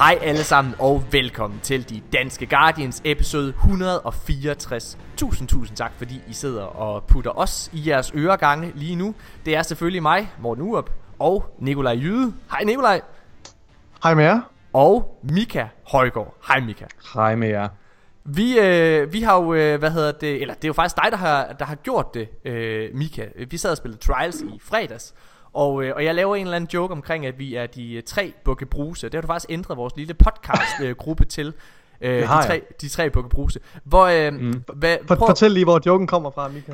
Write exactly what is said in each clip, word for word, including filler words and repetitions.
Hej alle sammen og velkommen til De Danske Guardians episode et hundrede og fireogtres. Tusind, tusind tak fordi I sidder og putter os i jeres øregange lige nu. Det er selvfølgelig mig, Morten Urup, og Nikolaj Jyde. Hej Nikolaj. Hej med jer. Og Mika Højgaard. Hej Mika. Hej med jer. Vi, øh, vi har jo, øh, hvad hedder det, eller det er jo faktisk dig, der har, der har gjort det, øh, Mika. Vi sad og spillede Trials i fredags. Og, øh, og jeg laver en eller anden joke omkring, at vi er de øh, tre Bukke Bruse. Det har du faktisk ændret vores lille podcast øh, gruppe til. øh, de, tre, de tre Bukke Bruse. Hvor, øh, mm. hva, For, Fortæl lige, hvor joken kommer fra, Mika.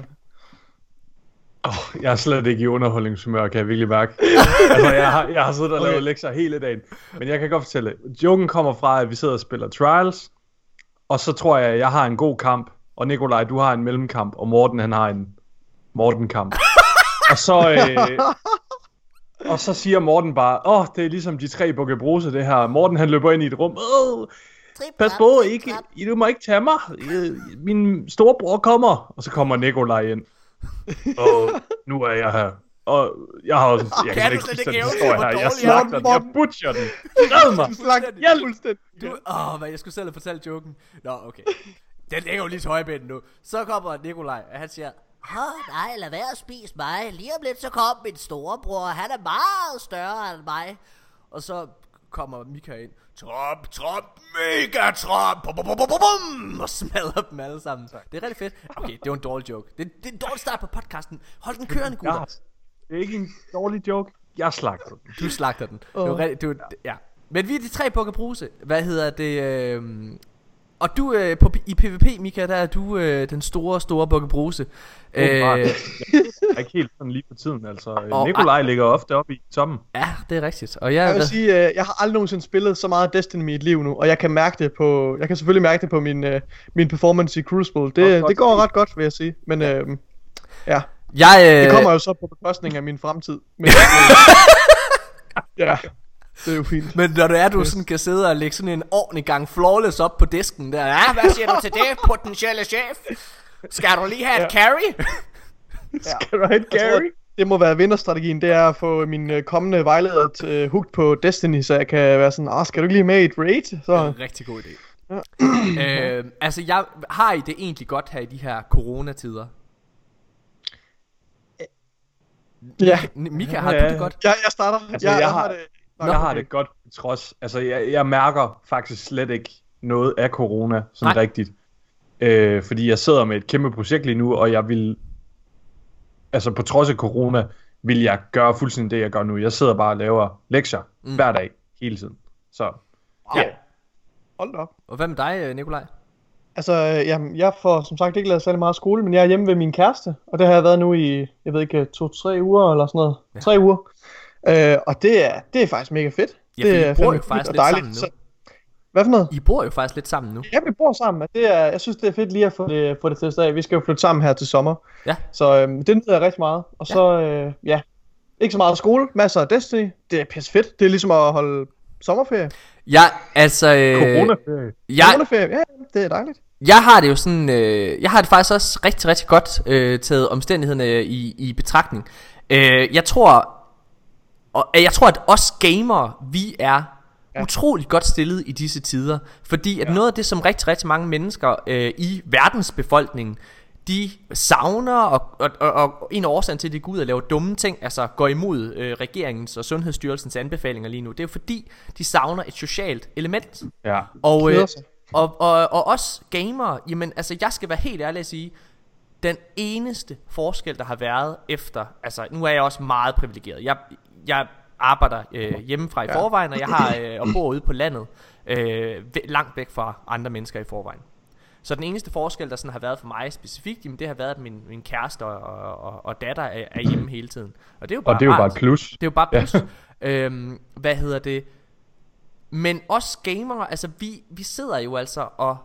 Oh, jeg er slet ikke i underholdningshumør, kan jeg virkelig mærke. Altså, jeg har, jeg har siddet og lavet okay. lektier hele dagen. Men jeg kan godt fortælle, joken kommer fra, at vi sidder og spiller Trials. Og så tror jeg, at jeg har en god kamp. Og Nikolaj, du har en mellemkamp. Og Morten, han har en Morten-kamp. Og så... Øh, Og så siger Morten bare, åh, oh, det er ligesom de tre Bukke Bruse, det her. Morten, han løber ind i et rum. Åh, pas på, ikke, du må ikke tage mig. Min storebror kommer. Og så kommer Nikolaj ind. Og nu er jeg her. Og jeg har også... Jeg kan, kan ikke huske den historie her. Jeg slagter den. Jeg butcher den. Red mig. Hjælp. Åh, oh, jeg skulle selv have fortalt joken. Nå, okay. Den ligger jo lige til højbænden nu. Så kommer Nikolaj, og han siger... Åh, nej, lad være at spise mig. Lige om lidt så kom min storebror. Han er meget større end mig. Og så kommer Mika ind. Trump, Trump, mega Trump. Bum, bum, bum, bum, bum, og smadrer dem alle sammen. Det er rigtig fedt. Okay, det var en dårlig joke. Det, det er en dårlig start på podcasten. Hold den kørende, gutter. Det er ikke en dårlig joke. Jeg slagter den. Du slagter den. Oh. Det var rigtig, du, ja. Men vi er de tre Bukke Bruse. Hvad hedder det? Øh... Og du øh, på, i PvP, Mika, der er du øh, den store, store Bukke Bruse. Oh, øh, jeg er ikke helt sådan lige på tiden, altså. Og, Nikolaj ligger ofte oppe i toppen. Ja, det er rigtigt. Og jeg, jeg vil sige, øh, jeg har aldrig nogensinde spillet så meget Destiny i mit liv nu, og jeg kan mærke det på, jeg kan selvfølgelig mærke det på min, øh, min performance i Crucible. Det, det går ret godt, vil jeg sige. Men øh, ja, jeg, øh... det kommer jo så på bekostning af min fremtid. Men, ja. Det er jo fint. Men når det er, du sådan kan sidde og lægge sådan en ordentlig gang flawless op på disken der. Ja, hvad siger du til det, potentielle chef? Skal du lige have et ja. carry? Ja. Skal du have et carry? Det må være vinderstrategien, det er at få min uh, kommende vejleder til, uh, hooked på Destiny, så jeg kan være sådan, ah, skal du ikke lige med i et raid? Så... Det er en rigtig god idé. Ja. øh, altså, jeg, har I det egentlig godt her i de her coronatider? Ja. Mika, har ja. du det godt? Ja, jeg starter. Altså, jeg, jeg, jeg har... har det... Nå, jeg har det godt trods. Altså jeg, jeg mærker faktisk slet ikke noget af corona sådan Nej. rigtigt. øh, Fordi jeg sidder med et kæmpe projekt lige nu, og jeg vil, altså på trods af corona, vil jeg gøre fuldstændig det jeg gør nu. Jeg sidder bare og laver lektier mm. hver dag, hele tiden. Så wow. Ja. Hold da op. Og hvad med dig, Nikolaj? Altså, jamen, jeg får som sagt ikke lavet særlig meget skole, men jeg er hjemme ved min kæreste. Og det har jeg været nu i, jeg ved ikke, to-tre uger eller sådan noget. Ja. Tre uger. Øh, og det er, det er faktisk mega fedt. Ja, det er I bor jo faktisk lidt sammen nu. Så, hvad for noget? I bor jo faktisk lidt sammen nu. Ja, vi bor sammen. Det er, jeg synes, det er fedt lige at få det, få det testet af. Vi skal jo flytte sammen her til sommer. Ja. Så øhm, det nyder jeg rigtig meget. Og så, øh, ja, ikke så meget skole, masser af Destiny. Det er pisse fedt. Det er ligesom at holde sommerferie. Ja, altså... Øh, Coronaferie. Jeg, Coronaferie, ja, det er dejligt. Jeg har det jo sådan, øh, jeg har det faktisk også rigtig, rigtig godt øh, taget omstændighederne i, i betragtning. Øh, jeg tror... Og jeg tror, at os gamere, vi er ja. utroligt godt stillet i disse tider. Fordi at ja. noget af det, som rigtig, rigtig mange mennesker øh, i verdensbefolkningen, de savner, og, og, og, og en af årsagen til, at de går ud og laver dumme ting, altså går imod øh, regeringens og Sundhedsstyrelsens anbefalinger lige nu, det er jo fordi, de savner et socialt element. Ja. Og, øh, og, og, og os gamere, jamen altså, jeg skal være helt ærlig at sige, den eneste forskel, der har været efter, altså nu er jeg også meget privilegeret. Jeg Jeg arbejder øh, hjemmefra i forvejen, og jeg har øh, og bor ude på landet, øh, langt væk fra andre mennesker i forvejen. Så den eneste forskel, der sådan har været for mig specifikt, jamen, det har været, at min, min kæreste og, og, og datter er, er hjemme hele tiden. Og det er jo bare, og det er jo bare plus. Det er jo bare plus. Ja. øhm, hvad hedder det? Men os gamere, altså vi, vi sidder jo altså og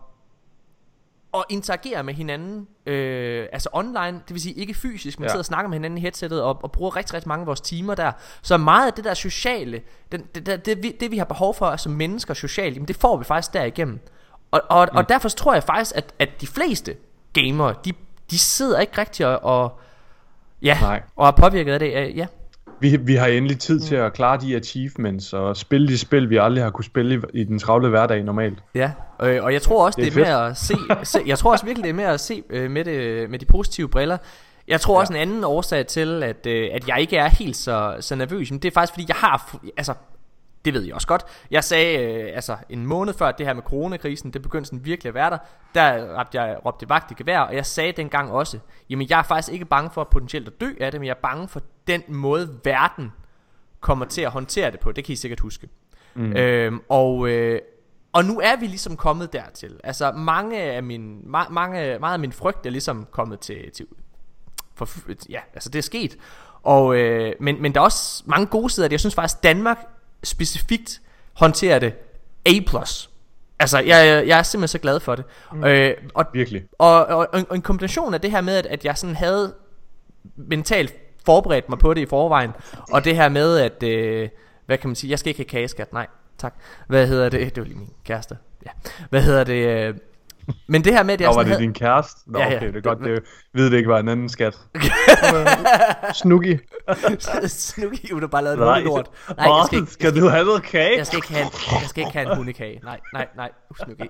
og interagere med hinanden, øh, altså online, det vil sige ikke fysisk, men ja. sidder og snakker med hinanden i headsettet og, og bruger rigtig, rigtig mange af vores timer der. Så meget af det der sociale, den, det, det, det, vi, det vi har behov for som mennesker socialt, jamen det får vi faktisk derigennem. Og, og, mm. og derfor tror jeg faktisk, at, at de fleste gamere, de, de sidder ikke rigtig og, og ja, Nej. og er påvirket af det, ja. Vi, vi har endelig tid til at klare de achievements og spille de spil, vi aldrig har kunne spille i, i den travle hverdag normalt. Ja, øh, og jeg tror også, det, det er, er med at se, se jeg tror også virkelig, det er med at se øh, med, det, med de positive briller. Jeg tror ja. også en anden årsag til, at, øh, at jeg ikke er helt så, så nervøs, men det er faktisk fordi, jeg har, altså, det ved jeg også godt. Jeg sagde, øh, altså en måned før det her med coronakrisen, det begyndte sådan virkelig at være der, der råbte jeg råbte vagt i gevær, og jeg sagde dengang også, jamen jeg er faktisk ikke bange for potentielt at dø af det, men jeg er bange for den måde, verden kommer til at håndtere det på. Det kan I sikkert huske. Mm. Øhm, og, øh, og nu er vi ligesom kommet dertil. Altså mange af min, ma- mange, meget af min frygt er ligesom kommet til, til for, ja, altså det er sket. Og, øh, men, men der er også mange gode sider. Jeg synes faktisk Danmark specifikt håndterer det A plus. Altså jeg, jeg er simpelthen så glad for det. Mm. øh, og, Virkelig. og, og, og en kombination af det her med at, at jeg sådan havde mentalt forberedt mig på det i forvejen, og det her med at øh, hvad kan man sige, jeg skal ikke have kageskat. Nej tak. Hvad hedder det? Det var lige min kæreste. Ja. Hvad hedder det? Øh, Men det her med at jeg Nå, var det havde... din kæreste? Nå, ja, ja. okay, det er godt, det ved det ikke var en anden skat. Snooki. Snooki, hun har bare lavet Nej, et lort. Nej, jeg skal, ikke, skal, skal du have noget kage? Jeg skal ikke have, jeg skal ikke have en hundekage. Nej, nej, nej. Uh, Snooki.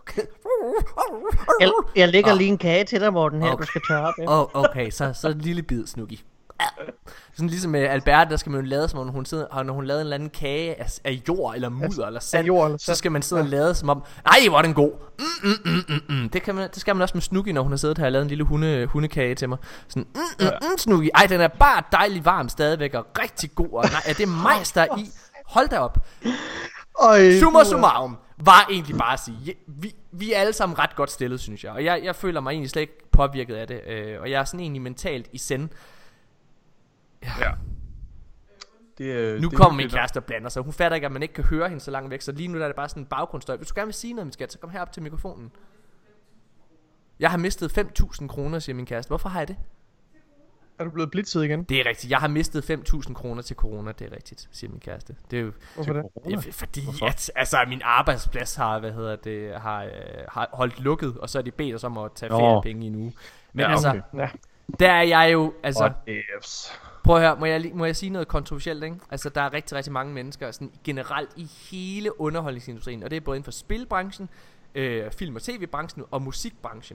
Jeg, jeg lægger oh. lige en kage til dig, Morten, her, okay. Du skal tørre op. Ja. Oh, okay, så, så en lille bid, Snooki. Sådan ligesom med Albert, der skal man jo lade som om hun sidder, når hun lavede en eller anden kage af, af jord eller mudder eller sand, jord eller så sand. skal man sidde og lade som om, nej hvor er den god. Mm, mm, mm, mm, mm. Det, kan man, det skal man også med Snooki, når hun har siddet her og lavet en lille hunde, hundekage til mig. Sådan, mm, mm, mm, Snooki, ej den er bare dejlig varm stadigvæk og rigtig god, og nej, er det majs der er i? Hold da op. Øj, Summa summarum var egentlig bare at sige, vi, vi er alle sammen ret godt stillet, synes jeg. Og jeg, jeg føler mig egentlig slet ikke påvirket af det, øh, og jeg er sådan egentlig mentalt i send. Ja. Ja. Det, øh, Nu det kommer min kæreste og blander sig. Hun fatter ikke, at man ikke kan høre hende så langt væk. Så lige nu der er det bare sådan en baggrundsstøj. Hvis du gerne vil sige noget, min skat, så kom herop til mikrofonen. Jeg har mistet fem tusind kroner, siger min kæreste. Hvorfor har jeg det? Er du blevet blitzet igen? Det er rigtigt. Jeg har mistet fem tusind kroner til corona. Det er rigtigt, siger min kæreste. Det er jo Hvorfor det? det, fordi at, altså min arbejdsplads har, hvad hedder det, har, øh, har holdt lukket, og så er de bedt os om at tage feriepenge i en uge. Men Ja, altså, okay. Ja. der er jeg jo, altså. What ifs. Prøv at høre, må jeg, må jeg sige noget kontroversielt, ikke? Altså, der er rigtig, rigtig mange mennesker sådan, generelt i hele underholdningsindustrien, og det er både inden for spilbranchen, øh, film- og tv-branchen og musikbranchen,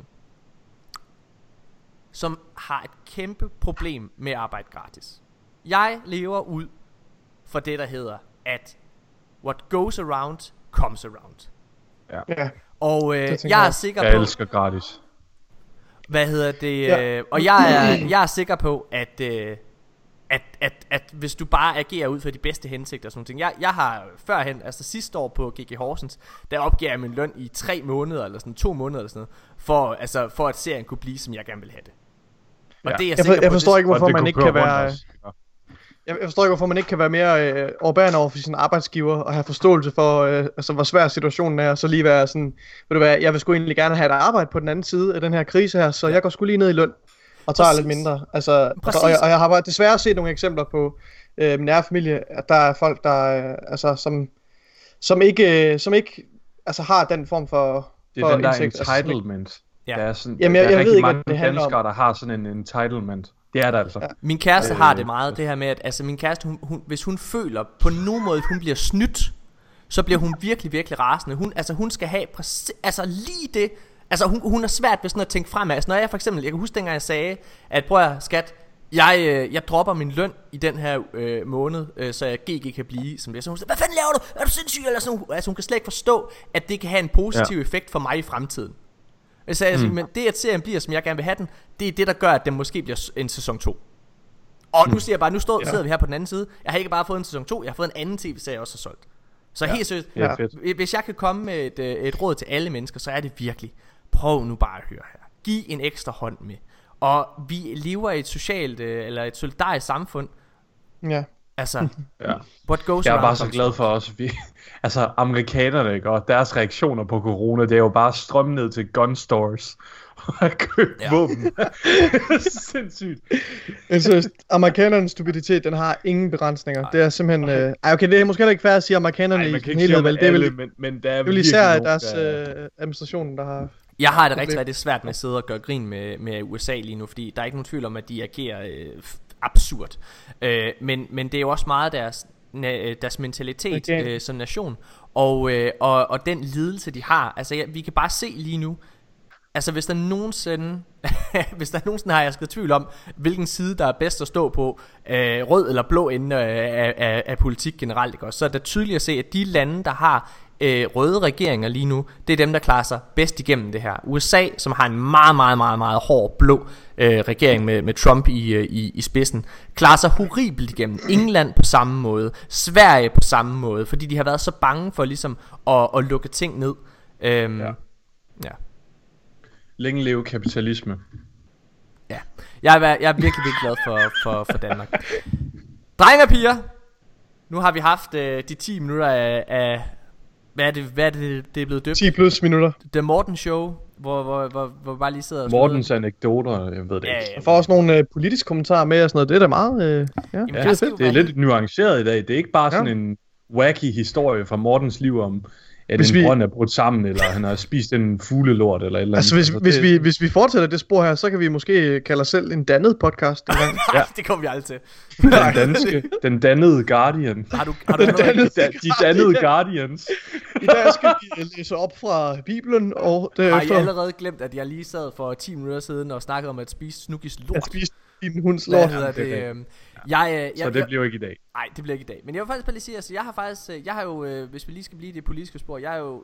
som har et kæmpe problem med at arbejde gratis. Jeg lever ud for det, der hedder, at what goes around, comes around. Ja. Og øh, Det tænker jeg er jeg. sikker Jeg på... elsker gratis. Hvad hedder det? Ja. Øh, og jeg er, jeg er sikker på, at, øh, at, at, at hvis du bare agerer ud for de bedste hensigter og sådan ting. Jeg, jeg har førhen, altså sidste år på G G Horsens, der opgav jeg min løn i tre måneder, eller sådan to måneder eller sådan noget, for, altså, for at serien kunne blive, som jeg gerne ville have det. Og Ja. det er jeg, Jeg, for, sikker jeg på, forstår det, ikke, hvorfor Og det man kunne ikke køre kan rundt være... også. Jeg forstår ikke, hvorfor man ikke kan være mere øh, overbærende over for sin arbejdsgiver og have forståelse for, øh, altså, hvor svær situationen er, og så lige være sådan, ved du hvad, jeg vil sgu egentlig gerne have et arbejde på den anden side af den her krise her, så jeg går sgu lige ned i løn og tager Præcis. lidt mindre. Altså, Præcis. og, jeg, og jeg har bare desværre set nogle eksempler på øh, min nære familie, at der er folk, der, øh, altså, som, som ikke, øh, som ikke altså, har den form for, Det er for den der indsigt. Altså, entitlement. Ja. Der er, sådan, Jamen, der jeg- er jeg rigtig ved ikke, mange hvad det handler om. danskere, der har sådan en entitlement. Det er der altså. Ja. min kæreste Øh, har det meget, det her med, at altså, min kæreste, hun, hun, hvis hun føler på nogen måde, at hun bliver snydt, så bliver hun virkelig, virkelig rasende. Hun, altså, hun skal have præcis, altså lige det. Altså hun, hun er svært ved sådan at tænke fremad. Altså når jeg for eksempel, jeg kan huske dengang jeg sagde, at prøv at skat, jeg, øh, jeg dropper min løn i den her øh, måned, øh, så jeg G G kan blive som det. Så hun siger, hvad fanden laver du? Er du sindssyg? Eller sådan, altså hun kan slet ikke forstå, at det kan have en positiv ja. effekt for mig i fremtiden. Jeg sagde, mm. altså, men det at serien bliver, som jeg gerne vil have den, det er det, der gør, at den måske bliver en sæson to. Og nu siger jeg bare, nu står, sidder vi her på den anden side. Jeg har ikke bare fået en sæson to, jeg har fået en anden tv-serie, jeg også har solgt. Så ja. helt seriøst, Det er fedt. hvis jeg kan komme med et, øh, et råd til alle mennesker, så er det virkelig, prøv nu bare at høre her. Giv en ekstra hånd med. Og vi lever i et socialt, øh, eller et solidarisk samfund. Ja. Altså, Ja. what goes Jeg er around bare så comes glad around. for os. Vi, altså, amerikanerne, ikke? Og deres reaktioner på corona, det er jo bare strømme ned til gun stores og købe Ja. ja. våben. Sindssygt. Men seriøst, amerikanernes stupiditet, den har ingen begrænsninger. Ej. Det er simpelthen... Øh, ej, okay, det er måske heller ikke fair at sige, at amerikanerne Ej, i man kan sin ikke sige helhed, om vel, det er alle, vel, men, men der er det er vel virkelig især nogen, deres der... øh, administration, der har... Jeg har det problem. rigtig, rigtig svært med at sidde og gøre grin med, med U S A lige nu, fordi der er ikke nogen tvivl om, at de agerer øh, f- absurd. øh, men, men det er jo også meget deres, deres mentalitet okay. øh, som nation, og, øh, og, og den lidelse de har. Altså ja, vi kan bare se lige nu, altså hvis der nogensinde hvis der nogensinde har jeg skrevet tvivl om hvilken side der er bedst at stå på, øh, rød eller blå ende af, af, af politik generelt, ikke også? Så er det tydeligt at se, at de lande der har øh, røde regeringer lige nu, det er dem der klarer sig bedst igennem det her. U S A, som har en meget meget meget meget hård blå øh, regering med, med Trump i, øh, i, i spidsen, klarer sig horribelt igennem. England på samme måde, Sverige på samme måde, fordi de har været så bange for ligesom at, at lukke ting ned. øhm, ja. ja Længe leve kapitalisme. Ja, jeg er, jeg er virkelig, virkelig glad for, for, for Danmark. Drenge og piger, nu har vi haft øh, de ti minutter af, af hvad, er det, hvad er det, det er blevet døbt? ti plus minutter. The Morten Show, hvor, hvor, hvor, hvor vi bare lige sidder og Mortens anekdoter, jeg ved det ja, ikke. Jeg får også nogle øh, politiske kommentarer med og sådan noget. Det er da meget... Øh, ja, Jamen, Ja, det er det, det er lidt nuanceret i dag. Det er ikke bare sådan Ja. en wacky historie fra Mortens liv om, at Hvis en vi- brønd er brudt sammen, eller han har spist en fuglelort, eller et eller andet. Altså hvis, hvis, det, vi, hvis vi fortsætter det spor her, så kan vi måske kalde os selv en dannet podcast. En gang. ja. Det kommer vi aldrig til. Den danske, den dannede Guardian. Har du, har du Den noget? dannede- De, de dannede Guardians. I dag skal vi øh, læse op fra Bibelen, og Har I derefter allerede glemt, at jeg lige sad for ti minutter siden og snakkede om at spise Snookys lort? at spise din hunds Hvad lort. hedder det er det? rigtigt. øhm, Jeg, øh, jeg, Så det bliver jo ikke i dag. Nej, det bliver ikke i dag. Men jeg vil faktisk bare lige sige, altså jeg har faktisk, øh, jeg har jo, øh, hvis vi lige skal blive i det politiske spor, jeg er jo,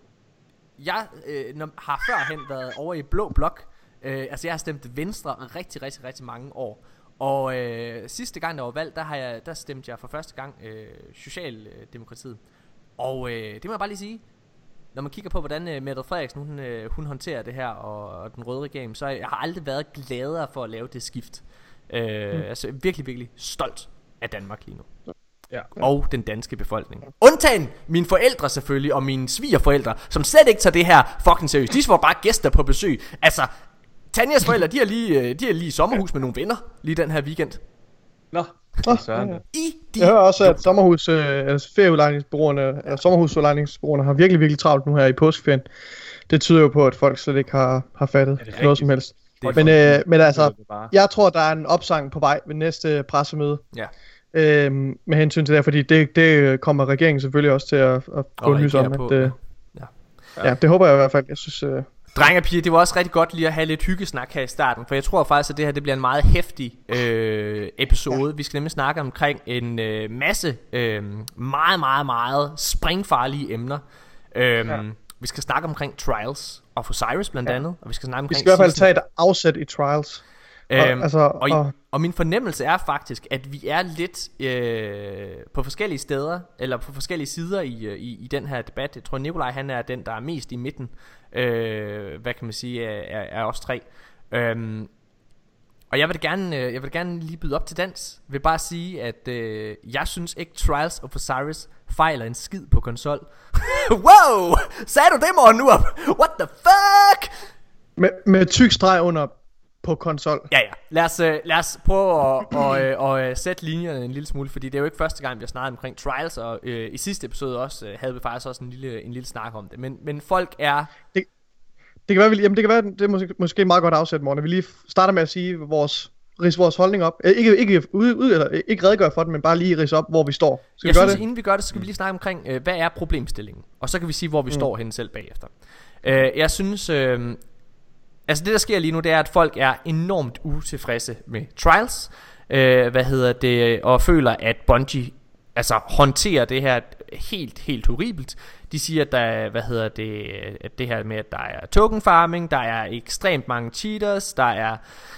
jeg øh, når, har førhen været over i blå blok. øh, Altså jeg har stemt Venstre rigtig, rigtig, rigtig mange år. Og øh, sidste gang der var valg, der, har jeg, der stemte jeg for første gang øh, Socialdemokratiet. Og øh, det må jeg bare lige sige, når man kigger på hvordan øh, Mette Frederiksen hun, øh, hun håndterer det her, og, og den røde regering, så jeg har aldrig været gladere for at lave det skift. øh, mm. Altså virkelig, virkelig stolt af Danmark lige nu. Ja. Og den danske befolkning. Undtagen mine forældre selvfølgelig, og mine svigerforældre, som slet ikke tager det her fucking seriøst. De var bare gæster på besøg. Altså, Tanjas forældre, de er lige, de er lige i sommerhus med nogle venner lige den her weekend. Nå, Nå, så er det. I de Jeg hører også, at sommerhus, øh, altså ferieudlejningsbureauerne, eller sommerhusudlejningsbureauerne har virkelig, virkelig travlt nu her i påskeferien. Det tyder jo på, at folk slet ikke har, har fattet det noget rigtigt? som helst. Det Men, øh, men altså, Det er bare- jeg tror, der er en opsang på vej ved næste pressemøde. Ja. Øhm, med hensyn til det, fordi det, det kommer regeringen selvfølgelig også til at, at gå nys om. på, At, øh, ja. ja, det håber jeg i hvert fald. Jeg synes, øh, Drenge og piger, det var også rigtig godt lige at have lidt hyggesnak her i starten, for jeg tror faktisk, at det her det bliver en meget heftig øh, episode. Ja. Vi skal nemlig snakke omkring en øh, masse øh, meget, meget, meget springfarlige emner. Øh, ja. Vi skal snakke omkring Trials of Osiris blandt Ja. andet, og vi skal snakke vi omkring skal i hvert fald season- tage et afsæt i Trials. Øhm, og, altså, og, i, og, og min fornemmelse er faktisk, at vi er lidt øh, på forskellige steder, eller på forskellige sider i, øh, i, i den her debat. Jeg tror, Nikolaj han er den, der er mest i midten, øh, hvad kan man sige, er, er, er os tre. Øhm, og jeg vil gerne, øh, jeg vil gerne lige byde op til dans. Jeg vil bare sige, at øh, jeg synes ikke Trials of Osiris fejler en skid på konsol. Wow! Sagde du det, Morten, nu op? What the fuck? med, med tyk streg under på konsol. Ja, ja. Lad os, øh, lad os prøve at og, øh, og, øh, sætte linjerne en lille smule, fordi det er jo ikke første gang, vi har snakket omkring Trials, og øh, i sidste episode også øh, havde vi faktisk også en lille, en lille snak om det. Men, men folk er... Det kan være, jamen det kan være, det er måske, måske meget godt afsæt, Morten. Vi lige starter med at sige vores ridse vores holdning op. Eh, ikke ikke ud, ud eller ikke redegøre for den, men bare lige ridse op, hvor vi står. Skal Jeg vi gøre synes, det? inden vi gør det, så skal vi lige snakke omkring, øh, hvad er problemstillingen? Og så kan vi sige, hvor vi mm. står henne selv bagefter. Øh, jeg synes... Øh, Altså det der sker lige nu, det er at folk er enormt utilfredse med Trials, øh, hvad hedder det, og føler at Bungie altså håndterer det her helt helt horribelt. De siger at der er, hvad hedder det, at det her med at der er token farming, der er ekstremt mange cheaters, der er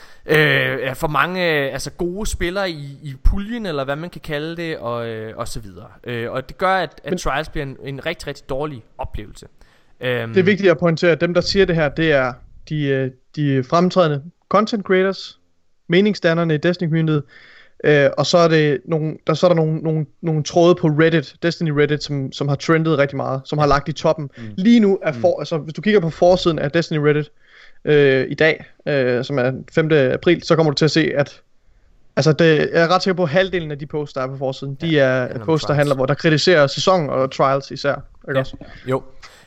øh, for mange altså gode spillere i, i puljen eller hvad man kan kalde det, og øh, og så videre. Øh, og det gør at, at Men, Trials bliver en, en rigtig rigtig dårlig oplevelse. Øhm, Det er vigtigt at pointere, at dem der siger det her, det er de, de fremtrædende content creators, meningsdannerne i Destiny communityet, øh, og så er det nogle, der så er der nogle, nogle, nogle tråde på Reddit, Destiny Reddit, som, som har trendet rigtig meget, som har lagt i toppen. Mm. Lige nu er for, mm. altså hvis du kigger på forsiden af Destiny Reddit øh, i dag, øh, som er femte april, så kommer du til at se at altså det, jeg er ret sikker på at halvdelen af de posts der er på forsiden, de Ja, er handler om posts der Trials. handler, hvor der kritiserer sæson og Trials især, ikke Ja. også? Jo.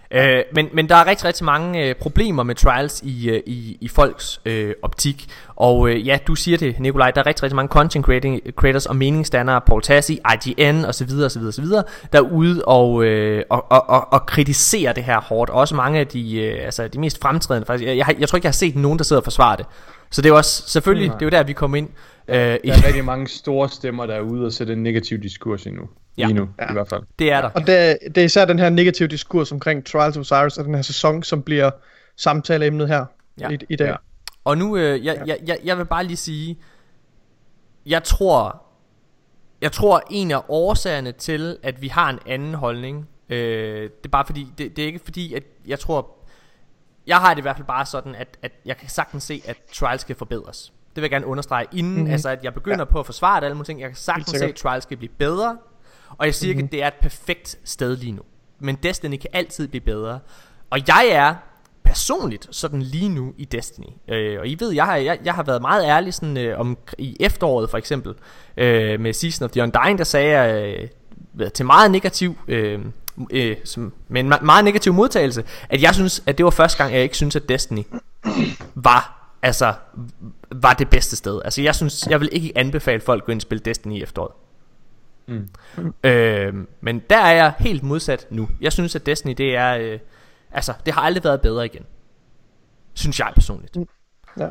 Øh, men, men der er rigtig, rigtig mange øh, problemer med Trials i, øh, i, i folks øh, optik. Og øh, ja, du siger det, Nikolaj, der er rigtig, rigtig mange content creators og meningsdannere, Paul Tassi, I G N osv. osv. osv. der er ude og, øh, og, og, og, og kritiserer det her hårdt. Også mange af de, øh, altså, de mest fremtrædende faktisk. Jeg, jeg, jeg tror ikke, jeg har set nogen, der sidder og forsvarer det. Så det er jo også, selvfølgelig, det er jo der, vi kommer ind. Øh, der er rigtig mange store stemmer, der er ude og sætte en negativ diskurs endnu. Ja. Lige nu, ja. I hvert fald. Det er der. Og det, det er især den her negative diskurs omkring Trials of Osiris og den her sæson, som bliver samtaleemnet her ja. i, i dag. Ja. Og nu, øh, jeg, jeg, jeg, jeg vil bare lige sige, jeg tror, jeg tror en af årsagerne til, at vi har en anden holdning, øh, det er bare fordi, det, det er ikke fordi, at jeg tror, jeg har det i hvert fald bare sådan, at, at jeg kan sagtens se, at Trials skal forbedres. Det vil jeg gerne understrege inden, mm-hmm. altså at jeg begynder ja. på at forsvare det alle mulige ting. Jeg kan sagtens se, at Trials skal blive bedre. Og jeg siger mm-hmm. ikke, at det er et perfekt sted lige nu. Men Destiny kan altid blive bedre. Og jeg er personligt sådan lige nu i Destiny. Øh, og I ved, jeg har, jeg, jeg har været meget ærlig sådan, øh, om i efteråret for eksempel. Øh, med Season of the Undying, der sagde jeg øh, til meget negativ... Øh, øh, som, med en meget negativ modtagelse, at jeg synes, at det var første gang, jeg ikke synes, at Destiny var... Altså, var det bedste sted. Altså, jeg synes, jeg vil ikke anbefale folk at gå ind og spille Destiny i efteråret. Mm. Øh, men der er jeg helt modsat nu. Jeg synes, at Destiny, det er øh, altså, det har aldrig været bedre igen. Synes jeg personligt. Ja.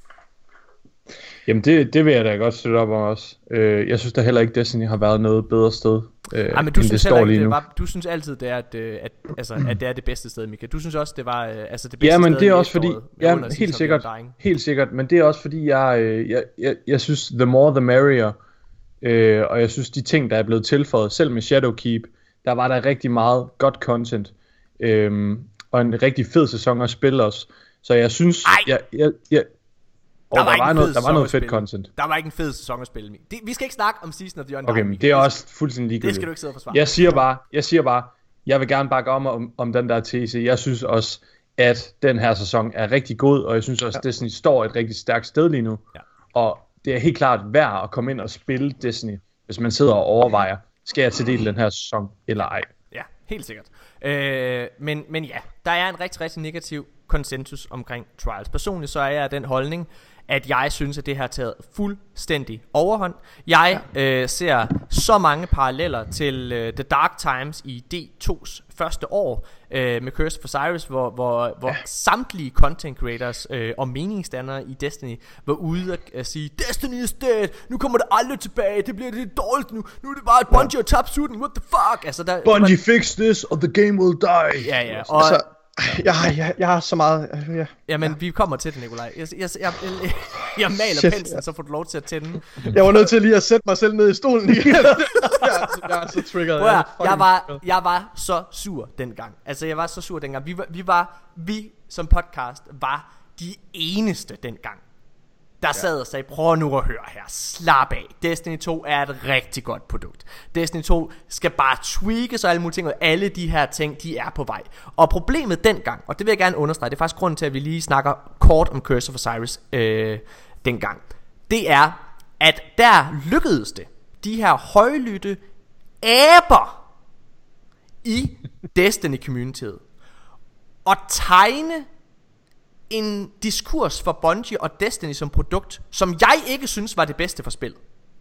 Jamen det, det vil jeg da godt støtte op om også. øh, Jeg synes da heller ikke Destiny har været noget bedre sted øh, Ej, men du synes det ikke, det var, du synes altid det er at, at, altså, at det er det bedste sted, Mika. Du synes også det var øh, altså det bedste ja, men sted det er også fordi ja, helt Season sikkert helt sikkert. Men det er også fordi jeg, øh, jeg, jeg, jeg synes the more the merrier. øh, Og jeg synes de ting der er blevet tilføjet, selv med Shadowkeep, der var der rigtig meget godt content, øh, og en rigtig fed sæson at spille os. Så jeg synes jeg, jeg, jeg Der, var, der, var noget, der var noget fedt content. Der var ikke en fed sæson at spille. Det, vi skal ikke snakke om Season of the Undying. Okay, men det er også fuldstændig ligegyldigt. Det skal du ikke sidde og forsvare. Jeg siger bare, jeg siger bare, jeg vil gerne bakke om, om om den der T C. Jeg synes også, at den her sæson er rigtig god, og jeg synes også, at ja. Destiny står et rigtig stærkt sted lige nu. Ja. Og det er helt klart værd at komme ind og spille Destiny, hvis man sidder og overvejer, skal jeg til del den her sæson eller ej. Ja, helt sikkert. Øh, men, men ja, der er en rigtig, rigtig negativ konsensus omkring Trials. Personligt så er jeg af den holdning, at jeg synes, at det har taget fuldstændig overhånd. Jeg ja. øh, ser så mange paralleller til øh, The Dark Times i D to's første år øh, med Curse of Osiris, hvor, hvor, hvor ja. samtlige content creators øh, og meningsdannere i Destiny var ude at, at sige, Destiny is dead, nu kommer det aldrig tilbage, det bliver det dårligt nu, nu er det bare et Bungie og top shooting, what the fuck. Altså, der, Bungie man, fix this or the game will die. Ja, ja, og altså, Jeg har, jeg, jeg har så meget ja. Jamen ja. vi kommer til det, Nikolaj. Jeg, jeg, jeg, jeg, jeg maler Shit, penslen ja. Så får du lov til at tænde. Jeg var nødt til lige at sætte mig selv ned i stolen igen. jeg, er, jeg er så triggeret. Jeg, jeg, var, jeg var så sur dengang. Altså jeg var så sur dengang. Vi var, vi, var, vi som podcast var de eneste dengang, der sad og sagde, prøv nu at høre her, slap af. Destiny to er et rigtig godt produkt. Destiny to skal bare tweakes og alle mulige ting, og alle de her ting, de er på vej. Og problemet dengang, og det vil jeg gerne understrege, det er faktisk grunden til, at vi lige snakker kort om Curse of Osiris øh, dengang. Det er, at der lykkedes det, de her højlytte aber i Destiny-communityet, at tegne en diskurs for Bungie og Destiny som produkt, som jeg ikke synes var det bedste for spillet.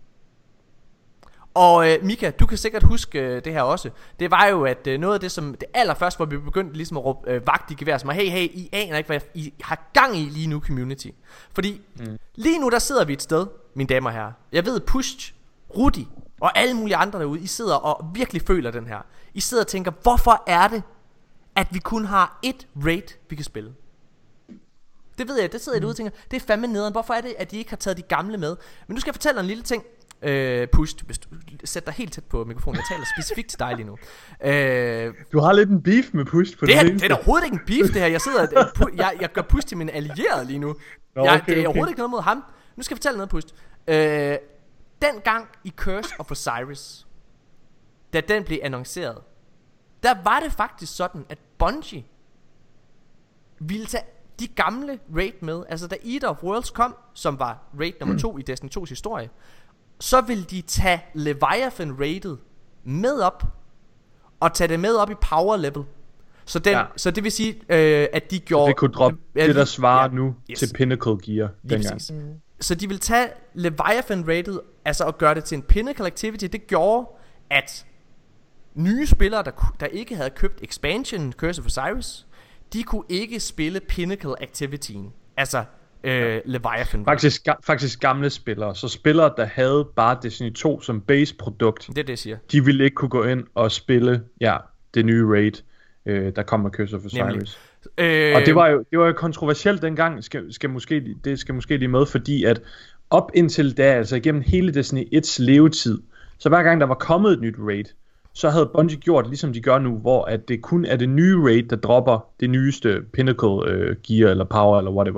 Og øh, Mika, du kan sikkert huske øh, det her også. Det var jo at øh, noget af det som det allerførste, hvor vi begyndte ligesom at råbe øh, vagt i gevær, som hey hey, I aner ikke hvad I har gang i lige nu, community. Fordi mm. lige nu der sidder vi et sted, mine damer og herrer. Jeg ved Push, Rudi og alle mulige andre derude, I sidder og virkelig føler den her. I sidder og tænker, hvorfor er det at vi kun har ét raid vi kan spille? Det ved jeg, det sidder jeg derude og tænker, det er fandme nederen. Hvorfor er det, at de ikke har taget de gamle med? Men nu skal jeg fortælle dig en lille ting. øh, Push, hvis du sætter dig helt tæt på mikrofonen. Jeg taler specifikt til dig lige nu. øh, Du har lidt en beef med Push på det, det, det, det er overhovedet ikke en beef det her. Jeg sidder, jeg, jeg gør Push til min allierede lige nu. Nå, okay, jeg, det er okay. overhovedet ikke noget mod ham. Nu skal jeg fortælle noget, Push. øh, Den gang i Curse of Osiris, da den blev annonceret, der var det faktisk sådan, at Bungie ville tage de gamle raid med. Altså da Eater of Worlds kom, som var raid nummer to i Destiny to's historie, så ville de tage Leviathan raidet med op, og tage det med op i power level, Så, den, Ja. så det vil sige, øh, at de gjorde... Det kunne droppe Ja, det, lige- der svarer ja, nu yes. til Pinnacle Gear Lige dengang. præcis. Så de vil tage Leviathan rated, altså og gøre det til en Pinnacle Activity. Det gjorde, at nye spillere, der, ku- der ikke havde købt expansion Curse of Osiris, de kunne ikke spille Pinnacle Activityen. Altså øh, Leviathan. Faktisk, ga- faktisk gamle spillere. Så spillere, der havde bare Destiny to som base produkt, Det er det, jeg siger. de ville ikke kunne gå ind og spille ja, det nye raid, øh, der kom med Curse of Nemlig. Osiris. Øh, Og det var jo det var jo kontroversielt dengang, skal, skal måske, det skal måske lige med, fordi at op indtil da, altså igennem hele Destiny ets levetid, så hver gang der var kommet et nyt raid, så havde Bungie gjort ligesom de gør nu, hvor at det kun er det nye raid, der dropper det nyeste Pinnacle øh, gear eller power eller whatever.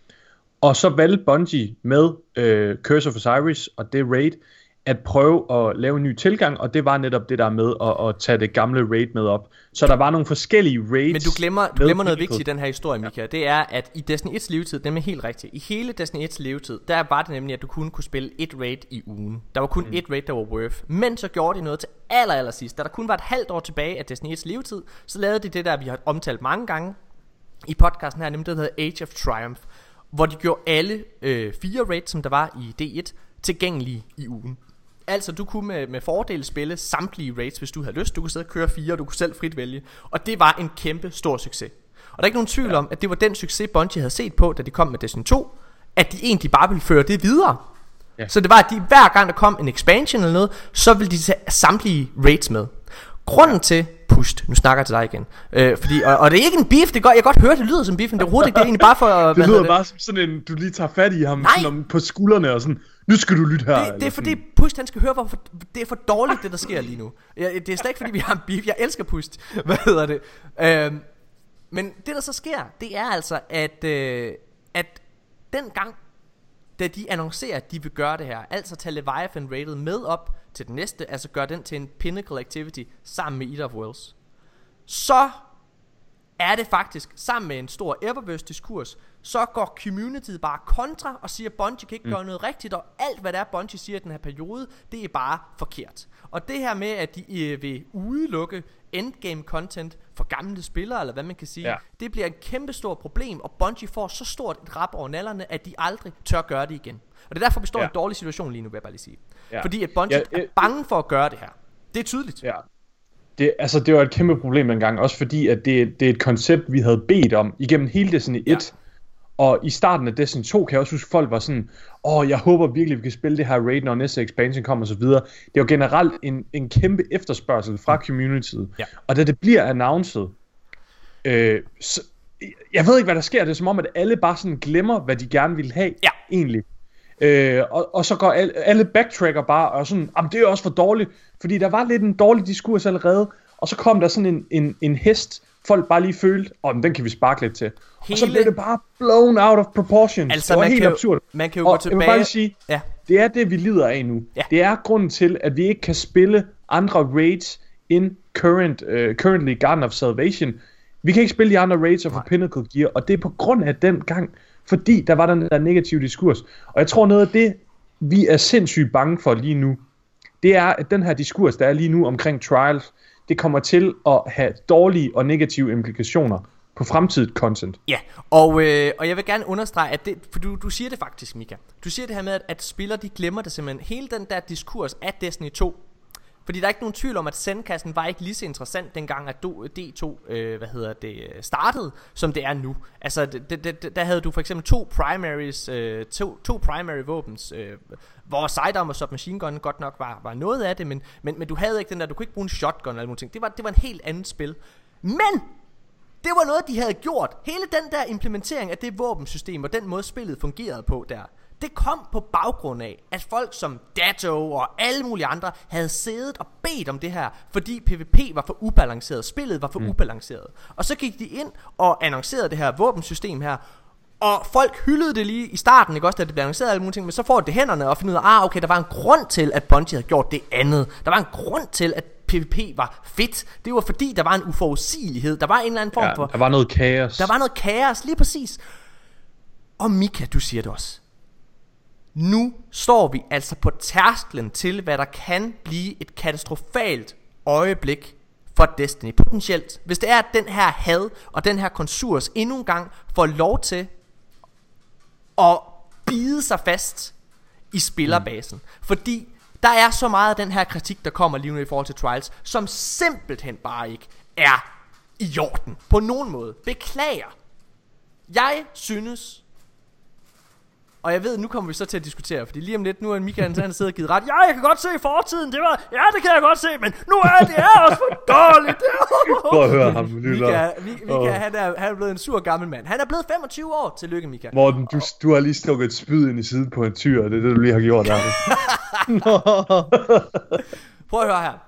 Og så valgte Bungie med øh, Curse of Osiris og det raid at prøve at lave en ny tilgang, og det var netop det der med at, at tage det gamle raid med op. Så der var nogle forskellige raids. Men du glemmer, du med glemmer noget Pinnacle. vigtigt i den her historie, Mika. Det er, at i Destiny ets levetid, det er helt rigtigt. I hele Destiny ets levetid, der var det nemlig, at du kun kunne spille et raid i ugen. Der var kun mm. et raid, der var worth. Men så gjorde de noget til aller, aller sidst. Da der kun var et halvt år tilbage af Destiny ets levetid, så lavede de det der, vi har omtalt mange gange i podcasten her, nemlig det, der hedder Age of Triumph, hvor de gjorde alle øh, fire raids, som der var i D et, tilgængelige i ugen. Altså du kunne med, med fordel spille samtlige raids, hvis du havde lyst. Du kunne sidde og køre fire, og du kunne selv frit vælge. Og det var en kæmpe stor succes. Og der er ikke nogen tvivl om, at det var den succes Bungie havde set på, da de kom med Destiny to, at de egentlig bare ville føre det videre. Ja. Så det var, at de hver gang der kom en expansion eller noget, så ville de tage samtlige raids med. Grunden til Pust, nu snakker jeg til dig igen, øh, fordi, og, og det er ikke en beef, det gør, jeg kan godt høre, det lyder som beef, men det er overhovedet ikke, det er egentlig bare for at, Det hvad lyder hedder bare som sådan en, du lige tager fat i ham Nej. sådan om, på skuldrene og sådan, nu skal du lytte her. Det, det er eller fordi sådan. Pust han skal høre hvorfor det er for dårligt det der sker lige nu. Jeg, det er slet ikke fordi vi har en beef. Jeg elsker Pust. Hvad hedder det? Øhm, men det der så sker, det er altså at øh, at den gang da de annoncerer at de vil gøre det her, altså tage Leviathan rated med op til den næste, altså gøre den til en Pinnacle Activity sammen med Eater of Worlds, så er det faktisk sammen med en stor Eververse diskurs, så går communityet bare kontra og siger, at Bungie kan ikke mm. gøre noget rigtigt, og alt hvad der er Bungie siger i den her periode, det er bare forkert. Og det her med at de øh, vil udelukke endgame content for gamle spillere, eller hvad man kan sige, Ja. det bliver et kæmpe stort problem, og Bungie får så stort et rap over nallerne, at de aldrig tør gøre det igen. Og det er derfor vi står ja. i en dårlig situation lige nu, vil jeg bare lige sige. Ja. Fordi at Bungie Ja, er øh, bange for at gøre det her. Det er tydeligt. Ja. Det, altså, det var et kæmpe problem engang, også fordi, at det, det er et koncept, vi havde bedt om igennem hele Destiny et. Ja. Og i starten af Destiny to kan jeg også huske, folk var sådan, åh, jeg håber virkelig, vi kan spille det her raid, når næste expansion kommer og så videre. Det var generelt en, en kæmpe efterspørgsel fra communityet. Ja. Og da det bliver announced, øh, så, jeg ved ikke, hvad der sker. Det er som om, at alle bare sådan glemmer, hvad de gerne ville have, Ja. egentlig. Øh, og, og så går alle, alle backtracker bare og sådan, jamen det er også for dårligt, fordi der var lidt en dårlig diskurs allerede, og så kom der sådan en, en, en hest, folk bare lige følte, åh, oh, den kan vi sparke lidt til. Hele... Og så blev det bare blown out of proportion. Altså, det var man helt kan jo- absurd. man kan jo og gå tilbage- jeg vil bare lige sige, Ja. det er det, vi lider af nu. Ja. Det er grunden til, at vi ikke kan spille andre raids in current, uh, currently Garden of Salvation. Vi kan ikke spille de andre raids og få Pinnacle Gear, og det er på grund af den gang, fordi der var den der negative diskurs. Og jeg tror noget af det, vi er sindssygt bange for lige nu, det er, at den her diskurs, der er lige nu omkring Trials, det kommer til at have dårlige og negative implikationer på fremtidigt content. Ja, og, øh, og jeg vil gerne understrege, at det, for du, du siger det faktisk, Mika. Du siger det her med, at, at spillere de glemmer det simpelthen. Hele den der diskurs af Destiny to. Fordi der er ikke nogen tvivl om, at sendkassen var ikke lige så interessant dengang, at D to øh, hvad hedder det, startede, som det er nu. Altså, det, det, det, der havde du for eksempel to primaries, øh, to, to primary våbens, øh, hvor sidearm og submachine gun godt nok var, var noget af det, men, men, men du havde ikke den der, du kunne ikke bruge en shotgun eller noget ting. Det var, det var en helt andet spil. Men det var noget, de havde gjort. Hele den der implementering af det våbensystem og den måde spillet fungerede på der, det kom på baggrund af, at folk som Datto og alle mulige andre havde siddet og bedt om det her, fordi PvP var for ubalanceret, spillet var for mm. ubalanceret. Og så gik de ind og annoncerede det her våbensystem her, og folk hyldede det lige i starten, ikke også, da det blev annonceret alle mulige ting, men så får det hænderne og finder ud af, ah okay, der var en grund til, at Bungie havde gjort det andet. Der var en grund til, at PvP var fedt. Det var fordi, der var en uforudsigelighed. Der var en eller anden form Ja, for... der var noget kaos. Der var noget kaos, lige præcis. Og Mika, du siger det også. Nu står vi altså på tærsklen til, hvad der kan blive et katastrofalt øjeblik for Destiny. Potentielt. Hvis det er, at den her had og den her konsurs endnu en gang får lov til at bide sig fast i spillerbasen. Mm. Fordi der er så meget af den her kritik, der kommer lige nu i forhold til Trials, som simpelthen bare ikke er i orden på nogen måde. Beklager. Jeg synes, og jeg ved, nu kommer vi så til at diskutere, fordi lige om lidt, nu er Michael, han sidder og givet ret. Ja, jeg kan godt se fortiden, det var, ja, det kan jeg godt se, men nu er det er også for dårligt. Prøv at høre ham, Mika, Mika, Mika han, er, han er blevet en sur gammel mand. Han er blevet femogtyve år. Tillykke, Mika. Morten, du, du har lige stukket et spyd ind i siden på en tyr, og det er det, du lige har gjort der. Prøv at høre her.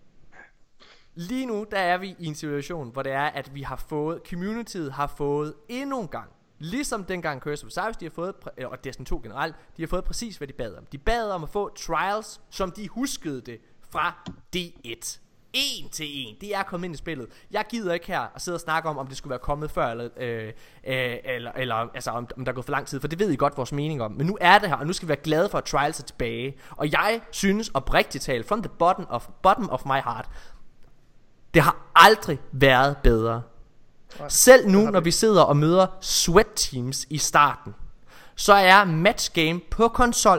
Lige nu, der er vi i en situation, hvor det er, at vi har fået, communityet har fået endnu en gang, ligesom dengang Curse of Osiris, de har fået, og Destiny to generelt, de har fået præcis, hvad de bad om. De bad om at få Trials, som de huskede det fra D et. En til en. Det er kommet ind i spillet. Jeg gider ikke her at sidde og snakke om, om det skulle være kommet før, eller, øh, øh, eller, eller altså, om, om der er gået for lang tid, for det ved I godt vores mening om. Men nu er det her, og nu skal vi være glade for, at Trials er tilbage. Og jeg synes oprigtigt talt, from the bottom of, bottom of my heart, det har aldrig været bedre. Selv nu, når vi sidder og møder sweat teams i starten, så er match game på konsol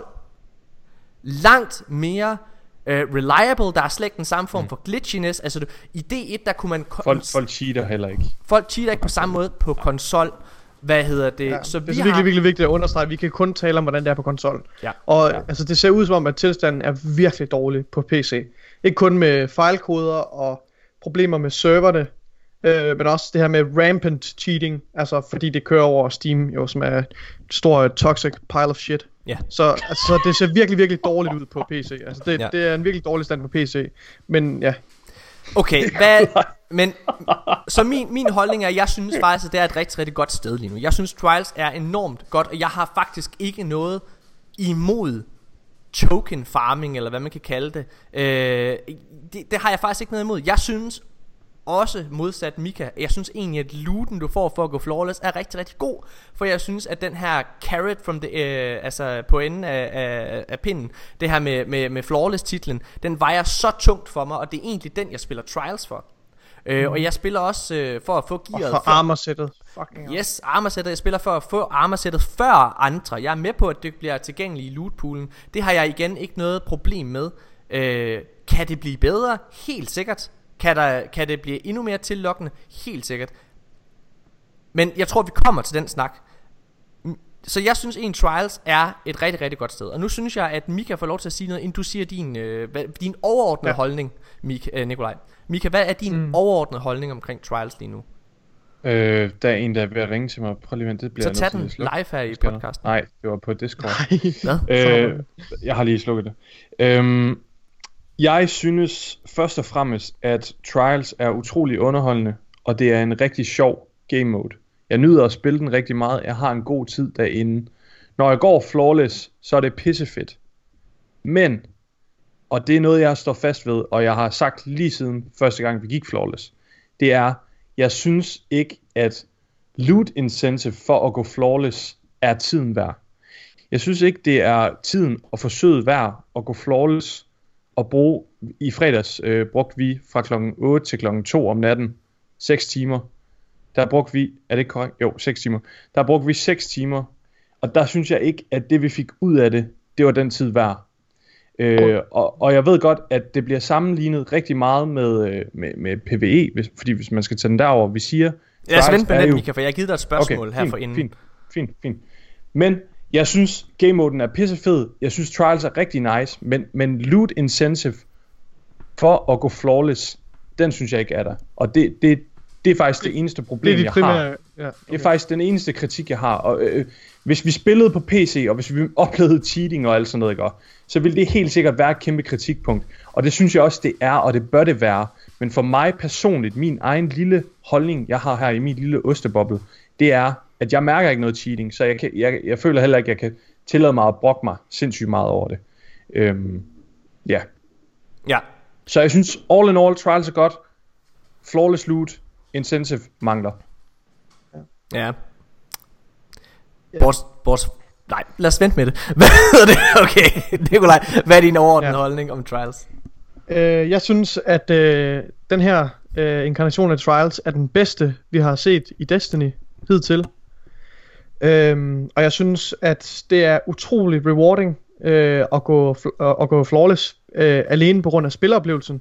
langt mere uh, reliable. Der er slet ikke den samme form mm. for glitchiness. Altså i D et, der kunne man folk, folk cheater heller ikke. Folk cheater ikke på samme måde på konsol. Hvad hedder det? Ja, så det vi er har... virkelig, virkelig vigtigt at understrege. Vi kan kun tale om, hvordan det er på konsol. Ja. Og ja. altså, det ser ud som om, at tilstanden er virkelig dårlig på P C. Ikke kun med fejlkoder og problemer med serverne, øh, men også det her med rampant cheating, altså fordi det kører over Steam, jo, som er et stort toxic pile of shit. Ja. Så altså, det ser virkelig, virkelig dårligt ud på P C. Altså, det, ja. det er en virkelig dårlig stand på P C. Men ja. Okay, hvad, men så min, min holdning er, at jeg synes faktisk, at det er et rigtig, rigtig godt sted lige nu. Jeg synes, Trials er enormt godt, og jeg har faktisk ikke noget imod token farming, eller hvad man kan kalde det. Øh, det. Det har jeg faktisk ikke noget imod. Jeg synes også, modsat Mika, jeg synes egentlig, at looten, du får for at gå flawless, er rigtig, rigtig god. For jeg synes, at den her carrot from the, øh, altså på enden af, af, af pinden, det her med, med, med flawless-titlen, den vejer så tungt for mig, og det er egentlig den, jeg spiller Trials for. Mm. Øh, og jeg spiller også øh, for at få gearet for armorsættet. Fucking yes, armorsættet. Jeg spiller for at få armorsættet før andre. Jeg er med på, at det bliver tilgængeligt i lootpoolen. Det har jeg igen ikke noget problem med. øh, Kan det blive bedre? Helt sikkert. Kan, der, kan det blive endnu mere tillokkende? Helt sikkert. Men jeg tror vi kommer til den snak. Så jeg synes en Trials er et rigtig rigtig godt sted. Og nu synes jeg at Mika får lov til at sige noget, inden du siger din, øh, hvad, din overordnede ja. holdning, Mika, øh, Nikolaj. Mika, hvad er din mm. overordnede holdning omkring Trials lige nu? Øh, der er en der er ved at ringe til mig. Prøv lige, det bliver så tag den live her i podcasten. Nej, det var på Discord. Hvad? øh, Jeg har lige slukket det. øhm, Jeg synes først og fremmest at Trials er utrolig underholdende, og det er en rigtig sjov game mode. Jeg nyder at spille den rigtig meget. Jeg har en god tid derinde. Når jeg går flawless, så er det pissefedt. Men, og det er noget jeg står fast ved, og jeg har sagt lige siden første gang vi gik flawless, det er, jeg synes ikke at loot incentive for at gå flawless er tiden værd. Jeg synes ikke det er tiden og forsøget værd at gå flawless og bruge. I fredags øh, brugte vi fra klokken otte til klokken to om natten seks timer. Der brugte vi, er det ikke korrekt? Jo, seks timer. Der brugte vi seks timer, og der synes jeg ikke, at det vi fik ud af det, det var den tid værd. Øh, og, og jeg ved godt, at det bliver sammenlignet rigtig meget med, med, med P V E, hvis, fordi hvis man skal tage den derover, vi siger... Lad os vente med den, Mika, for jeg har givet dig et spørgsmål okay, her for inden. Fint, fint, fint. Men jeg synes, game moden er pissefed. Jeg synes, Trials er rigtig nice, men, men loot incentive for at gå flawless, den synes jeg ikke er der. Og det, det, det er faktisk det eneste problem, det jeg primære, har. Ja, okay. Det er faktisk den eneste kritik, jeg har. Og, øh, hvis vi spillede på P C, og hvis vi oplevede cheating og alt sådan noget, ikke, så ville det helt sikkert være et kæmpe kritikpunkt. Og det synes jeg også, det er, og det bør det være. Men for mig personligt, min egen lille holdning, jeg har her i min lille osteboble, det er, at jeg mærker ikke noget cheating, så jeg, kan, jeg, jeg føler heller ikke, at jeg kan tillade mig at brokke mig sindssygt meget over det. Øhm, ja. Ja. Så jeg synes, all in all, Trials er godt. Flawless loot, incentive mangler. Ja. Ja. Bors, bors, nej, lad os vente med det. Hvad hedder det? Okay, Nikolaj, hvad er din overordnede ja. holdning om Trials? Øh, jeg synes, at øh, den her øh, inkarnation af Trials er den bedste, vi har set i Destiny hidtil. Øhm, og jeg synes, at det er utroligt rewarding øh, at, gå, fl- at gå flawless, øh, alene på grund af spiloplevelsen.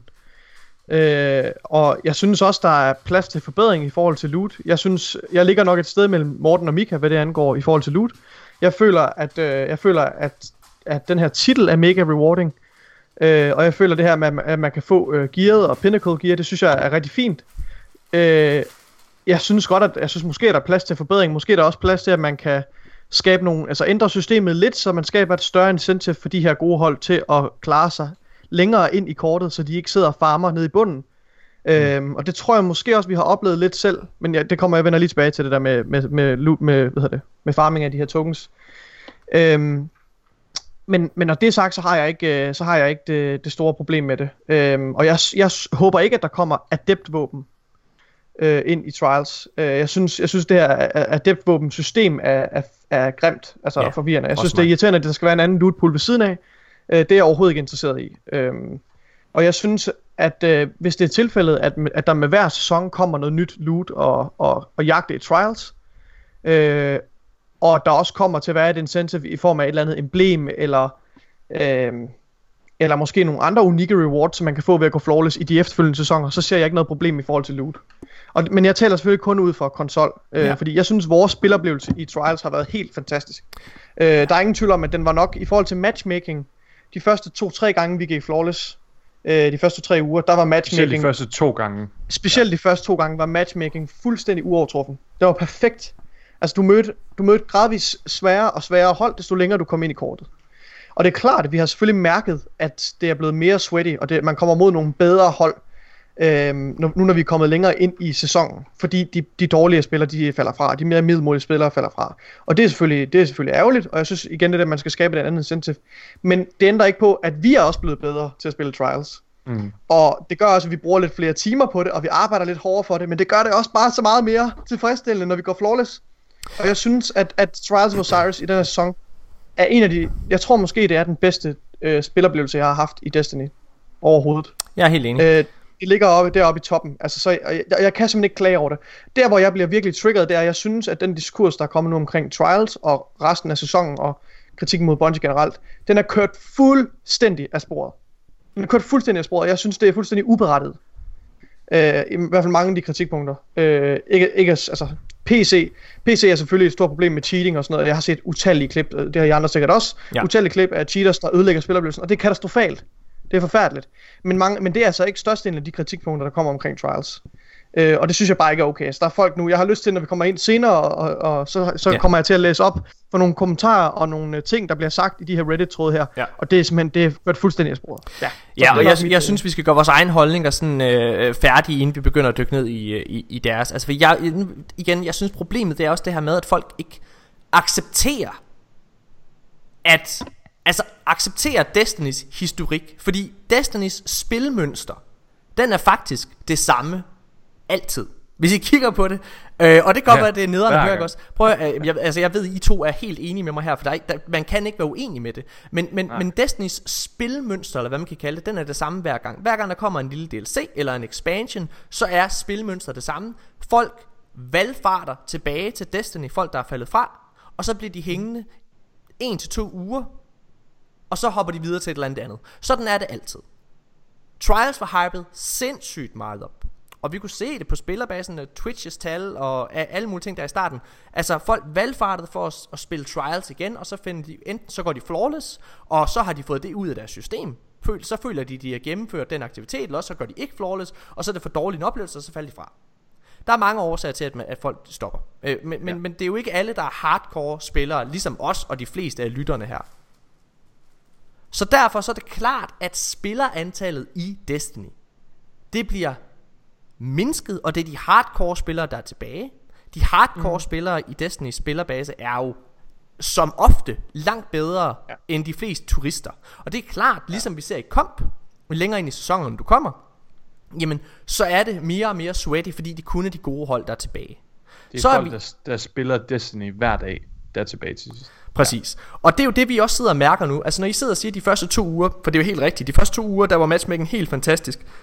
Øh, og jeg synes også, der er plads til forbedring i forhold til loot. Jeg synes, jeg ligger nok et sted mellem Morten og Mika, hvad det angår i forhold til loot. Jeg føler, at, øh, jeg føler, at, at den her titel er mega rewarding. Øh, og jeg føler det her med, at man kan få øh, gearet og pinnacle gear, det synes jeg er rigtig fint. Øh, jeg synes godt, at jeg synes måske er der plads til forbedring. Måske er der også plads til, at man kan skabe nogle, altså ændre systemet lidt, så man skaber et større incentive for de her gode hold til at klare sig længere ind i kortet, så de ikke sidder og farmer nede i bunden. Mm. Øhm, og det tror jeg måske også, vi har oplevet lidt selv, men ja, det kommer jeg vender lige tilbage til det der med, med, med, med, med, hvad hedder det, med farming af de her tokens. Øhm, men, men når det er sagt, så har jeg ikke, så har jeg ikke det, det store problem med det. Øhm, og jeg, jeg håber ikke, at der kommer adept-våben øh, ind i Trials. Øh, jeg, synes, jeg synes, det her adept-våben-system er, er, er grimt, altså ja, forvirrende. Jeg synes, det er irriterende, at der skal være en anden loot pool ved siden af. Øh, det er jeg overhovedet ikke interesseret i. Øhm, og jeg synes, at øh, hvis det er tilfældet, at, at der med hver sæson kommer noget nyt loot og, og, og jagte i Trials, øh, og der også kommer til at være et incentive i form af et eller andet emblem, eller, øh, eller måske nogle andre unikke rewards, som man kan få ved at gå flawless i de efterfølgende sæsoner, så ser jeg ikke noget problem i forhold til loot. Og, men jeg taler selvfølgelig kun ud fra konsol, øh, ja. fordi jeg synes, vores spiloplevelse i Trials har været helt fantastisk. Øh, der er ingen tvivl om, at den var nok i forhold til matchmaking. De første to-tre gange, vi gik flawless, øh, de første tre uger, der var matchmaking... Specielt de første to gange. Specielt ja. de første to gange var matchmaking fuldstændig uovertruffen. Det var perfekt. Altså, du mødte, du mødte gradvist sværere og sværere hold, desto længere du kom ind i kortet. Og det er klart, at vi har selvfølgelig mærket, at det er blevet mere sweaty, og det, man kommer mod nogle bedre hold, øhm, nu, nu når vi er kommet længere ind i sæsonen. Fordi de, de dårlige spillere, de falder fra, de mere middelmådige spillere falder fra. Og det er selvfølgelig, det er selvfølgelig ærgerligt, og jeg synes igen, det er, at man skal skabe et andet incentive. Men det ændrer ikke på, at vi er også blevet bedre til at spille Trials. Mm. Og det gør også, at vi bruger lidt flere timer på det, og vi arbejder lidt hårdere for det, men det gør det også bare så meget mere tilfredsstillende, når vi går flawless. Og jeg synes, at, at Trials of Osiris i den her sæson er en af de, jeg tror måske, det er den bedste øh, spiloplevelse, jeg har haft i Destiny overhovedet. Jeg er helt enig. Øh, det ligger oppe, deroppe i toppen. Altså, så jeg, jeg, jeg kan simpelthen ikke klage over det. Der, hvor jeg bliver virkelig triggeret, det er, at jeg synes, at den diskurs, der er kommet nu omkring Trials og resten af sæsonen og kritikken mod Bungie generelt, den er kørt fuldstændig af sporet. Den er kørt fuldstændig af sporet. Jeg synes, det er fuldstændig uberettiget. Øh, I hvert fald mange af de kritikpunkter. Øh, ikke, ikke, altså, P C. P C er selvfølgelig et stort problem med cheating og sådan noget. Jeg har set utallige klip, det har I andre sikkert også. Ja. Utallige klip af cheaters, der ødelægger spiloplevelsen, og det er katastrofalt. Det er forfærdeligt. Men, mange, men det er altså ikke størstedelen af de kritikpunkter, der kommer omkring Trials. Øh, og det synes jeg bare ikke er okay. Så der er folk nu, jeg har lyst til, når vi kommer ind senere, og, og så, så ja. kommer jeg til at læse op for nogle kommentarer og nogle ting, der bliver sagt i de her Reddit-tråde her. Ja. Og det er simpelthen, det er været fuldstændig af sporet. Ja, ja og jeg, jeg, jeg synes, vi skal gøre vores egen holdninger sådan øh, færdige, inden vi begynder at dykke ned i, i, i deres. Altså, for jeg, igen, jeg synes problemet, det er også det her med, at folk ikke accepterer, at... Altså accepterer Destinys historik. Fordi Destinys spilmønster, den er faktisk det samme altid. Hvis I kigger på det. øh, Og det kan godt være, at det er nederen at høre også. Prøv at, øh, jeg, altså jeg ved, I to er helt enige med mig her. For der er, der, man kan ikke være uenig med det. Men, men, men Destinys spilmønster, eller hvad man kan kalde det, den er det samme hver gang. Hver gang der kommer en lille D L C eller en expansion, så er spilmønster det samme. Folk valgfarter tilbage til Destiny. Folk der er faldet fra. Og så bliver de hængende en til to uger, og så hopper de videre til et eller andet andet. Sådan er det altid. Trials var hypet sindssygt meget op. Og vi kunne se det på spillerbasen, Twitches tal og alle mulige ting der i starten. Altså folk valgfartede for os at spille Trials igen, og så finder de, enten så går de flawless, og så har de fået det ud af deres system. Så føler de, de har gennemført den aktivitet, eller også så gør de ikke flawless, og så er det for dårlig en oplevelse, og så falder de fra. Der er mange årsager til, at, man, at folk stopper. Øh, men, ja. men, men det er jo ikke alle, der er hardcore spillere, ligesom os og de fleste af lytterne her. Så derfor så er det klart, at spillerantallet i Destiny, det bliver mindsket, og det er de hardcore spillere, der er tilbage. De hardcore mm. spillere i Destinys spillerbase er jo som ofte langt bedre ja. end de fleste turister. Og det er klart, ligesom ja. vi ser i Comp, længere ind i sæsonen du kommer, jamen så er det mere og mere sweaty, fordi de kun er de gode hold, der er tilbage. Det er så folk, er vi... der, der spiller Destiny hver dag, der er tilbage til sidst. Præcis. Og det er jo det, vi også sidder og mærker nu. Altså når I sidder og siger de første to uger, for det er jo helt rigtigt, de første to uger, der var matchmaking helt fantastisk.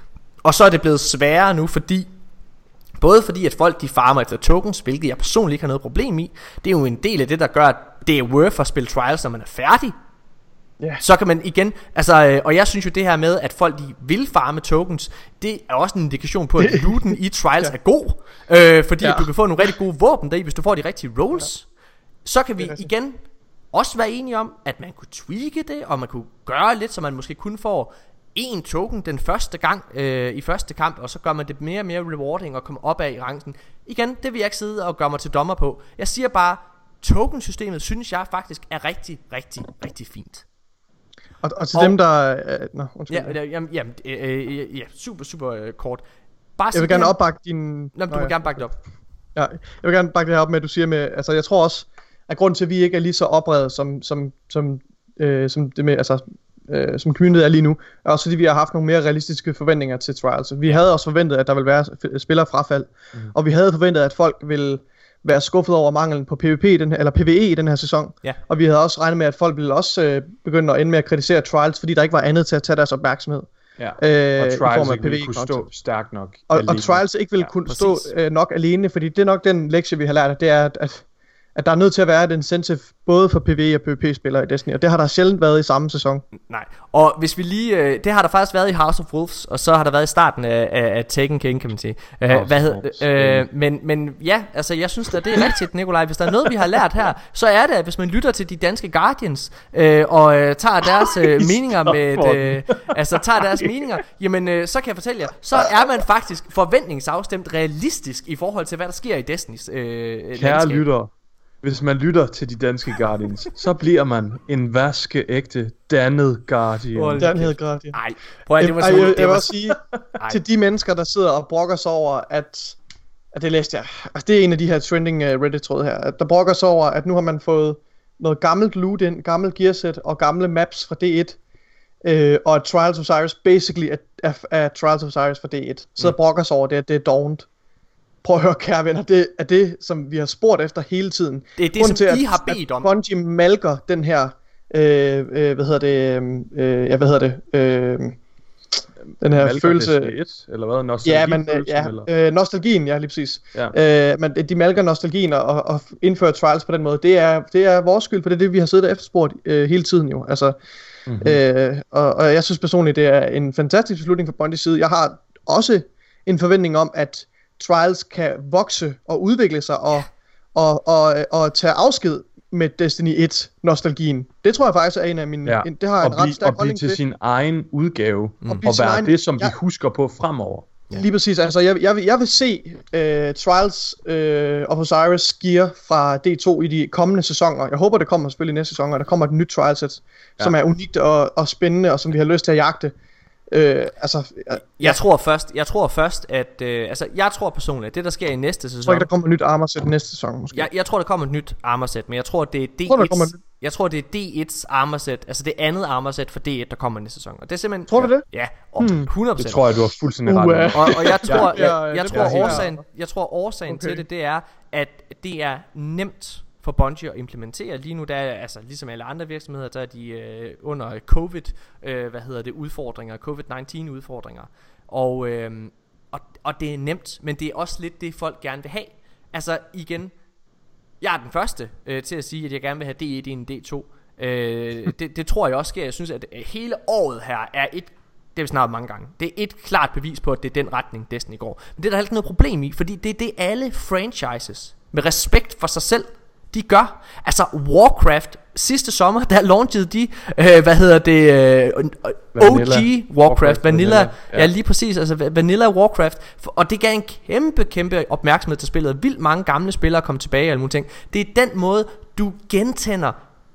Og så er det blevet sværere nu, fordi både fordi at folk de farmer efter tokens, hvilket jeg personligt ikke har noget problem i. Det er jo en del af det, der gør, at det er worth at spille trials, når man er færdig. Yeah. Så kan man igen, altså, øh, og jeg synes jo det her med, at folk de vil farme tokens, det er også en indikation på, at looten i trials ja. er god, øh, fordi ja. at du kan få nogle rigtig gode våben der, hvis du får de rigtige rolls. Ja. Så kan vi igen også være enige om, at man kunne tweake det, og man kunne gøre lidt, så man måske kun får en token den første gang øh, i første kamp, og så gør man det mere og mere rewarding og kommer opad i ranken. Igen, det vil jeg ikke sidde og gøre mig til dommer på. Jeg siger bare, tokensystemet synes jeg faktisk er rigtig, rigtig, rigtig fint. Og, og til og, dem der øh, nå, undskyld. Ja, ja, ja, øh, ja, super, super øh, kort. Bare jeg vil gerne opbakke din... Nå, du må ja. gerne bakke det op. Ja, jeg vil gerne bakke det her op med, at du siger med... Altså, jeg tror også, at grunden til, at vi ikke er lige så opredet, som, som, som, øh, som det med... Altså, øh, som community er lige nu, er også fordi vi har haft nogle mere realistiske forventninger til trials. Vi havde også forventet, at der ville være spillerfrafald, mm. og vi havde forventet, at folk ville være skuffet over manglen på PvP den her, eller PvE i den her sæson. Ja. Og vi havde også regnet med, at folk ville også øh, begynde at ende med at kritisere trials, fordi der ikke var andet til at tage deres opmærksomhed. Ja. Øh, og trials ikke ville kunne stå stærkt nok. Og, og trials ikke ville ja, kunne præcis. stå øh, nok alene, fordi det er nok den lektie, vi har lært, det er, at, at, at der er nødt til at være et incentive, både for PvE og PvP-spillere i Destiny, og det har der sjældent været i samme sæson. Nej, og hvis vi lige, øh, det har der faktisk været i House of Wolves, og så har der været i starten af, af, af Taken King, kan man sige. Øh, hvad hed, øh, men, men ja, altså jeg synes at det er rigtigt, Nikolaj, hvis der er noget, vi har lært her, så er det, at hvis man lytter til de danske Guardians, øh, og øh, tager deres øh, meninger med, øh, altså tager deres meninger, jamen øh, så kan jeg fortælle jer, så er man faktisk forventningsafstemt realistisk i forhold til, hvad der sker i Destinys øh, Kære lyttere, hvis man lytter til de danske Guardians, så bliver man en vaskeægte dannet Guardian. Dannet Guardian. Nej, prøv at det var så. Jeg, jeg, jeg vil også sige til de mennesker, der sidder og brokker sig over, at, at det læste jeg. Altså det er en af de her trending uh, Reddit-tråde her. At der brokker sig over, at nu har man fået noget gammelt loot ind, gammelt gearset og gamle maps fra D et. Øh, og at Trials of Osiris basically er, er, er Trials of Osiris fra D et. Så mm. brokker sig over det, at det er dovent. Prøv at høre, kære venner, det er det, som vi har spurgt efter hele tiden. Det er det, Grunden som til, I at, har bedt om. At Bungie malker den her, øh, øh, hvad hedder det, øh, ja, hvad hedder det, øh, den her malker følelse... et, eller hvad, nostalgi ja, men, ja, øh, nostalgien, ja, lige præcis. Ja. Øh, men de malker nostalgien og, og indfører trials på den måde. Det er, det er vores skyld, for det er det, vi har siddet og efterspurgt øh, hele tiden jo. Altså, mm-hmm. øh, og, og jeg synes personligt, det er en fantastisk beslutning fra Bungies side. Jeg har også en forventning om, at trials kan vokse og udvikle sig og, og, og, og tage afsked med Destiny et nostalgien. Det tror jeg faktisk er en af mine... Ja. En, det har jeg en ret stærk holdning til. Og blive til sin egen udgave. Mm. Og, og være egen, det, som ja. vi husker på fremover. Ja. Lige præcis. Altså, jeg, jeg, vil, jeg vil se uh, Trials uh, of Osiris gear fra D to i de kommende sæsoner. Jeg håber, det kommer selvfølgelig i næste sæson, og der kommer et nyt trial set, ja. som er unikt og, og spændende, og som vi har lyst til at jagte. Øh, altså, ja. Jeg tror først, jeg tror først at øh, altså jeg tror personligt at det der sker i næste sæson. Jeg tror ikke der kommer et nyt armor set næste sæson måske. Jeg, jeg tror der kommer et nyt armor set, men jeg tror det er D et. Jeg tror det er D et's armor set, altså det andet armor set for D et der kommer næste sæson. Og det er simpelthen. Tror du det? Ja, og hmm. hundrede procent. Det tror jeg du har fuldstændig ret. Uh, og, og jeg tror jeg, jeg, jeg tror årsagen, jeg tror årsagen okay. til det det er at det er nemt for Bungie at implementere. Lige nu der er, altså ligesom alle andre virksomheder, der er de øh, under covid, øh, hvad hedder det, udfordringer, covid nitten udfordringer. Og, øh, og, og det er nemt, men det er også lidt det folk gerne vil have. Altså igen, jeg er den første øh, til at sige, at jeg gerne vil have D et i en D to. Øh, det, det tror jeg også sker. Jeg synes, at hele året her er et, det er vi snart mange gange, det er et klart bevis på, at det er den retning Destiny går. Men det er der heller ikke noget problem i, fordi det er det alle franchises med respekt for sig selv de gør. Altså Warcraft sidste sommer, der launchede de øh, hvad hedder det øh, O G Warcraft, Warcraft Vanilla, Vanilla. Ja. ja lige præcis, altså Vanilla Warcraft. Og det gav en kæmpe kæmpe opmærksomhed til spillet. Vildt mange gamle spillere kom tilbage og alle mulige ting. Det er den måde du gentænder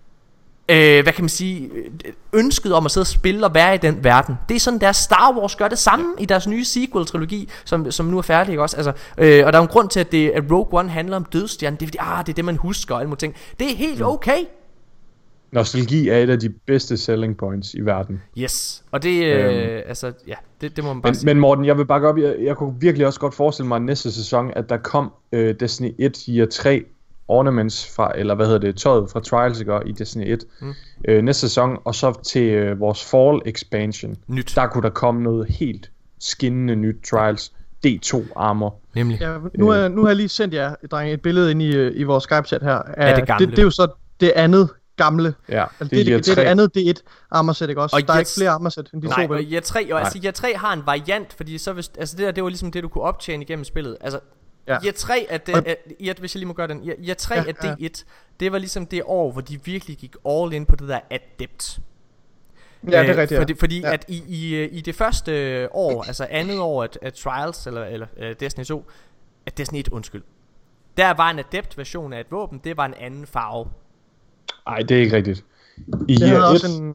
øh, hvad kan man sige, ønsket om at sidde og spille og være i den verden. Det er sådan, der Star Wars gør det samme i deres nye sequel-trilogi, som, som nu er færdig, ikke også? Altså, øh, og der er en grund til, at, det, at Rogue One handler om dødstjernen. Det er fordi, ah, det er det, man husker og alle mulige ting. Det er helt okay. Nostalgi er et af de bedste selling points i verden. Yes, og det, øh, øhm. altså, ja, det, det må man bare men, sige. Men Morten, jeg vil bakke op, jeg, jeg kunne virkelig også godt forestille mig næste sæson, at der kom øh, Destiny et year tre ornaments fra, eller hvad hedder det, tøjet fra Trials, ikke, i Destiny et mm. øh, næste sæson, og så til øh, vores Fall expansion. Nyt. Der kunne der komme noget helt skinnende nyt Trials D to armor. Nemlig. Ja, nu, er, nu har jeg lige sendt jer, drenge, et billede ind i, i vores Skype-chat her. Ja, det gamle. Det, det er jo så det andet gamle. Ja, altså, det, det, det, det er det andet D et armorsæt, ikke også? Og der er jeg, ikke flere armorsæt end de nej, to. og Year tre, og altså Year tre har en variant, fordi så hvis, altså det der, det var ligesom det, du kunne optjene igennem spillet. Altså, ja. Year tre er det, er, Year, hvis jeg lige må gøre den, Year tre ja, er D et, det var ligesom det år, hvor de virkelig gik all in på det der Adept. Ja, det er rigtigt, ja. Fordi, fordi ja. at i, i, i det første år, altså andet år af, af Trials, eller, eller uh, Destiny to, at Destiny et, undskyld, der var en Adept version af et våben, det var en anden farve. Nej, det er ikke rigtigt. I Year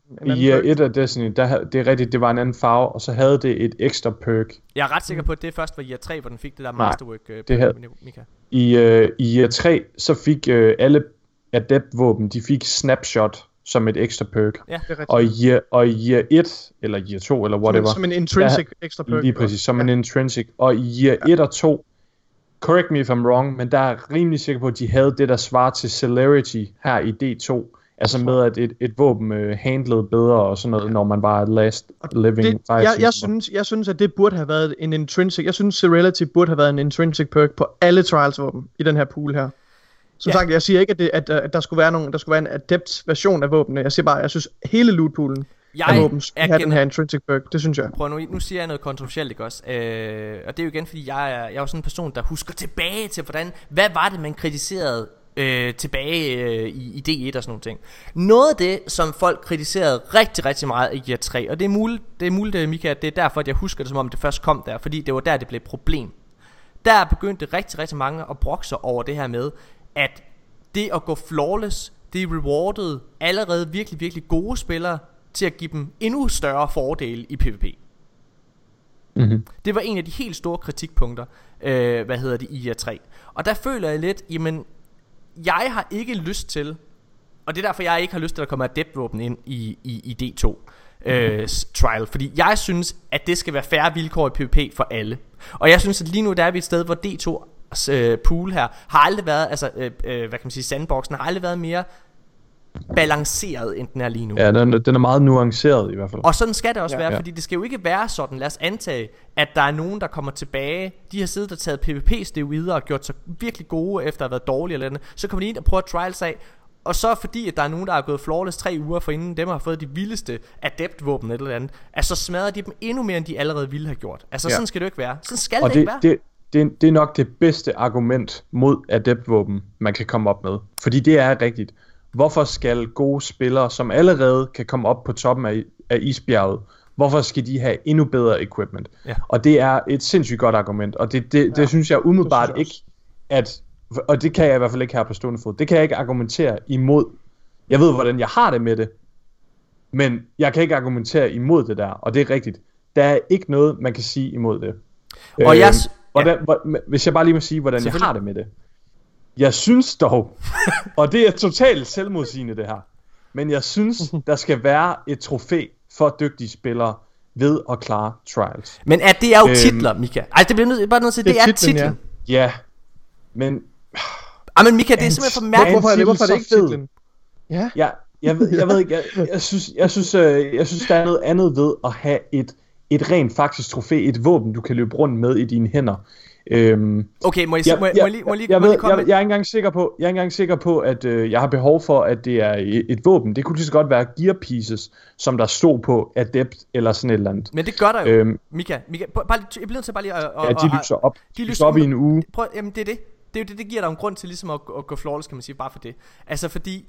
et af Destiny, der, det er rigtigt, det var en anden farve, og så havde det et ekstra perk. Jeg er ret sikker på, at det først var Year tre, hvor den fik det der Masterwork. Nej, det havde, I, uh, I Year tre, så fik uh, alle Adept-våben, de fik Snapshot som et ekstra perk. Ja, det er og, i year, og i Year et, eller Year to, eller whatever. Som en intrinsic der, ekstra perk. Lige præcis, som ja. en intrinsic. Og i Year ja. et og to, correct me if I'm wrong, men der er rimelig sikker på, at de havde det, der svarer til Celerity her i D to. Altså med, at et, et våben øh, handlede bedre og sådan noget, når man bare er last living. Det, jeg, jeg, synes, jeg synes, at det burde have været en intrinsic. Jeg synes, Celerity burde have været en intrinsic perk på alle Trials-våben i den her pool her. Som ja. sagt, jeg siger ikke, at, det, at, at der skulle være nogen, der skulle være en adept version af våbnene. Jeg siger bare, jeg synes, hele lootpoolen af våben skulle have den her intrinsic perk. Det synes jeg. Prøv nu, nu siger jeg noget kontroversielt, ikke også? Øh, og det er jo igen, fordi jeg er, jeg er jo sådan en person, der husker tilbage til, hvordan, hvad var det, man kritiserede øh, tilbage øh, i, i D et og sådan nogle ting. Noget af det, som folk kritiserede rigtig, rigtig meget i Year tre, og det er muligt, det er muligt, Mika, at det er derfor, at jeg husker det, som om det først kom der, fordi det var der, det blev et problem. Der begyndte rigtig, rigtig mange at brokke sig over det her med, at det at gå flawless, det rewardede allerede virkelig, virkelig gode spillere til at give dem endnu større fordele i PvP. Mm-hmm. Det var en af de helt store kritikpunkter, øh, hvad hedder det, i Year tre. Og der føler jeg lidt, jamen, jeg har ikke lyst til, og det er derfor, jeg ikke har lyst til at komme adept-våben ind i, i, i D to øh, trial, fordi jeg synes, at det skal være færre vilkår i PvP for alle. Og jeg synes, at lige nu der er vi et sted, hvor D to øh, pool her har aldrig været, altså øh, øh, hvad kan man sige, sandboxen har aldrig været mere balanceret, end den er lige nu. Ja, den, den er meget nuanceret i hvert fald. Og sådan skal det også ja, være, ja. fordi det skal jo ikke være sådan. Lad os antage, at der er nogen, der kommer tilbage. De har siddet og taget PvP-steroider og gjort sig virkelig gode efter at have været dårlige eller andet. Så kommer de ind og prøver trials af. Og så fordi at der er nogen, der har gået flawless tre uger for inden dem har fået de vildeste adept-våben eller andet, altså så smadrer de dem endnu mere, end de allerede ville have gjort. Altså ja. Sådan skal det jo ikke være. Sådan skal og det, det ikke være. det, det, det er nok det bedste argument mod adept-våben, man kan komme op med. Fordi det er rigtigt. Hvorfor skal gode spillere, som allerede kan komme op på toppen af, af isbjerget, hvorfor skal de have endnu bedre equipment? Ja. Og det er et sindssygt godt argument, og det, det, det ja, synes jeg umiddelbart synes jeg ikke, at, og det kan jeg i hvert fald ikke her på stående fod, det kan jeg ikke argumentere imod. Jeg ved, hvordan jeg har det med det, men jeg kan ikke argumentere imod det der, og det er rigtigt. Der er ikke noget, man kan sige imod det. Og øh, jeg... hvordan, ja. hvordan, hvis jeg bare lige må sige, hvordan jeg har det med det. Jeg synes dog, og det er totalt selvmodsigende det her, men jeg synes, der skal være et trofæ for dygtige spillere ved at klare trials. Men er det er jo øhm, titler, Mika. Ej, det bliver nødt, bare nødt til, det, det er titlen. titlen. Ja. ja, men... Ej, men Mika, det er simpelthen for mærkeligt. Hvorfor er det, hvorfor er det ikke titlen? Ja. ja jeg, ved, jeg ved ikke, jeg, jeg, synes, jeg, synes, øh, jeg synes, der er noget andet ved at have et, et rent faktisk trofæ, et våben, du kan løbe rundt med i dine hænder. Øhm, okay, må jeg, jeg, må, jeg, må jeg lige, må jeg lige, jeg, må ved, lige komme jeg, jeg er ikke engang sikker på, jeg er ikke engang sikker på, at øh, jeg har behov for, at det er et, et våben. Det kunne lige så godt være gear pieces, som der stod på adept eller sådan et eller andet. Men det gør der jo, øhm, Mika. Mika bare, jeg bliver nødt til bare lige at... Og, ja, de lyser op. De lyser op i en uge. Prøv, jamen det er det. Det er jo det, det giver dig en grund til ligesom at, at gå flawless, kan man sige, bare for det. Altså fordi,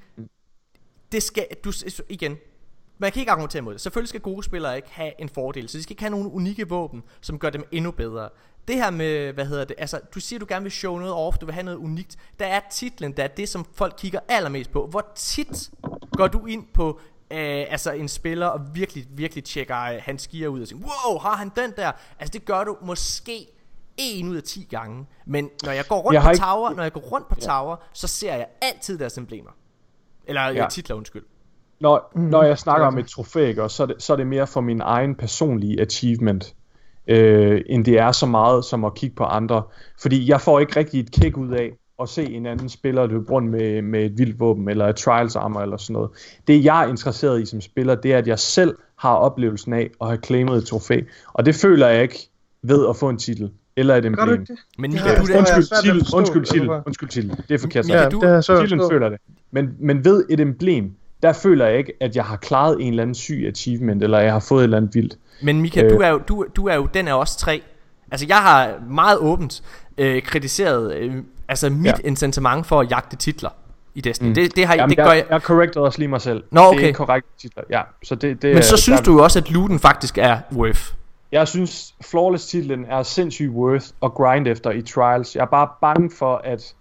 det skal, du, igen, man kan ikke argumentere mod det. Selvfølgelig skal gode spillere ikke have en fordel, så de skal ikke have nogle unikke våben, som gør dem endnu bedre. Det her med, hvad hedder det, altså du siger du gerne vil show noget off, du vil have noget unikt. Der er titlen, der er det som folk kigger allermest på. Hvor tit går du ind på øh, altså en spiller og virkelig, virkelig tjekker øh, hans gear ud og siger, wow, har han den der? Altså det gør du måske en ud af ti gange. Men når jeg går rundt jeg på ikke... tower, når jeg går rundt på ja. tower, så ser jeg altid deres emblemer. Eller ja. titler, undskyld. Når, mm, når jeg snakker om et trofæ, så er, det, så er det mere for min egen personlige achievement, øh, end det er så meget som at kigge på andre. Fordi jeg får ikke rigtig et kick ud af at se en anden spiller løbe rundt med, med et vildt våben, eller et trials armor, eller sådan noget. Det jeg er interesseret i som spiller, det er, at jeg selv har oplevelsen af at have claimet et trofæ. Og det føler jeg ikke ved at få en titel. Eller et emblem. Gør du ikke det? Men Det Mika, har du jeg- det, Undskyld, svært ved at titel, forstå, undskyld, altså, titel, hvorfor? undskyld, titel. Det er forkert. Mika, Ja, du- det har jeg så Titlen forstået. føler det. Men, men ved et emblem, der føler jeg ikke, at jeg har klaret en eller anden syg achievement, eller jeg har fået et eller andet vildt. Men Mika, Øh. du er jo, du, du er jo den af os tre. Altså jeg har meget åbent øh, kritiseret øh, altså mit Ja. ja. incitament for at jagte titler i Destiny. Mm. Mm. Det, det, har, Jamen, det jeg, gør jeg. jeg corrected også lige mig selv. Nå, Det okay. er ikke korrekt titler. Ja, så det, det Men er, så synes der, du jo også, at looten faktisk er worth. Jeg synes, Flawless-titlen er sindssygt worth at grind efter i Trials. Jeg er bare bange for, at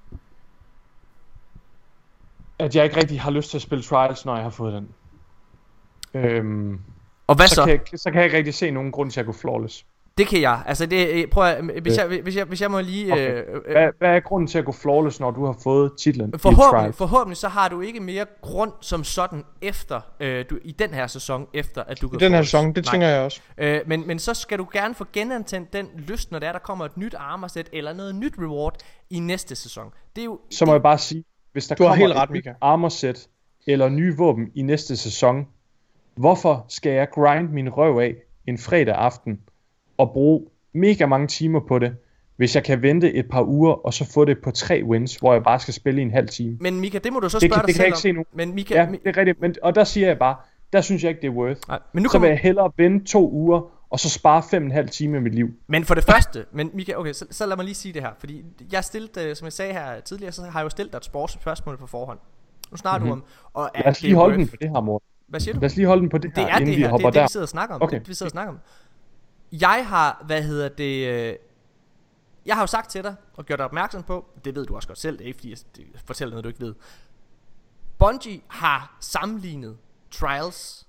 at jeg ikke rigtig har lyst til at spille Trials, når jeg har fået den. Øhm, Og hvad så? så, så? kan jeg, så kan jeg ikke rigtig se nogen grund til at gå Flawless. Det kan jeg. Altså det, prøv at, hvis, jeg, hvis, jeg, hvis jeg må lige... Okay. Øh, øh, Hvad, hvad er grunden til at gå Flawless, når du har fået titlen i Forhåbentlig, Trials? forhåbentlig så har du ikke mere grund som sådan efter øh, du, i den her sæson efter at du I går den her forrest. sæson, det Nej. tænker jeg også. øh, men, men så skal du gerne få genantændt den lyst, når der, der kommer et nyt armorsæt eller noget nyt reward i næste sæson. Det er jo Så må jeg bare sige, hvis der Du har kommer helt ret, et nyt Mika. armorsæt eller nye våben i næste sæson, hvorfor skal jeg grind min røv af en fredag aften og bruge mega mange timer på det, hvis jeg kan vente et par uger og så få det på tre wins, hvor jeg bare skal spille i en halv time? Men Mika, det må du så Det spørge kan- dig det kan jeg selv ikke om. se nu. Men Mika, Ja, Mi- det er rigtigt, men, og der siger jeg bare, der synes jeg ikke, det er worth. nej, men nu Så kommer vil jeg hellere vente to uger, og så spare fem og en halv time af mit liv. Men for det første, men Mika, okay, så, så lad mig lige sige det her, fordi jeg stillede, øh, som jeg sagde her tidligere, så har jeg jo stillet dig et sportsspørgsmål på forhånd. Nu snakker mm-hmm. du om, og Lad os det lige er holde worth. den på det her, Morten. Hvad siger du? Lad os lige holde den på det, Det her, er inden det vi her, det hopper er det, der. vi sidder og snakker om. Okay. Det, vi sidder og snakker om. Jeg har, hvad hedder det, øh, jeg har jo sagt til dig, og gjort dig opmærksom på, det ved du også godt selv, det er ikke fordi, jeg det- fortæller noget, du ikke ved. Bungie har sammenlignet Trials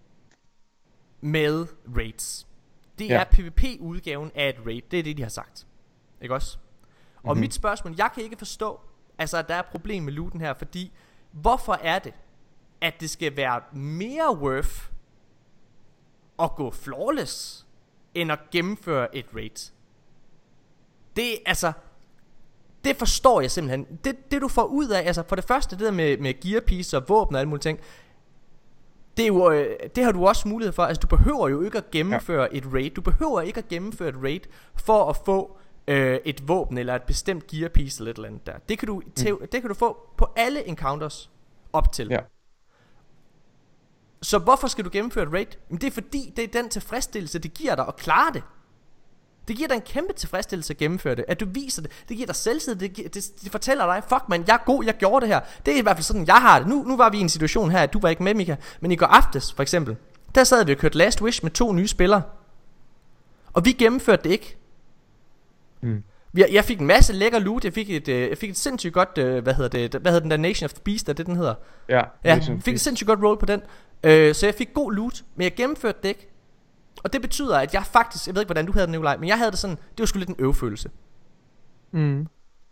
med Raids. Det Ja. er PvP-udgaven af et raid, det er det, de har sagt. Ikke også? Og Mhm. mit spørgsmål, jeg kan ikke forstå, altså at der er et problem med looten her, fordi hvorfor er det, at det skal være mere worth at gå flawless, end at gennemføre et raid? Det altså, det forstår jeg simpelthen. Det, det du får ud af, altså for det første, det der med, med gear pieces og våben og alle mulige ting, det, er jo, øh, det har du også mulighed for. Altså du behøver jo ikke at gennemføre ja. et raid. Du behøver ikke at gennemføre et raid for at få øh, et våben eller et bestemt gear piece eller et eller andet der. Det kan du, tæv- det kan du få på alle encounters op til. Ja. Så hvorfor skal du gennemføre et raid? Men det er fordi, det er den tilfredsstillelse, det giver dig at klare det. Det giver dig en kæmpe tilfredsstillelse at gennemføre det. At du viser det. Det giver dig selvtillid. Det, giver, det, det fortæller dig, fuck man, jeg er god, jeg gjorde det her. Det er i hvert fald sådan, jeg har det. Nu, nu var vi i en situation her, at du var ikke med, Mika. Men i går aftes, for eksempel, der sad vi og kørte Last Wish med to nye spillere. Og vi gennemførte det ikke. Mm. Jeg, jeg fik en masse lækker loot. Jeg fik et, øh, jeg fik et sindssygt godt, øh, hvad hedder det, hvad hedder den der Nation of the Beast, er det den hedder? Ja, Ja, Nation jeg of fik et Beast. sindssygt godt roll på den. øh, Så jeg fik god loot, men jeg gennemførte det ikke. Og det betyder, at jeg faktisk, jeg ved ikke hvordan du havde det, Nikolaj, men jeg havde det sådan, det var sgu lidt en øvefølelse. Mm.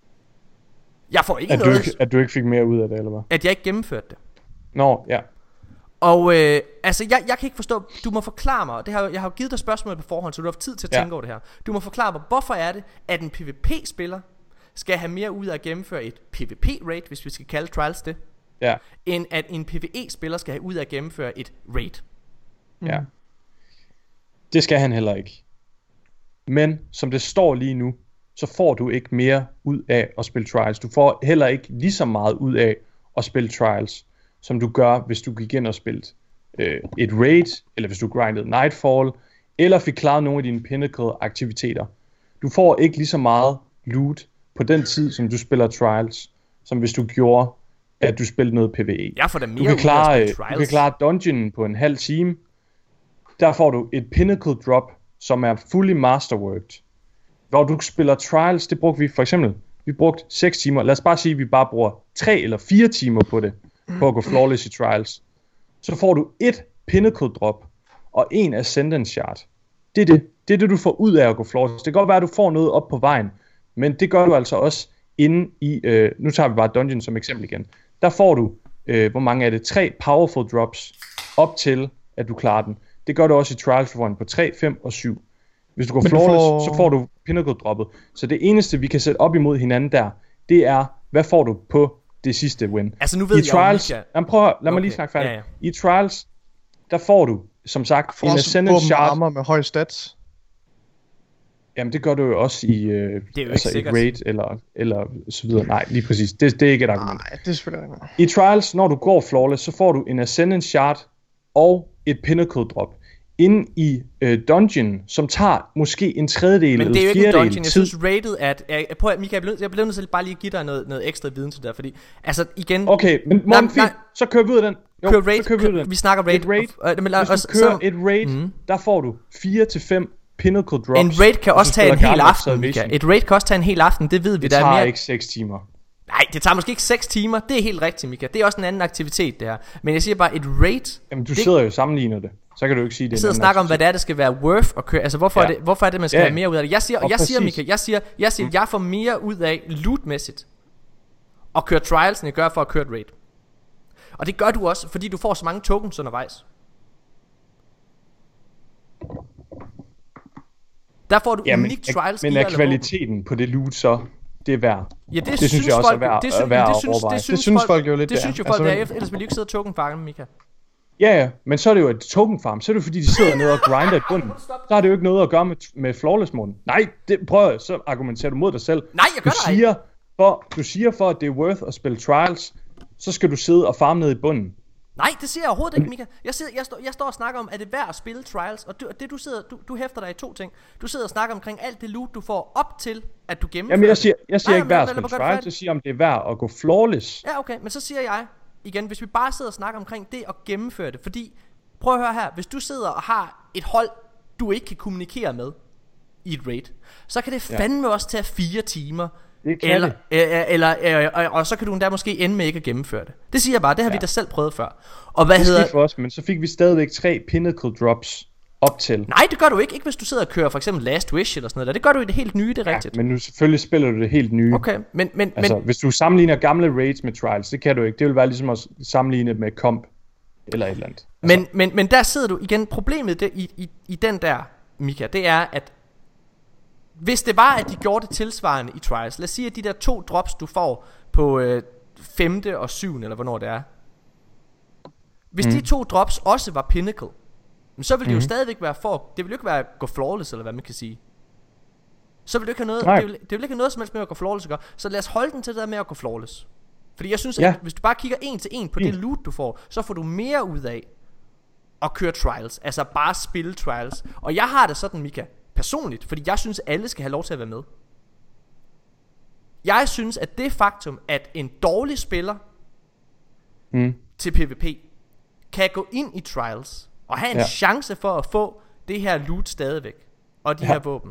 Jeg får ikke At du, noget, ikke, at du ikke fik mere ud af det, eller hvad? at jeg ikke gennemførte det. Nå, ja. Og øh, altså jeg, jeg kan ikke forstå. Du må forklare mig, og det har, jeg har jo givet dig spørgsmål på forhånd, så du har haft tid til at Ja. tænke over det her. Du må forklare mig, hvorfor er det, at en PvP-spiller skal have mere ud af at gennemføre et PvP-raid, hvis vi skal kalde Trials det, Ja, end at en PvE-spiller skal have ud af at gennemføre et raid. ja. Det skal han heller ikke. Men som det står lige nu, så får du ikke mere ud af at spille Trials. Du får heller ikke lige så meget ud af at spille Trials, som du gør, hvis du gik ind og spillede øh, et raid, eller hvis du grindede Nightfall, eller fik klaret nogle af dine pinnacle aktiviteter. Du får ikke lige så meget loot på den tid, som du spiller Trials, som hvis du gjorde, at du spillede noget PvE. Jeg får da mere Du kan, ud af klare, at øh, spille du Trials. kan klare dungeonen på en halv time. Der får du et pinnacle drop, som er fully masterworked. Hvor du spiller Trials, det brugte vi for eksempel, vi brugte seks timer. Lad os bare sige, at vi bare bruger tre eller fire timer på det, på at gå flawless i Trials. Så får du et pinnacle drop, og en ascendance shard. Det er det. Det er det, du får ud af at gå flawless. Det kan godt være, at du får noget op på vejen, men det gør du altså også inde i, øh, nu tager vi bare dungeon som eksempel igen. Der får du, øh, hvor mange er det? Tre powerful drops op til, at du klarer den. Det gør du også i Trials på tre, fem og syv. Hvis du går Men du flawless, får- så får du pinnacle droppet. Så det eneste, vi kan sætte op imod hinanden der, det er, hvad får du på det sidste win. Altså nu ved I jeg Trials, jo, Mika. jamen prøv at, lad mig Okay, lige snakke færdig. ja, ja. I Trials, der får du som sagt, For en også Ascendant våben og Shard. armor med høje stats. Jamen det gør du jo også i, øh, Det er jo altså ikke i raid eller, eller så videre. Nej, lige præcis. Det, det er ikke et argument. Nej, det er selvfølgelig ikke. I Trials, når du går flawless, så får du en Ascendant Shard og et Pinnacle Drop. Inde i øh, dungeon, som tager måske en tredjedel Men eller det er jo ikke en fjerdedel dungeon. Jeg tid. synes rated er... Jeg, prøv at, Michael, jeg bliver, jeg bliver nødt til bare lige at give dig noget, noget ekstra viden til det, fordi... Altså igen... Okay, men Nej, Morten, fint, nej. så kører vi ud af den. Jo, Kør raid, så kører vi ud af den. vi snakker raid. Et raid. Øh, men lad Hvis os- du kører så- et raid, Mhm. der får du fire til fem Pinnacle Drops. En raid kan hvis også du tage en spiller hel Garden aften, Observation. Mika. Et raid kan også tage en hel aften, det ved vi. Det Der er tager mere... ikke seks timer. Nej, det tager måske ikke seks timer. Det er helt rigtigt, Mika. Det er også en anden aktivitet, det her. Men jeg siger bare, et raid... Jamen du det, sidder jo og sammenligner det. Så kan du ikke sige det. Jeg sidder og snakker om, hvad det er, der skal være worth at køre. Altså, hvorfor, Ja. er, det, hvorfor er det, man skal Ja. have mere ud af det? Jeg siger, Og jeg siger præcis. Mika, jeg siger, jeg siger, jeg får mere ud af lootmæssigt at køre trials, end jeg gør for at køre et raid. Og det gør du også, fordi du får så mange tokens undervejs. Der får du Jamen, unique trials men gear er eller kvaliteten på det loot så, det er værd? våben. Ja, det, det synes, synes jeg også er folk, værd, det, er synes, værd det, at synes, overveje. det, synes, Det synes folk, folk jo lidt, det det synes er. jo folk, Altså, det er, ellers ville de ikke sidde og token fange, Mika. Ja, ja, men så er det jo et token farm. Så er det jo fordi, de sidder nede og grinder i bunden. Så har det jo ikke noget at gøre med, med flawless moden. Nej, det, prøv at, så argumenterer du mod dig selv. Nej, jeg gør du det ikke. siger, for, du siger for, at det er worth at spille trials, så skal du sidde og farme ned i bunden. Nej, det siger jeg overhovedet ikke, Mika. Jeg, sidder, jeg, står, jeg står og snakker om, er det værd at spille trials? Og du, det du sidder, du, du hæfter dig i to ting. Du sidder og snakker omkring alt det loot, du får op til, at du gennemfører Jamen jeg siger, jeg siger Nej, ikke værd at lad mig spille godt trials, færdig. jeg siger om det er værd at gå flawless. Ja, okay, men så siger jeg igen, hvis vi bare sidder og snakker omkring det og gennemføre det. Fordi, prøv at høre her, hvis du sidder og har et hold, du ikke kan kommunikere med i et raid, så kan det fandme også tage fire timer. Det kan Eller, det. øh, eller øh, og, og så kan du endda måske ende med ikke at gennemføre det. Det siger jeg bare, det har ja. Ja. vi da selv prøvet før. Og hvad Det hedder... skete for os, men så fik vi stadigvæk tre Pinnacle Drops op til. Nej, det gør du ikke. Ikke hvis du sidder og kører for eksempel Last Wish eller sådan noget der. Det gør du i det helt nye, det er Ja, rigtigt. men nu selvfølgelig spiller du det helt nye. Okay, men, men, Altså, men hvis du sammenligner gamle raids med trials, det kan du ikke. Det vil være ligesom at sammenligne med comp eller et eller andet. Altså, Men, men, men der sidder du igen. Problemet det, i, i, i den der, Mika, det er, at hvis det var, at de gjorde det tilsvarende i Trials, lad os sige, at de der to drops, du får på øh, femte og syvende, eller hvornår det er. Hvis mm. de to drops også var Pinnacle, så ville det jo stadigvæk være for, det ville jo ikke være at gå flawless, eller hvad man kan sige. Så ville det ikke have noget, Nej. det ville, det ville ikke have noget som helst med at gå flawless at gøre. Så lad os holde den til det der med at gå flawless. Fordi jeg synes, Ja. at hvis du bare kigger en til en på Mm. det loot, du får, så får du mere ud af at køre trials. Altså bare spille trials. Og jeg har det sådan, Mika, personligt, fordi jeg synes, at alle skal have lov til at være med. Jeg synes, at det faktum, at en dårlig spiller Mm. til PvP kan gå ind i trials og have en Ja. chance for at få det her loot stadigvæk, og de Ja. her våben.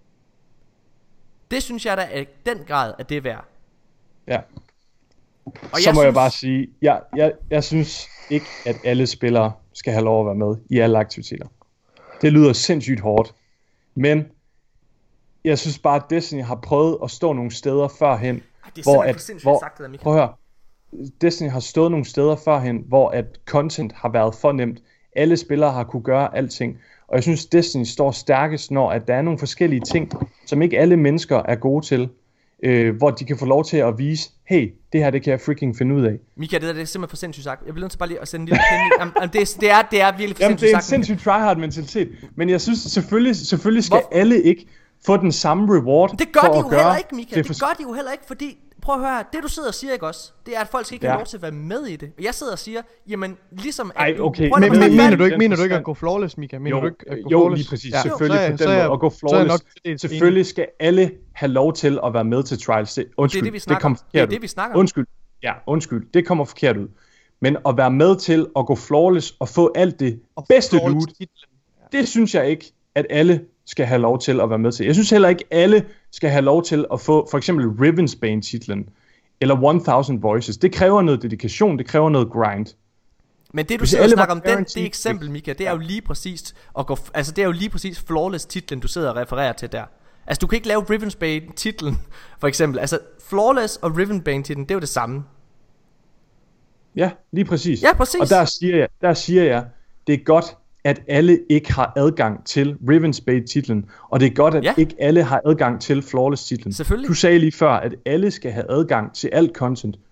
Det synes jeg da er den grad, at det er værd. Ja. Og Så jeg må synes, jeg bare sige, jeg, jeg, jeg synes ikke, at alle spillere skal have lov at være med i alle aktiviteter. Det lyder sindssygt hårdt. Men jeg synes bare, at Destiny har prøvet at stå nogle steder førhen, Ej, det er hvor simpelthen at, for sindssygt hvor, sagt, det der, Michael. prøv at høre, Destiny har stået nogle steder førhen, hvor at content har været fornemt. Alle spillere har kunne gøre alting. Og jeg synes, Destiny står stærkest, når at der er nogle forskellige ting, som ikke alle mennesker er gode til. Øh, hvor de kan få lov til at vise, hey, det her, det kan jeg freaking finde ud af. Mika, det der det er simpelthen for sindssygt sagt. Jeg bliver nødt til bare lige at sende en lille pinde. Jamen, jamen, det, er, det, er, det er virkelig for Jamen, sindssygt det er en sagt. Mika. sindssygt tryhard mentalitet. Men jeg synes, selvfølgelig, selvfølgelig skal Hvor- alle ikke få den samme reward Det gør for de at jo gøre heller ikke, Mika. det Det for- gør de jo heller ikke, fordi... Prøv at høre her. Det du sidder og siger, ikke også? Det er, at folk skal ikke have Ja. lov til at være med i det. Og jeg sidder og siger, jamen, ligesom... At Ej, du- okay, Prøv at Men, høre, men hvad mener fanden- du ikke, Den mener du ikke forstand- at gå flawless, Mika? Mener Jo, du ikke at gå jo, flawless? lige præcis. Ja. Selvfølgelig Så er- på så den er måde. jeg- At gå så er jeg flawless. nok til det Selvfølgelig skal alle have lov til at være med til trials. Det, undskyld, Det er det, vi snakker kom om. forkert Det er ud. det, vi snakker om. Undskyld. Ja, undskyld. Det kommer forkert ud. Men at være med til at gå flawless og få alt det Og bedste flawless loot, titlen. det synes jeg ikke, at alle skal have lov til at være med til. Jeg synes heller ikke, alle skal have lov til at få for eksempel Ribbonsbane-titlen eller tusind Voices. Det kræver noget dedikation, det kræver noget grind. Men det du Hvis sidder og alle snakker var om, den, guaranteed- det eksempel, Mika, det er jo lige præcis at gå, altså det er jo lige præcis flawless titlen, du sidder og refererer til der. Altså du kan ikke lave Ribbonsbane titlen, for eksempel. Altså flawless og Ribbonsbane titlen, det er jo det samme. Ja, lige præcis. Ja, præcis. Og der siger jeg, der siger jeg, det er godt, at alle ikke har adgang til Ribbonsbane-titlen, og det er godt, at Ja. ja. ikke alle har adgang til Flawless-titlen. Selvfølgelig. Du sagde lige før, at alle skal have adgang til alt content.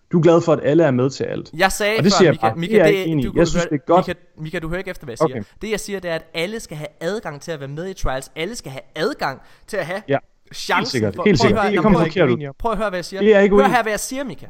Du er glad for, at alle er med til alt. Jeg sagde og det før, siger Mika, jeg bare, Mika, det er jeg det, ikke enig i. du, Jeg synes, høre, det er godt. Mika, Mika, du hører ikke efter, hvad jeg siger. Okay. Det jeg siger, det er, at alle skal have adgang til at være med i trials. Alle skal have adgang til at have Ja. chancen. Helt sikkert. For, Helt prøv, at sikkert. høre, Det nå, kommer prøv, forkert ud. prøv at høre, hvad jeg siger. Det er jeg ikke Hør uenig i. her, hvad jeg siger, Mika.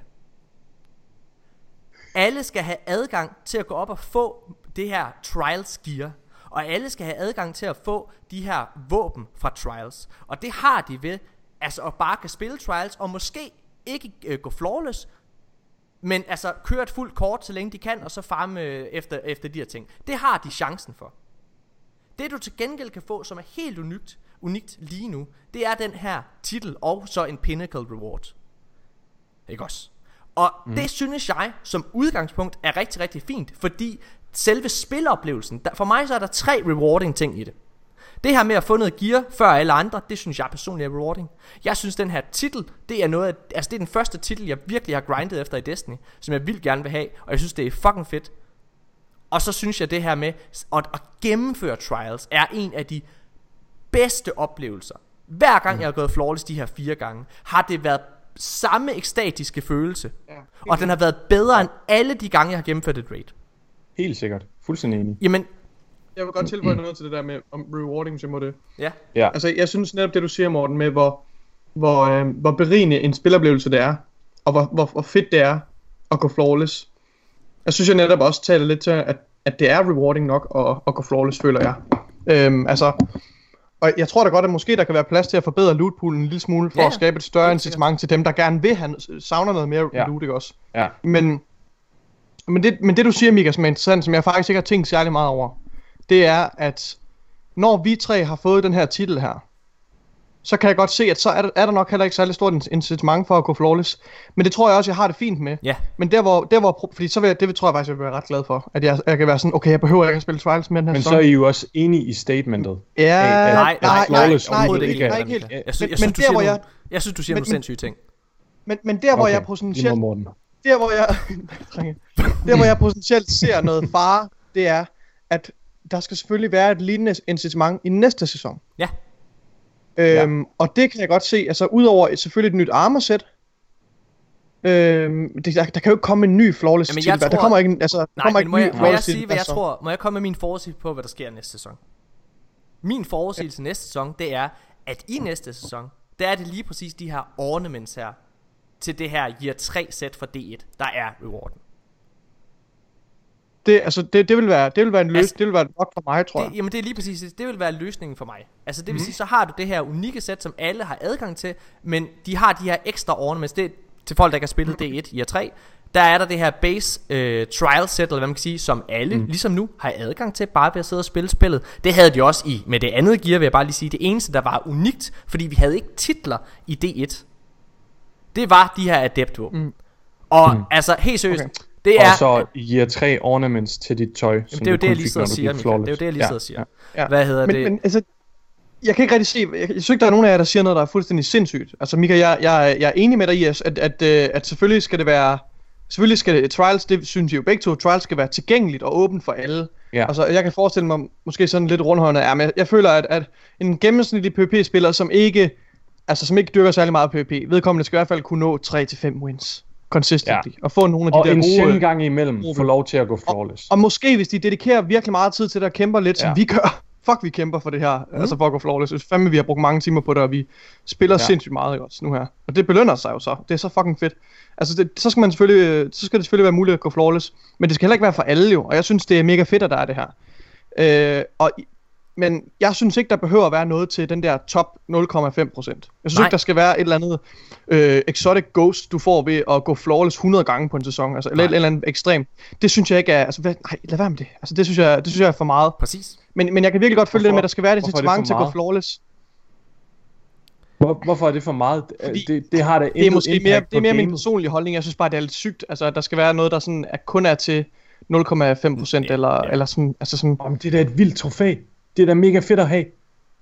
Alle skal have adgang til at gå op og få det her trials gear. Og alle skal have adgang til at få de her våben fra trials. Og det har de ved altså at bare kan spille trials, og måske ikke øh, gå flawless, men altså køre et fuldt kort, så længe de kan, og så farme øh, efter, efter de her ting. Det har de chancen for. Det du til gengæld kan få, som er helt unikt, unikt lige nu, det er den her titel, og så en pinnacle reward. Ikke også? Og mm. det synes jeg, som udgangspunkt, er rigtig, rigtig fint, fordi selve spiloplevelsen, der, for mig så er der tre rewarding ting i det. Det her med at få noget gear før alle andre, det synes jeg personligt er rewarding. Jeg synes den her titel, det er noget af, altså det er den første titel jeg virkelig har grindet efter i Destiny, som jeg vildt gerne vil have, og jeg synes det er fucking fedt. Og så synes jeg det her med at, at gennemføre trials er en af de bedste oplevelser. Hver gang mm. jeg har gået flawless de her fire gange, har det været samme ekstatiske følelse, ja, og den har været bedre end alle de gange jeg har gennemført et raid. Helt sikkert. Fuldstændig enig. Jamen, Jeg vil godt tilføje noget til det der med om rewarding, hvis jeg må det. ja. Ja. Altså, jeg synes netop det, du siger, Morten, med hvor, hvor, øh, hvor berigende en spiloplevelse det er, og hvor, hvor, hvor fedt det er at gå flawless. Jeg synes, jeg netop også taler lidt til, at, at det er rewarding nok at, at gå flawless, føler jeg. Øhm, altså, og jeg tror da godt, at måske der kan være plads til at forbedre lootpoolen en lille smule, for Ja, at skabe et større helt incitament til dem, der gerne vil have, savner noget mere Ja. loot, ikke også? Ja. Men, men, det, men det du siger, Mika, som er interessant, som jeg faktisk ikke har tænkt særlig meget over, det er, at når vi tre har fået den her titel her, så kan jeg godt se, at så er der, er der nok heller ikke særlig stort incitament for at gå flawless. Men det tror jeg også, jeg har det fint med. Ja. Men der hvor, der hvor fordi så vil jeg, det tror jeg faktisk, jeg vil være ret glad for. At jeg, jeg kan være sådan, okay, jeg behøver ikke at spille trials med den her Men sæson. så er I jo også enige i statementet. Ja, af, at- Nej, at nej, flawless nej, overhovedet nej, ikke er- nej, ikke helt. Jeg synes, jeg Men- synes, men du der, siger hvor nogle, jeg- jeg synes, du siger men- nogle men- sindssyge ting. Men, men der hvor Okay, jeg lige potentielt, måde, Morten. der hvor jeg, der hvor jeg potentielt ser noget fare, det er, at der skal selvfølgelig være et lignende incitament i næste sæson. Ja. Øhm, og det kan jeg godt se, altså udover et, selvfølgelig et nyt armorsæt, øhm, det, der, der kan jo ikke komme en ny flawless Jamen, titel, jeg der tror- kommer ikke, en- altså, der Nej, kommer men ikke må en ny jeg, må jeg flawless sige, titel, hvad jeg altså. tror? Må jeg komme med min forudsigelse på, hvad der sker næste sæson? Min forudsigelse næste sæson, det er, at i næste sæson, der er det lige præcis de her ornaments her, til det her year tre sæt for D et, der er rewarden. Det, altså, det, det, vil være, det vil være en løs, Altså- det vil være nok for mig, tror jeg. Det, jamen det er lige præcis det. Det vil være løsningen for mig. Altså det vil mm. sige, så har du det her unikke sæt, som alle har adgang til, men de har de her ekstra ornaments. Det er til folk, der ikke har spillet D et i year tre. Der er der det her base øh, trial set, eller hvad man kan sige, som alle, mm. ligesom nu, har adgang til, bare ved at sidde og spille spillet. Det havde de også i, med det andet gear, vil jeg bare lige sige. Det eneste, der var unikt, fordi vi havde ikke titler i D et, det var de her adeptvåben. Mm. Og mm. altså, helt seriøst, Okay. det er... Og så giver tre ornaments til dit tøj, som det er jo du det, kun jeg lige fik, sidder når og du siger, gik Michael. Det er jo flawless. det, jeg lige sidder og siger. Ja. Hvad hedder men, det? Men altså, jeg kan ikke rigtig se, jeg, jeg synes ikke, der er nogen af jer, der siger noget, der er fuldstændig sindssygt. Altså Mika, jeg, jeg, jeg er enig med dig i, at, at, at, øh, at selvfølgelig skal det være, selvfølgelig skal det, trials, det synes jeg jo begge to, trials skal være tilgængeligt og åbent for alle. Ja. Altså jeg kan forestille mig, måske sådan lidt rundhåndet er, men jeg, jeg føler, at, at en gennemsnitlig PvP-spiller, som ikke, altså som ikke dyrker særlig meget PvP, vedkommende skal i hvert fald kunne nå tre til fem wins. Consistently. Ja. Og få nogle af de Og der en gode... sjældent gang imellem få lov til at gå flawless. Og måske hvis de dedikerer virkelig meget tid til det og kæmper lidt, som Ja. vi gør. Fuck, vi kæmper for det her, mm. altså for at gå flawless. Jeg synes fandme, vi har brugt mange timer på det, og vi spiller Ja. ja. sindssygt meget ikke også nu her. Og det belønner sig jo så. Det er så fucking fedt. Altså, det, så skal man selvfølgelig, så skal det selvfølgelig være muligt at gå flawless. Men det skal heller ikke være for alle jo, og jeg synes, det er mega fedt, at der er det her. Øh, og, men jeg synes ikke, der behøver at være noget til den der top nul komma fem procent. Jeg synes Nej. ikke, der skal være et eller andet øh, exotic ghost, du får ved at gå flawless hundrede gange på en sæson. Altså, eller et eller andet ekstrem. Det synes jeg ikke er, altså, hvad, nej, lad være med det. Altså, det synes jeg, det synes jeg er for meget. Præcis. Men, men jeg kan virkelig godt følge det med, at der skal være et Hvorfor er det incitament for til at gå meget? flawless. Hvor, hvorfor er det for meget? Fordi det, det har da Det er måske mere, det er mere min gamet. personlige holdning. Jeg synes bare, det er lidt sygt. Altså, at der skal være noget, der sådan er, kun er til nul komma fem procent, eller, Ja. eller sådan, altså sådan... Om det er da et vildt trofæ. Det er da mega fedt at have.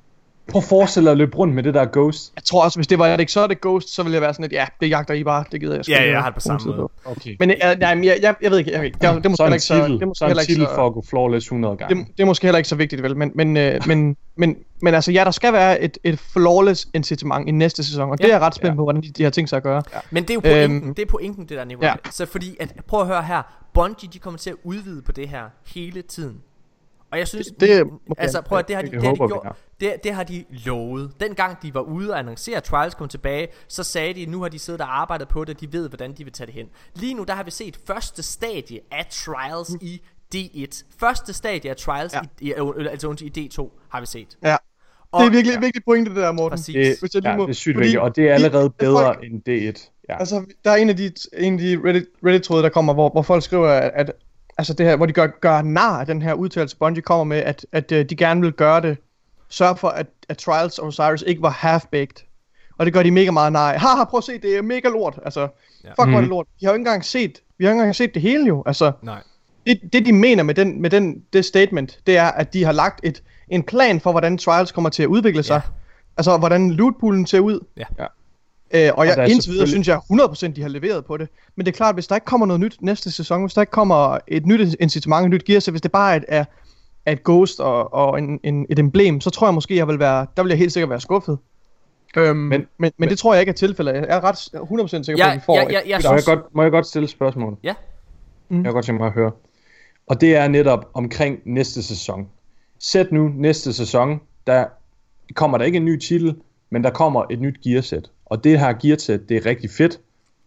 Prøv at forestille dig at løbe rundt med det der Ghost. Jeg tror også, hvis det var et Exotic Ghost, så ville jeg være sådan, at ja, det jagter I bare, det gider jeg sgu Ja, ikke jeg at har det på bruge samme tid måde. Okay. Men jeg, nej, men jeg, jeg, jeg ved ikke, jeg, jeg, jeg, det er måske Så en heller ikke så, titel, det er måske så en heller ikke titel så, for at gå flawless hundrede gange. det, det er måske heller ikke så vigtigt, vel, men, men, øh, men, men, men altså, ja, der skal være et, et flawless incitament i næste sæson, og ja. det er jeg ret spændt Ja. på, hvordan de, de har tænkt sig at gøre. Ja. Men det er jo pointen, Øhm, det er pointen det der, Nikolaj. ja. Så fordi, at, prøv at høre her, Bungie, de kommer til at udvide på det her hele tiden. Og jeg synes, Det- det er- altså prøv at det har de, det det har de håber vi, gjort, det, det har de lovet. Dengang de var ude og annoncere, at Trials kom tilbage, så sagde de, nu har de siddet og arbejdet på det, de ved, hvordan de vil tage det hen. Lige nu, der har vi set første stadie af Trials mm. i D et. Første stadie af Trials Ja. i, i, altså i D to har vi set. Ja. Og, Det er virkelig en vigtig pointe, det der, Morten. Præcis. Det, Hvis jeg lige ja, må- det er sygt fordi vigtigt, og det er de- allerede bedre folk- end D et. Ja. Altså, der er en af de, en af de Reddit, Reddit-tråde, der kommer, hvor, hvor folk skriver, at, at altså det her, hvor de gør, gør nar af den her udtalelse, Bungie kommer med, at, at uh, de gerne vil gøre det, sørge for, at, at Trials of Osiris ikke var half-baked. Og det gør de mega meget nar af. Haha, prøv at se, det er mega lort. Altså, Ja. fuck, hvor er Mhm. det lort. Vi har jo ikke engang set, vi har ikke engang set det hele jo. Altså, Nej. det, det de mener med, den, med den, det statement, det er, at de har lagt et, en plan for, hvordan Trials kommer til at udvikle sig. Ja. Altså, hvordan lootpoolen ser ud. Ja. Ja. Øh, og jeg, der er indtil videre selvfølgelig- synes jeg hundrede procent de har leveret på det. Men det er klart, hvis der ikke kommer noget nyt næste sæson, hvis der ikke kommer et nyt incitament, et nyt gear, så hvis det bare er et, er, er et ghost og, og en, en, et emblem, så tror jeg måske, jeg vil være, der vil jeg helt sikkert være skuffet. Øhm, men, men, men, men det tror jeg ikke er tilfældet. Jeg er ret hundrede procent sikker på, Ja, at vi får ja, et- ja, jeg Må jeg, synes, godt, må jeg godt stille et spørgsmål? ja. Mm. Jeg kan godt tænke mig at høre. Og det er netop omkring næste sæson. Sæt nu næste sæson, der kommer der ikke en ny titel, men der kommer et nyt gearsæt. Og det her gearsæt, det er rigtig fedt.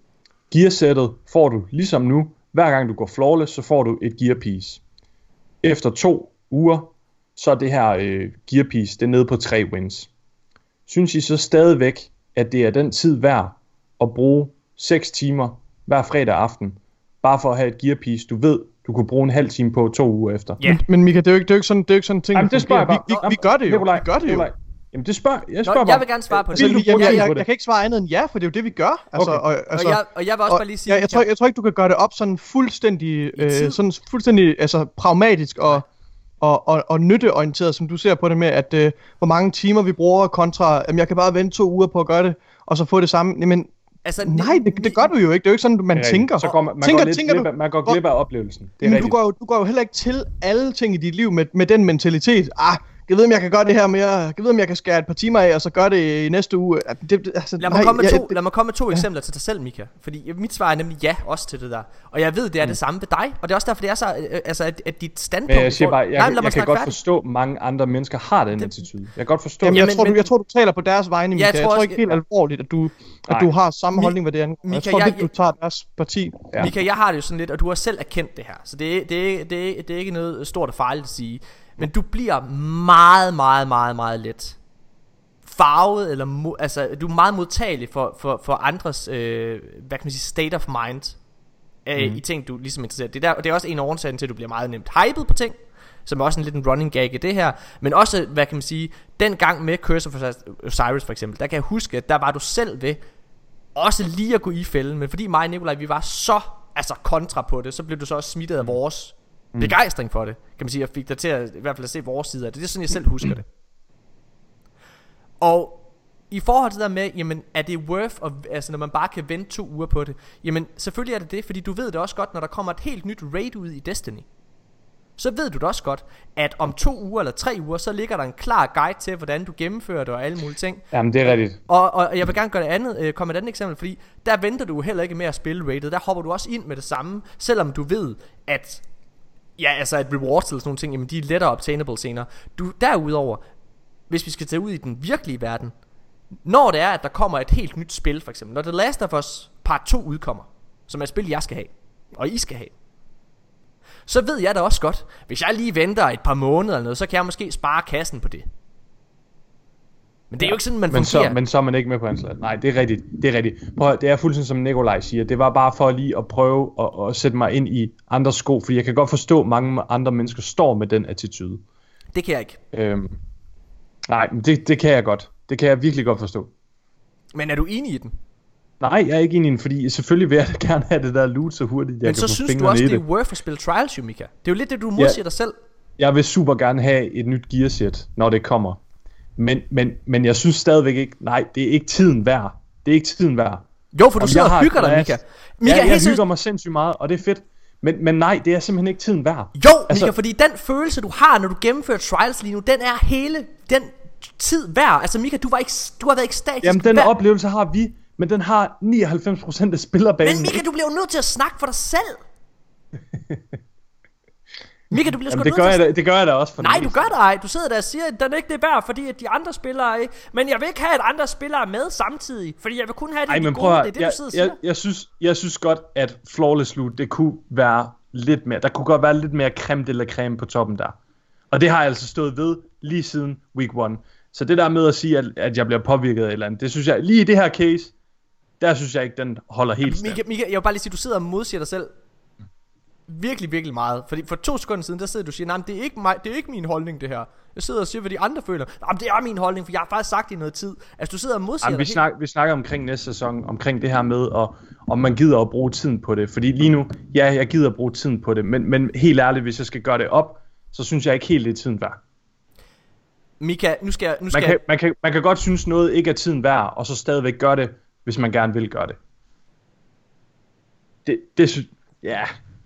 Gearsættet får du ligesom nu. Hver gang du går flawless, så får du et gearpiece. Efter to uger, så er det her øh, gearpiece, det er nede på tre wins. Synes I så stadigvæk, at det er den tid værd at bruge seks timer hver fredag aften, bare for at have et gearpiece, du ved, du kunne bruge en halv time på to uger efter? Ja. Men, men Mika, det er jo ikke, det er jo ikke sådan, det er jo ikke sådan ting, Jamen, det spørger jeg bare. vi, vi, vi, vi gør det jo. Nikolaj, vi gør det jo. Nikolaj. Jamen, det spørger jeg. spørger Nå, bare. jeg vil gerne svare på det. Vil du Jamen, bruge jeg, tid jeg, på jeg, det? jeg kan ikke svare andet end ja, for det er jo det, vi gør. Altså, Okay. og, Og altså, jeg, og jeg vil også og, bare lige sige, ja, jeg, tror, jeg tror ikke, du kan gøre det op sådan fuldstændig, øh, tid. sådan fuldstændig altså, pragmatisk og, og, og, og nytteorienteret, som du ser på det med, at øh, hvor mange timer vi bruger kontra, jamen jeg kan bare vente to uger på at gøre det, og så få det samme. Jamen, altså, nej, det, det gør du jo ikke. Det er jo ikke sådan, man Det er tænker. rigtigt. Så går man, man, tænker, går lidt tænker glip du, af, man går hvor- glip af oplevelsen. Det er men du rigtigt. går, jo, du går jo heller ikke til alle ting i dit liv med, med den mentalitet. Ah, jeg ved, om jeg kan gøre det her mere. Jeg ved, om jeg kan skære et par timer af, og så gøre det i næste uge. Det, det, altså, Lad mig, nej, komme med jeg- to, lad mig komme med to ja. eksempler til dig selv, Mika. Fordi mit svar er nemlig ja, også til det der. Og jeg ved, det er mm. det samme ved dig. Og det er også derfor, det er så, øh, altså, at, at dit standpunkt... Men jeg siger bare, jeg, Nej, men lad jeg, mig jeg kan snakke godt færdig. forstå, at mange andre mennesker har den Det- attitude. Jeg kan godt forstå Jamen, det. jeg, Jamen, tror, du, men- jeg tror, du taler på deres vegne, Mika. Jeg Jeg tror tror, også- ikke helt alvorligt, at du, at Nej. du har samme Mi- holdning, hvad det angår. Jeg Mika, tror jeg- ikke, du tager deres parti. Ja. Mika, jeg har det jo sådan lidt, og du har selv erkendt det her. Så det, er- det, er- det, er- det er ikke noget stort og farligt at sige. Men du bliver meget, meget, meget, meget let farvet, eller mo- altså, du er meget modtagelig for, for, for andres, øh, hvad kan man sige, state of mind, øh, Mhm. i ting, du ligesom er interesseret i. Det, der, det er også en af årsagen til, at du bliver meget nemt hyped på ting, som er også en lidt en running gag i det her. Men også, hvad kan man sige, den gang med Curse of Osiris for eksempel, der kan jeg huske, at der var du selv ved også lige at gå i fælden. Men fordi mig og Nikolaj, vi var så altså kontra på det, så blev du så også smittet af vores mm. begejstring for det, kan man sige. Jeg fik dig til at, i hvert fald at se vores side af det. Det er sådan, jeg selv husker det. Og i forhold til det der med, jamen, er det worth, at, altså når man bare kan vente to uger på det? Jamen, selvfølgelig er det det, fordi du ved det også godt, når der kommer et helt nyt raid ud i Destiny. Så ved du det også godt, at om to uger eller tre uger, så ligger der en klar guide til, hvordan du gennemfører det og alle mulige ting. Jamen, det er rigtigt. Og, og jeg vil gerne gøre det andet, øh, komme med et andet eksempel, fordi der venter du heller ikke med at spille rated. Der hopper du også ind med det samme, selvom du ved, at ja, altså at rewards eller sådan nogle ting, jamen de er lettere obtainable senere. Du, derudover, hvis vi skal tage ud i den virkelige verden, når det er, at der kommer et helt nyt spil, for eksempel, når The Last of Us part to udkommer, som er et spil, jeg skal have, og I skal have, så ved jeg da også godt, hvis jeg lige venter et par måneder eller noget, så kan jeg måske spare kassen på det. Men det er jo ikke sådan, man Men fungerer. så, men så er man ikke med på anslaget. Nej, det er rigtigt. Det er rigtigt. Prøv, at- det er fuldstændig som Nikolaj siger. Det var bare for lige at prøve at, at sætte mig ind i andres sko, fordi jeg kan godt forstå, at mange andre mennesker står med den attitude. Det kan jeg ikke. Øhm, nej, men det, det kan jeg godt. Det kan jeg virkelig godt forstå. Men er du enig i den? Nej, jeg er ikke enig i den, fordi selvfølgelig vil jeg da gerne have det der loot så hurtigt, jeg Men kan så få synes du fingrene også, i det er det. worth at spille Trials, jo, Mika. Det er jo lidt det, du modsiger dig selv. Jeg vil super gerne have et nyt gearset, når det kommer. Men, men, men jeg synes stadigvæk ikke, nej, det er ikke tiden værd. Det er ikke tiden værd. Jo, for du Om sidder jeg har og hygger et dig, glas- Mika. Mika, Ja, jeg helt seriøst- hygger mig sindssygt meget, og det er fedt. Men, men nej, det er simpelthen ikke tiden værd. Jo, Altså- Mika, fordi den følelse, du har, når du gennemfører trials lige nu, den er hele den tid værd. Altså, Mika, du, var ikke, du har været ekstatisk Jamen, den hver- oplevelse har vi, men den har nioghalvfems procent af spillerbanen. Men Mika, du bliver jo nødt til at snakke for dig selv. Mika, du bliver sgu Jamen, det, nødt gør til jeg at... da, det gør jeg da også for Nej, det du meste. gør det ej. Du sidder der og siger, at den ikke det er værd, fordi at de andre spillere er ikke. Men jeg vil ikke have, at andre spillere er med samtidig. Fordi jeg vil kun have, at det Ej, er de men gode. prøv at, Det er det, jeg, du sidder og siger. jeg, jeg, synes, jeg synes godt, at Flawless Loot, det kunne være lidt mere, der kunne godt være lidt mere creme de la creme på toppen der. Og det har jeg altså stået ved lige siden week one. Så det der med at sige, at, at jeg bliver påvirket af et eller andet, det synes jeg, lige i det her case, der synes jeg ikke, den holder helt stand. Mika, Mika, jeg vil bare lige sige, at du sidder og modsiger dig selv virkelig, virkelig meget. Fordi for to sekunder siden, der sidder du og siger, nej, det er ikke mig, det er ikke min holdning, det her. Jeg sidder og siger, hvad de andre føler. Nej, det er min holdning, for jeg har faktisk sagt det i noget tid. Altså, du sidder og modsiger Jamen, dig vi, snak, vi snakker omkring næste sæson, omkring det her med, og, om man gider at bruge tiden på det. Fordi lige nu, ja, jeg gider at bruge tiden på det, men, men helt ærligt, hvis jeg skal gøre det op, så synes jeg ikke helt, det er tiden værd. Mika, nu skal jeg... Nu skal Man kan, man, kan, man kan godt synes noget ikke er tiden værd, og så stadigvæk gøre det, hvis man gerne vil gøre det. Det, det synes... Ja...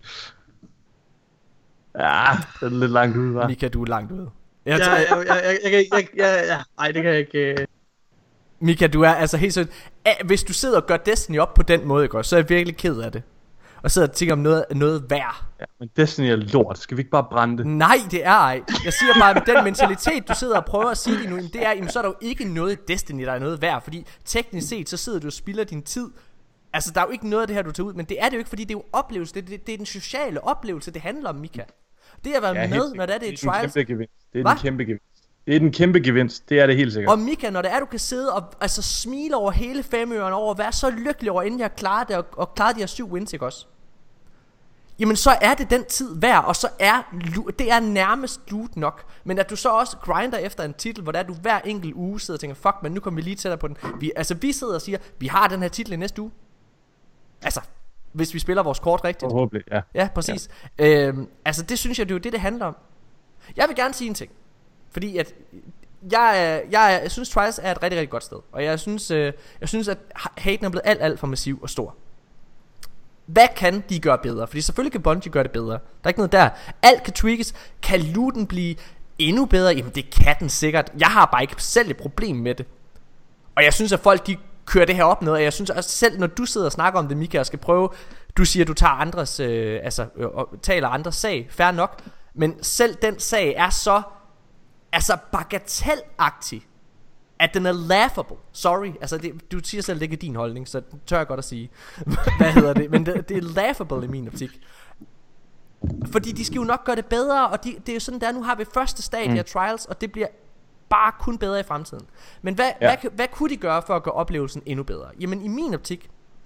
Ja, det er lidt langt ud, hva'? Mika, du er langt ude. Ja, Jeg jeg, tror, jeg, jeg, jeg, jeg, jeg, jeg, jeg, ej, det kan jeg ikke... øh. Mika, du er altså helt sådan... Hvis du sidder og gør Destiny op på den måde, ikke, også, så er jeg virkelig ked af det. Og sidder og tænker om noget, noget værd. Ja, men Destiny er lort. Skal vi ikke bare brænde det? Nej, det er ej. Jeg siger bare, med den mentalitet, du sidder og prøver at sige lige nu, jamen, det er, jamen, så er der jo ikke noget i Destiny, der er noget værd. Fordi teknisk set, så sidder du og spilder din tid. Altså, der er jo ikke noget af det her, du tager ud. Men det er det jo ikke, fordi det er jo oplevelse. Det, det, det er den sociale oplevelse, det handler om, Mika. Det at være Ja, med, helt når det er det i sikkert. trials. Det er en kæmpe gevinst. Det er Hva? den kæmpe gevinst. Det er den kæmpe gevinst. Det er det helt sikkert. Og Mika, når det er, du kan sidde og altså, smile over hele femøren over, og være så lykkelig over, inden jeg klarer det, og, og klarer de her syv wins, ikke også? Jamen så er det den tid værd, og så er det er nærmest loot nok. Men at du så også grinder efter en titel, hvor der er du hver enkelt uge sidder og tænker, fuck, men nu kommer vi lige tættere på den. Vi, altså vi sidder og siger, vi har den her titel i næste uge. Altså, hvis vi spiller vores kort rigtigt. Forhåbentlig, ja. Ja, præcis. Ja. Øhm, altså det synes jeg, det er jo det, det handler om. Jeg vil gerne sige en ting. Fordi at jeg, jeg, jeg synes Trials er et rigtig, rigtig godt sted. Og jeg synes, øh, jeg synes at haten er blevet alt, alt for massiv og stor. Hvad kan de gøre bedre? Fordi selvfølgelig kan Bungie gøre det bedre. Der er ikke noget der. Alt kan tweakes. Kan looten blive endnu bedre? Jamen det kan den sikkert. Jeg har bare ikke selv et problem med det. Og jeg synes at folk de kører det her op noget. Og jeg synes også selv når du sidder og snakker om det, Mika, og skal prøve. Du siger du tager andres øh, altså øh, og taler andres sag. Fair nok. Men selv den sag er så altså bagatelagtig, at den er laughable. Sorry, altså det, du siger selv, det ikke er din holdning, så det tør jeg godt at sige. Hvad hedder det? Men det, det er laughable i min optik. Fordi de skal jo nok gøre det bedre, og de, det er jo sådan der, nu har vi første stadie mm. af Trials, og det bliver bare kun bedre i fremtiden. Men hvad, ja. hvad, hvad kunne de gøre for at gøre oplevelsen endnu bedre? Jamen i min optik,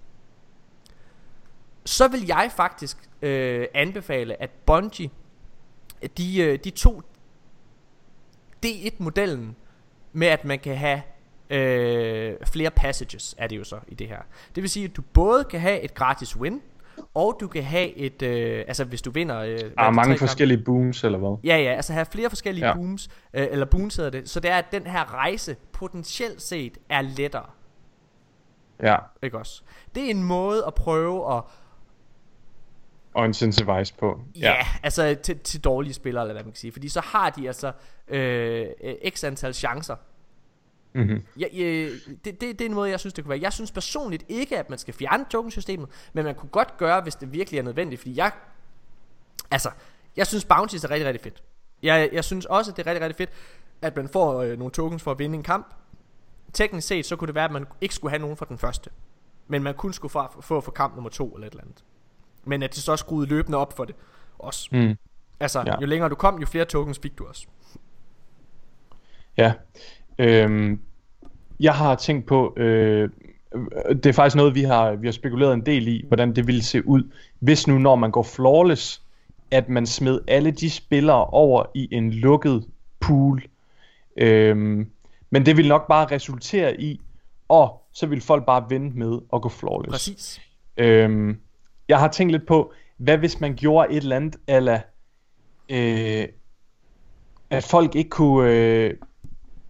så vil jeg faktisk øh, anbefale, at Bungie, de, øh, de tog D et modellen med at man kan have øh, flere passages, er det jo så i det her. Det vil sige at du både kan have et gratis win, og du kan have et øh, altså hvis du vinder øh, ah, mange forskellige kamp. Booms eller hvad. Ja ja, altså have flere forskellige ja. booms øh, eller booms hedder det. Så det er at den her rejse potentielt set er lettere. Ja. Ikke også? Det er en måde at prøve at og incentivize på. Ja, ja altså til, til dårlige spillere eller hvad man kan sige. Fordi så har de altså øh, x antal chancer. Mm-hmm. Ja, øh, det, det, det er en måde jeg synes det kunne være. Jeg synes personligt ikke at man skal fjerne tokensystemet, men man kunne godt gøre hvis det virkelig er nødvendigt. Fordi jeg altså jeg synes bounties er rigtig rigtig fedt. Jeg, jeg synes også at det er rigtig rigtig fedt at man får øh, nogle tokens for at vinde en kamp. Teknisk set så kunne det være at man ikke skulle have nogen for den første, men man kun skulle få for, for kamp nummer to eller et eller andet. Men at det så skruede løbende op for det også. Mm. Altså ja. jo længere du kom, jo flere tokens fik du også. Ja. Øhm, jeg har tænkt på øh, det er faktisk noget vi har vi har spekuleret en del i, hvordan det ville se ud, hvis nu når man går flawless, at man smed alle de spillere over i en lukket pool. Øhm, men det vil nok bare resultere i, og så vil folk bare vente med at gå flawless. Præcis. Øhm, jeg har tænkt lidt på, hvad hvis man gjorde et eller andet, eller øh, at folk ikke kunne, øh,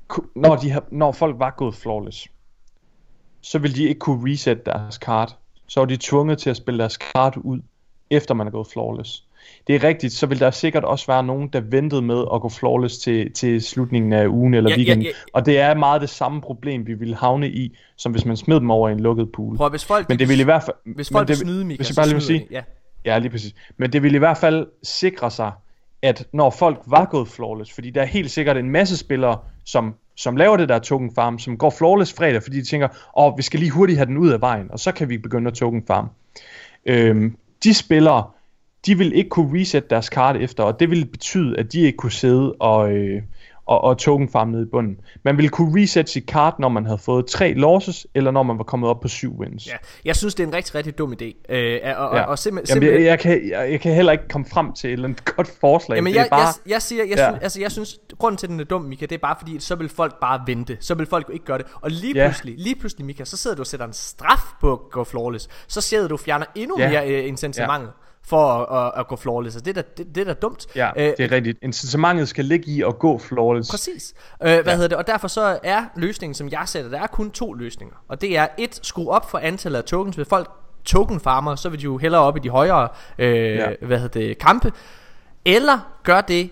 når, de har, når folk var gået flawless, så ville de ikke kunne reset deres card. Så var de tvunget til at spille deres card ud, efter man er gået flawless. Det er rigtigt, så vil der sikkert også være nogen, der ventede med at gå flawless til, til slutningen af ugen eller Ja, weekenden. ja, ja. Og det er meget det samme problem, vi ville havne i, som hvis man smed dem over i en lukket pool. Prøv, hvis folk, Men det vil i hvert fald... hvis men folk det, vil snyde, Mika, hvis jeg så bare lige vil snyder sige, de. Ja. Ja, lige præcis. Men det vil i hvert fald sikre sig, at når folk var gået flawless, fordi der er helt sikkert en masse spillere, som, som laver det der token farm, som går flawless fredag, fordi de tænker, åh, vi skal lige hurtigt have den ud af vejen, og så kan vi begynde at token farm. Øhm, de spillere, de vil ikke kunne reset deres kart efter, og det vil betyde, at de ikke kunne sidde og, øh, og, og token farm nede i bunden. Man ville kunne reset sit kart, når man havde fået tre losses, eller når man var kommet op på syv wins. Ja, jeg synes, det er en rigtig, rigtig dum idé. Øh, og, Ja. og, og simpel, Jamen, simpelthen... jeg, jeg, kan, jeg, jeg kan heller ikke komme frem til et eller andet godt forslag. Jamen, det er jeg, bare... jeg, jeg siger, jeg, Ja. synes, altså, jeg synes, grunden til, at den er dum, Mika, det er bare fordi, så vil folk bare vente. Så vil folk ikke gøre det. Og lige Ja. pludselig, lige pludselig, Mika, så sidder du og sætter en straf på at gå flawless. Så sidder du og fjerner endnu Ja. mere uh, incitamentet for at, at, at gå flawless. Og det er da, det, det er da dumt. Ja, Øh, det er rigtigt. Incitamentet skal ligge i at gå flawless. Præcis. Øh, hvad ja. hedder det? Og derfor så er løsningen, som jeg sætter, der er kun to løsninger. Og det er et, skrue op for antallet af tokens. Hvis folk token farmer, så vil de jo hellere op i de højere øh, Ja. hvad hedder det, kampe. Eller gør det,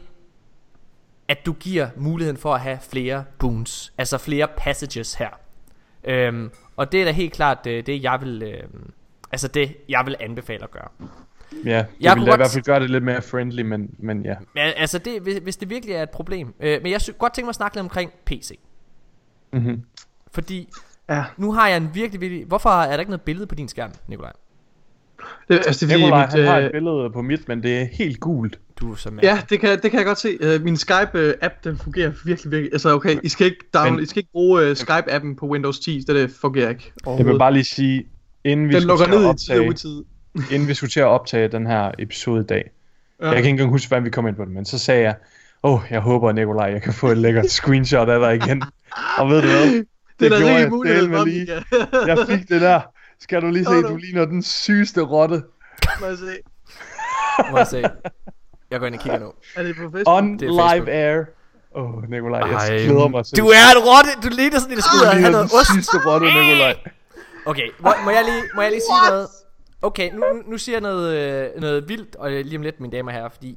at du giver muligheden for at have flere boons, altså flere passages her. Øhm, og det er da helt klart øh, det jeg vil øh, altså det jeg vil anbefale at gøre. Ja, det Jeg vil kunne da i godt- hvert fald gøre det lidt mere friendly, men, men ja. Ja, altså det, hvis, hvis det virkelig er et problem. øh, Men jeg synes godt tænke mig at snakke lidt omkring P C. Mm-hmm. Fordi Ja, nu har jeg en virkelig virkelig. Hvorfor er der ikke noget billede på din skærm, Nikolaj? det, altså det er fordi Nikolaj, mit, han har øh, et billede på mit, men det er helt gult. Du er så mærkelig. ja, det kan, det kan jeg godt se. Uh, min Skype-app, den fungerer virkelig, virkelig. Altså okay, I skal ikke, download, Men- I skal ikke bruge uh, Skype-appen på Windows ti, det, det fungerer ikke Jeg vil overhovedet. bare lige sige, inden vi, Den skulle lukker til at ned i optage, tid og utid. inden vi skulle til at optage den her episode i dag, Ja. jeg kan ikke engang huske, hvordan vi kom ind på det, men så sagde jeg, åh, oh, jeg håber, Nikolaj, jeg kan få et lækkert screenshot af dig igen. Og ved du hvad? Det er da gjorde rigtig jeg mulighed dælme for, lige. Mika. Jeg fik det der. Skal du lige se, Nå, du. du ligner den sygeste rotte. Må jeg se. Må jeg se. Jeg går ind og kigger nu. Er det på Facebook? On Det er Facebook. live air. Åh, oh, Nikolaj, jeg Ej, glæder mig til. Du er en rotte. Du ligner sådan en, der skulle Du have ligner noget den ost. sygeste rotte, Nikolaj. Okay, må, må, jeg lige, må jeg lige sige noget? Okay, nu, nu- nu siger jeg noget, øh, noget vildt, og lige om lidt, mine damer og herrer, fordi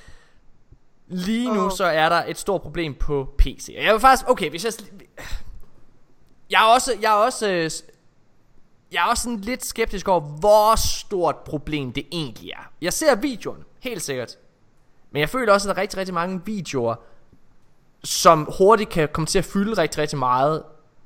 lige nu Åh. så er der et stort problem på P C. Og jeg vil faktisk, okay, hvis jeg... sl- Jeg er også, jeg er også, øh, s- jeg er også sådan lidt skeptisk over, hvor stort problem det egentlig er. Jeg ser videoen, helt sikkert. Men jeg føler også, at der er rigtig, rigtig mange videoer, som hurtigt kan komme til at fylde rigtig, rigtig meget,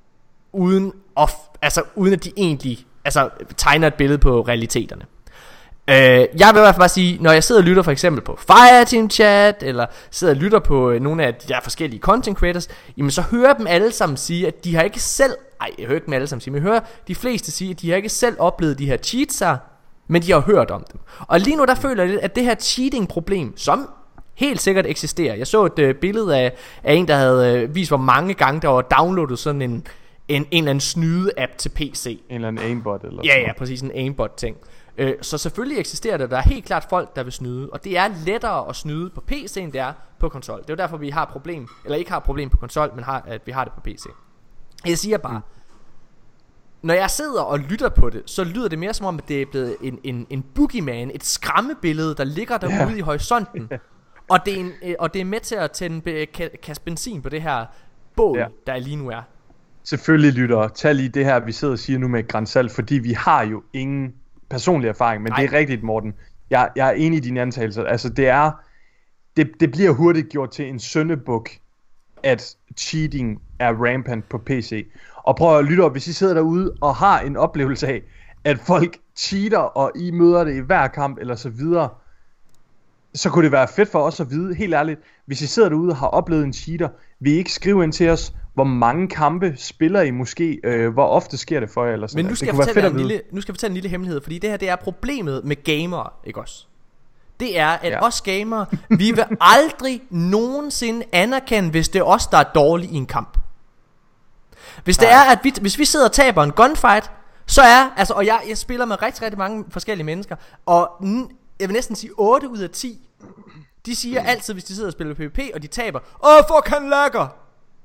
uden at, altså, uden at de egentlig altså, tegner et billede på realiteterne. Øh, jeg vil i hvert fald bare sige, når jeg sidder og lytter for eksempel på Fireteam Chat, eller sidder og lytter på øh, nogle af de der forskellige content creators, jamen så hører jeg dem alle sammen sige, at de har ikke selv, ej jeg hører ikke dem alle sammen sige, men jeg hører de fleste sige, at de har ikke selv oplevet de her cheats her, men de har hørt om dem. Og lige nu der føler jeg lidt, at det her cheating problem, som helt sikkert eksisterer. Jeg så et øh, billede af, af en, der havde øh, vist, hvor mange gange der var downloadet sådan en, en, en eller anden snyde-app til P C. En eller anden aimbot eller Ja, sådan ja, præcis, en aimbot ting. Øh, så selvfølgelig eksisterer det. Der er helt klart folk, der vil snyde. Og det er lettere at snyde på P C, end det er på konsol. Det er jo derfor, vi har et problem, eller ikke har et problem på konsol, men har, at vi har det på P C. Jeg siger bare, når jeg sidder og lytter på det, så lyder det mere som om, at det er blevet en, en, en boogeyman, et skræmmebillede, der ligger derude Ja. i horisonten. Og det, er en, øh, og det er med til at tænde, be- ka- kaste benzin på det her bål, Ja. der lige nu er. Selvfølgelig lytter, tag lige det her, vi sidder og siger nu med Gran Salt, fordi vi har jo ingen personlig erfaring, men Nej. det er rigtigt, Morten. Jeg, jeg er enig i dine antagelser. Altså, det er, det, det bliver hurtigt gjort til en syndebuk, at cheating er rampant på P C. Og prøv at lytte, hvis I sidder derude og har en oplevelse af, at folk cheater, og I møder det i hver kamp, eller så videre, så kunne det være fedt for os at vide, helt ærligt, hvis I sidder derude og har oplevet en cheater, vil I ikke skrive ind til os, hvor mange kampe spiller I måske, øh, hvor ofte sker det for jer, eller sådan Men nu noget. skal, Det jeg kunne være fortælle fedt jer at en vide. lille, nu skal jeg fortælle en lille hemmelighed, fordi det her det er problemet med gamere, ikke også? Det er, at Ja. ja. os gamere, vi vil aldrig nogensinde anerkende, hvis det er os, der er dårlige i en kamp. Hvis det Nej. er, at vi, hvis vi sidder og taber en gunfight, så er, altså, og jeg, jeg spiller med rigtig, rigtig mange forskellige mennesker, og n- jeg vil næsten sige otte ud af ti, de siger altid, hvis de sidder og spiller PvP, og de taber, åh, fuck, han lagger.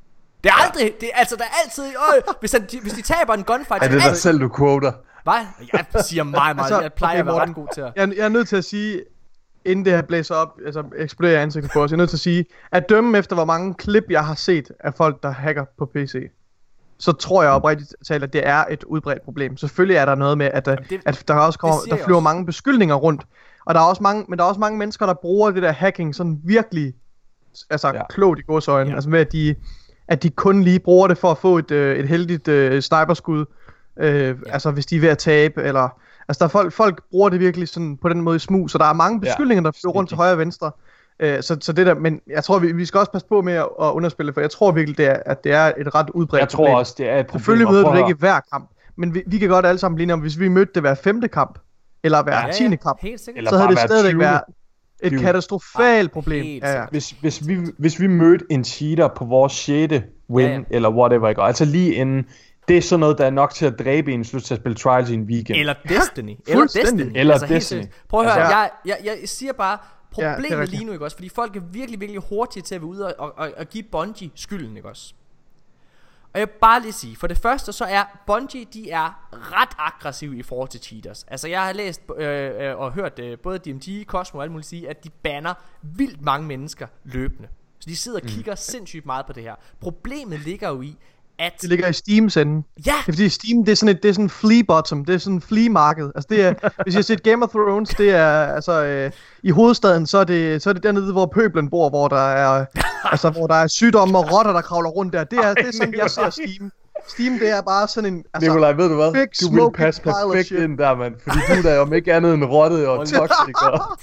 Det er aldrig, det er, altså der er altid, øh, hvis, han, hvis de taber en gunfight... Er det der selv, du quoter? Hvad? Jeg siger meget, meget, Altså, jeg plejer okay, at være Morten. ret god til at... Jeg, jeg er nødt til at sige, inden det her blæser op, altså eksploderer i ansigtet på os, jeg er nødt til at sige, at dømme efter, hvor mange klip jeg har set af folk, der hacker på P C, så tror jeg oprigtigt talt, at det er et udbredt problem. Selvfølgelig er der noget med, at, det, at der også kommer, der flyver også. mange beskyldninger rundt, og der er også mange, men der er også mange mennesker, der bruger det der hacking sådan virkelig, altså ja. klogt i godsøjne, ja. altså med at de, at de kun lige bruger det for at få et, øh, et heldigt øh, sniperskud, øh, ja. altså hvis de er ved at tabe, eller, altså der er folk, folk bruger det virkelig sådan på den måde i smug, så der er mange beskyldninger, ja. der flyver rundt til højre og venstre. Så, så det der, men jeg tror vi, vi skal også passe på med at, at underspille, for jeg tror virkelig det er, at det er et ret udbredt jeg problem. Jeg tror også det er et problem. Selvfølgelig møder du det ikke i hver kamp, men vi, vi kan godt alle sammen blive om, hvis vi mødte det hver femte kamp eller hver ja, tiende kamp, eller så havde det stadigvæk tyve været et katastrofalt problem. Ja, ja. Hvis, hvis, vi, hvis vi mødte en cheater på vores sjette win ja, ja. eller whatever, ikke? Altså lige inden, det er sådan noget der er nok til at dræbe en slut til at spille Trials i en weekend. Eller Destiny. Eller Destiny. Eller altså, Destiny. Prøv at høre, altså, jeg, jeg, jeg siger bare problemet ja, lige nu, ikke også? Fordi folk er virkelig, virkelig hurtige til at være ude og, og, og, og give Bungie skylden, ikke også? Og jeg vil bare lige sige, for det første så er Bungie, de er ret aggressive i forhold til cheaters. Altså jeg har læst øh, øh, og hørt øh, både D M G, Cosmo og alt muligt sige, at de banner vildt mange mennesker løbende. Så de sidder og kigger mm. sindssygt meget på det her. Problemet ligger jo i, at... Det ligger i Steams ende. Ja. Det er fordi Steam, det er sådan et, det er sådan flea bottom, det er sådan en flea marked. Altså det er, hvis jeg har set Game of Thrones, det er altså øh, i hovedstaden, så er det så er det dernede hvor pøblen bor, hvor der er altså hvor der er sygdomme og rotter der kravler rundt der. Det er det er sådan jeg ser Steam. Steam det er bare sådan en altså Nikolaj, ved du hvad? big, du vil passe perfekt ind der, mand. Fordi du er der jo ikke andet end rotte og toxic.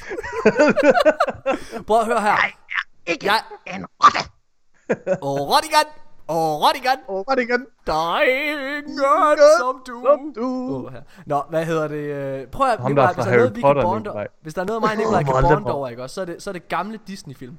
Prøv at høre her. Jeg er ikke jeg... en rotte. Og Rottigan. Og Rottigan. Og Rottigan. Der er ingen som du. Som du. Oh, Nå, hvad hedder det? Prøv at Ham, Nikolaj, der hvis der er noget vi kan bonde over, hvis der er noget mig Nikolaj kan Voldemort. bonde over, ikke også? Så er det så er det gamle Disney film.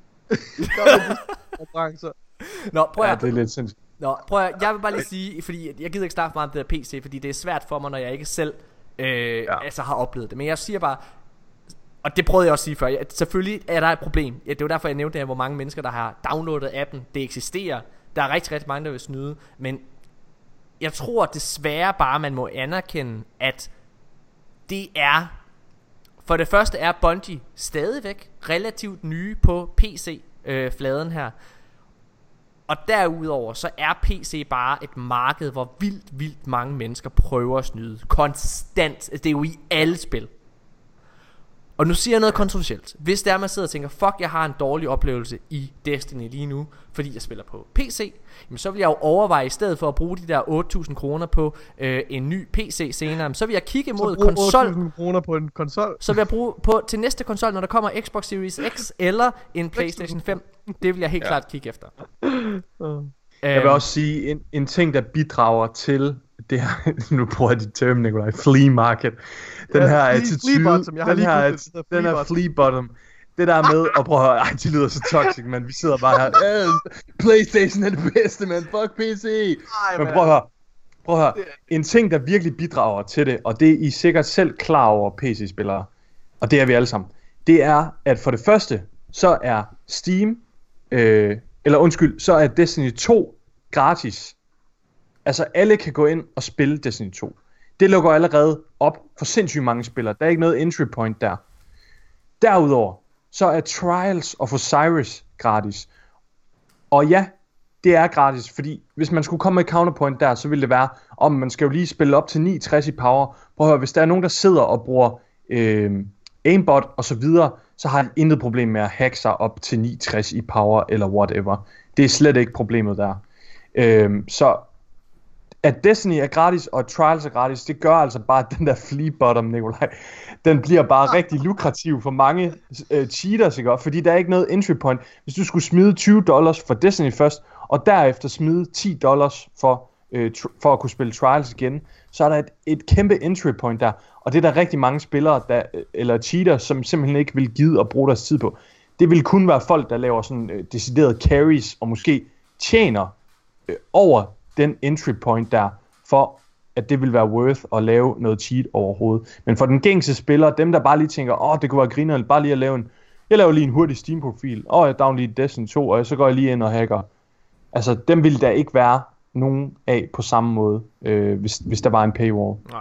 Konkurrencer. Nå, prøv at ja, det er lidt sindssygt. Nå, prøv at, jeg vil bare lige sige, fordi jeg gider ikke snakke meget om det der P C, fordi det er svært for mig, når jeg ikke selv øh, ja. altså har oplevet det. Men jeg siger bare, og det prøvede jeg også at sige før, at selvfølgelig er der et problem. Ja, det var derfor jeg nævnte det her, hvor mange mennesker der har downloadet appen. Det eksisterer. Der er rigtig, rigtig mange der vil snyde. Men jeg tror desværre bare man må anerkende, at det er, for det første er Bungie stadigvæk relativt nye på P C øh, fladen her. Og derudover så er P C bare et marked, hvor vildt, vildt mange mennesker prøver at snyde konstant. Det er jo i alle spil. Og nu siger jeg noget kontroversielt. Hvis der man sidder og tænker, fuck, jeg har en dårlig oplevelse i Destiny lige nu, fordi jeg spiller på P C, jamen så vil jeg jo overveje, i stedet for at bruge de der otte tusind kroner på øh, en ny P C senere, så vil jeg kigge mod konsol. otte tusind kroner på en konsol. Så vil jeg bruge på til næste konsol, når der kommer Xbox Series X eller en PlayStation fem. Det vil jeg helt ja. klart kigge efter. uh. Jeg vil også sige, en, en ting, der bidrager til det her, nu bruger jeg dit term, Nikolaj, flea market. Den ja, her flea, attitude, flea bottom. Jeg den har her, det, det den her flea bottom. Det der med, og prøv at høre, ej, de lyder så toxic, man. Vi sidder bare her, øh, PlayStation er det bedste, man. Fuck P C. Ej, men prøv at høre, prøv at høre. En ting, der virkelig bidrager til det, og det er I sikkert selv klar over, P C-spillere, og det er vi alle sammen, det er, at for det første, så er Steam, øh, eller undskyld, så er Destiny to gratis. Altså alle kan gå ind og spille Destiny to. Det lukker allerede op for sindssygt mange spillere. Der er ikke noget entry point der. Derudover så er Trials of Osiris gratis. Og ja, det er gratis, fordi hvis man skulle komme med counterpoint der, så ville det være, om man skal jo lige spille op til ni tres i power. Prøv at høre, hvis der er nogen der sidder og bruger øh, aimbot og så videre, så har jeg intet problem med at hacke sig op til ni tres i power eller whatever. Det er slet ikke problemet der. Øh, så at Destiny er gratis, og Trials er gratis, det gør altså bare, at den der flea bottom, Nikolaj, den bliver bare rigtig lukrativ for mange uh, cheaters, ikke? Fordi der er ikke noget entry point. Hvis du skulle smide tyve dollars for Destiny først, og derefter smide ti dollars for, uh, tr- for at kunne spille Trials igen, så er der et, et kæmpe entry point der, og det er der rigtig mange spillere, der, eller cheaters, som simpelthen ikke vil gide at bruge deres tid på. Det vil kun være folk, der laver sådan uh, deciderede carries, og måske tjener uh, over den entry point der, for at det vil være worth at lave noget cheat overhovedet. Men for den gængse spiller, dem der bare lige tænker, åh, oh, det kunne være griner, bare lige at lave en, jeg laver lige en hurtig Steam-profil, åh, oh, jeg downloader lige Destiny to, og så går jeg lige ind og hacker Altså, dem ville der ikke være nogen af på samme måde, øh, hvis, hvis der var en paywall. Nej.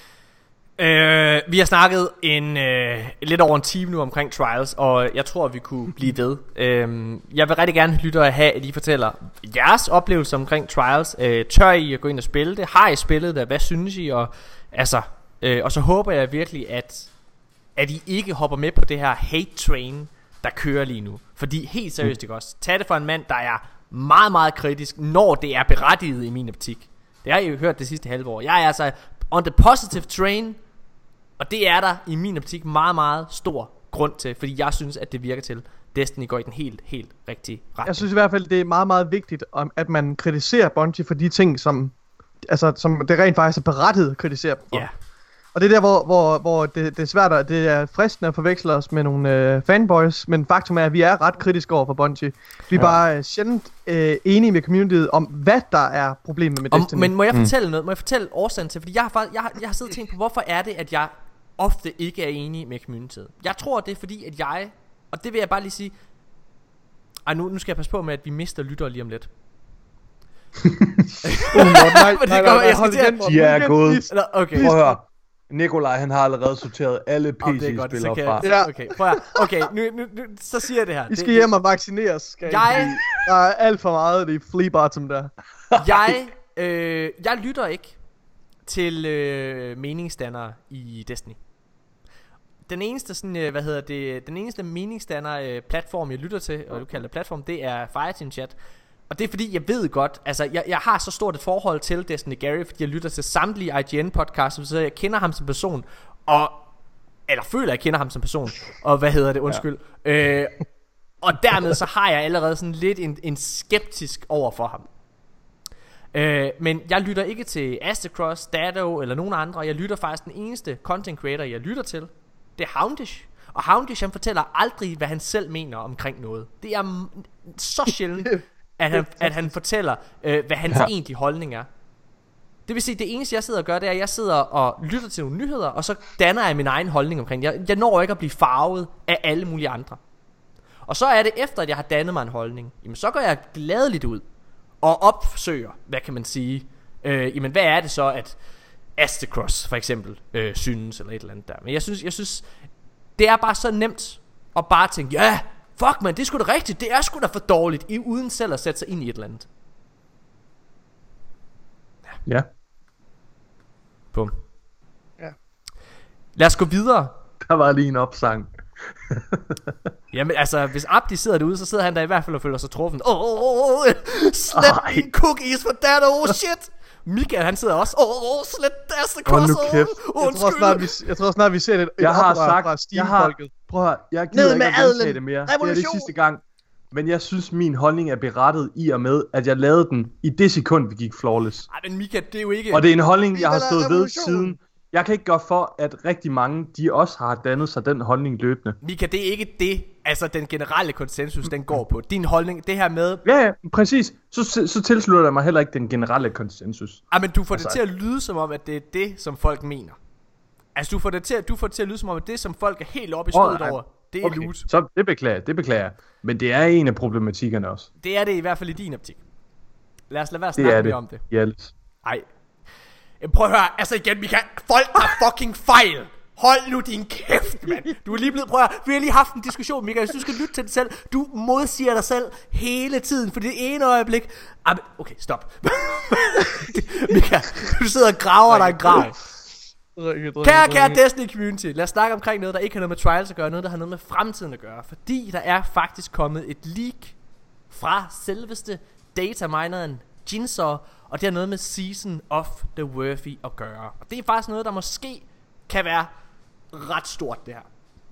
Øh, vi har snakket en øh, lidt over en time nu omkring Trials, og jeg tror vi kunne blive ved. øh, Jeg vil rigtig gerne lytte og have, at I fortæller jeres oplevelse omkring Trials. øh, Tør I at gå ind og spille det? Har I spillet det? Hvad synes I? Og, altså, øh, og så håber jeg virkelig at At I ikke hopper med på det her hate train, der kører lige nu. Fordi helt seriøst ikke også, tag det for en mand, der er meget meget kritisk, når det er berettiget i min optik. Det har I jo hørt det sidste halve år. Jeg er altså on the positive train, og det er der i min optik meget meget stor grund til, fordi jeg synes at det virker til Destiny går i den helt helt rigtige retning. Jeg synes i hvert fald det er meget meget vigtigt om, at man kritiserer Bungie for de ting som, altså, som det rent faktisk er berettiget at kritisere dem for. Ja. Og det er der hvor, hvor, hvor det, det er svært at, det er fristende at forveksle os med nogle øh, fanboys. Men faktum er at vi er ret kritiske over for Bungie. Vi er ja. bare øh, sjældent øh, enige med communityet om hvad der er problemet med om, Destiny. Men må jeg fortælle mm. noget? Må jeg fortælle årsagen til? Fordi jeg har, faktisk, jeg, har, jeg har siddet og tænkt på hvorfor er det at jeg ofte ikke er enig med communityet. Jeg tror det er fordi at jeg, og det vil jeg bare lige sige. Ej nu, nu skal jeg passe på med at vi mister lyttere lige om lidt. oh, nej, nej, nej, nej, jeg skal til de er gået. Okay. Prøv at høre. Nikolaj, han har allerede sorteret alle P C-spillere okay, fra. Ja. Okay, prøv at, okay nu, nu, nu, så siger jeg det her. I skal det, hjem og vaccineres. Skal jeg, der er alt for meget i flea bottom der. jeg, øh, jeg lytter ikke til øh, meningsdannere i Destiny. Den eneste sådan, øh, hvad hedder det, den eneste meningsdanner øh, platform jeg lytter til, og du kalder det platform, det er Fireteam Chat. Og det er fordi jeg ved godt, altså jeg, jeg har så stort et forhold til Destiny Gary, fordi jeg lytter til samtlige I G N podcasts, så jeg kender ham som person, og eller føler jeg kender ham som person, og hvad hedder det, undskyld. Ja. Øh, og dermed så har jeg allerede sådan lidt en, en skeptisk over for ham. Øh, men jeg lytter ikke til Astacross, Dado eller nogen andre. Jeg lytter faktisk den eneste content creator jeg lytter til, det er Houndish. Og Houndish han fortæller aldrig hvad han selv mener omkring noget. Det er m- så sjældent at han, at han fortæller øh, hvad hans ja. egentlige holdning er. Det vil sige det eneste jeg sidder og gør, det er at jeg sidder og lytter til nogle nyheder, og så danner jeg min egen holdning omkring. Jeg, jeg når ikke at blive farvet af alle mulige andre. Og så er det efter at jeg har dannet mig en holdning, jamen så går jeg gladeligt ud og opsøger, hvad kan man sige, øh, jamen hvad er det så at Astacross for eksempel øh, synes eller et eller andet der. Men jeg synes, jeg synes det er bare så nemt at bare tænke, ja, fuck man, det er sgu da rigtigt, det er sgu da for dårligt, i uden selv at sætte sig ind i et eller andet. Ja. Ja. Bum. Ja. Lad os gå videre. Der var lige en opsang. Jamen altså, hvis Abdi sidder derude, så sidder han der i hvert fald og føler sig truffen. Åh, oh, oh, slet mine cookies for that, oh shit. Michael han sidder også. Åh, oh, oh, slet that's the cross. Jeg tror snart vi, jeg tror snart vi ser det. Jeg har sagt, jeg har, prøv at høre, jeg gider ikke at gentage det mere. Revolution. Det er det sidste gang. Men jeg synes min holdning er berettet i og med at jeg lavede den i det sekund vi gik flawless. Ej, men Michael, det er jo ikke. Og det er en holdning jeg har stået ved siden. Jeg kan ikke gøre for at rigtig mange de også har dannet sig den holdning løbende. Michael, det er ikke det. Altså den generelle konsensus den går på. Din holdning, det her med. Ja, ja, præcis. Så, så, så tilslutter jeg mig heller ikke den generelle konsensus. Ah, men du får altså, det til at lyde som om at det er det som folk mener. Altså du får det til at, du får det til at lyde som om at det som folk er helt oppe i skødet over. Det er okay. loot. Så det beklager, det beklager jeg. Men det er en af problematikkerne også. Det er det i hvert fald i din optik. Lad os lade være at snakke mere om det. Yes. Ej. Prøv at høre, altså igen Michael, folk har fucking fejl. Hold nu din kæft, mand. Du er lige blevet, prøv at høre, vi har lige haft en diskussion, Michael. Hvis du skal lytte til det selv, du modsiger dig selv hele tiden for det ene øjeblik. Okay, stop. Michael, du sidder og graver dig en grav. Kære, kære Destiny community, lad os snakke omkring noget der ikke har noget med Trials at gøre, noget der har noget med fremtiden at gøre. Fordi der er faktisk kommet et leak fra selveste datamineren Jinsaw, og det har noget med Season of the Worthy at gøre. Og det er faktisk noget der måske kan være ret stort det her.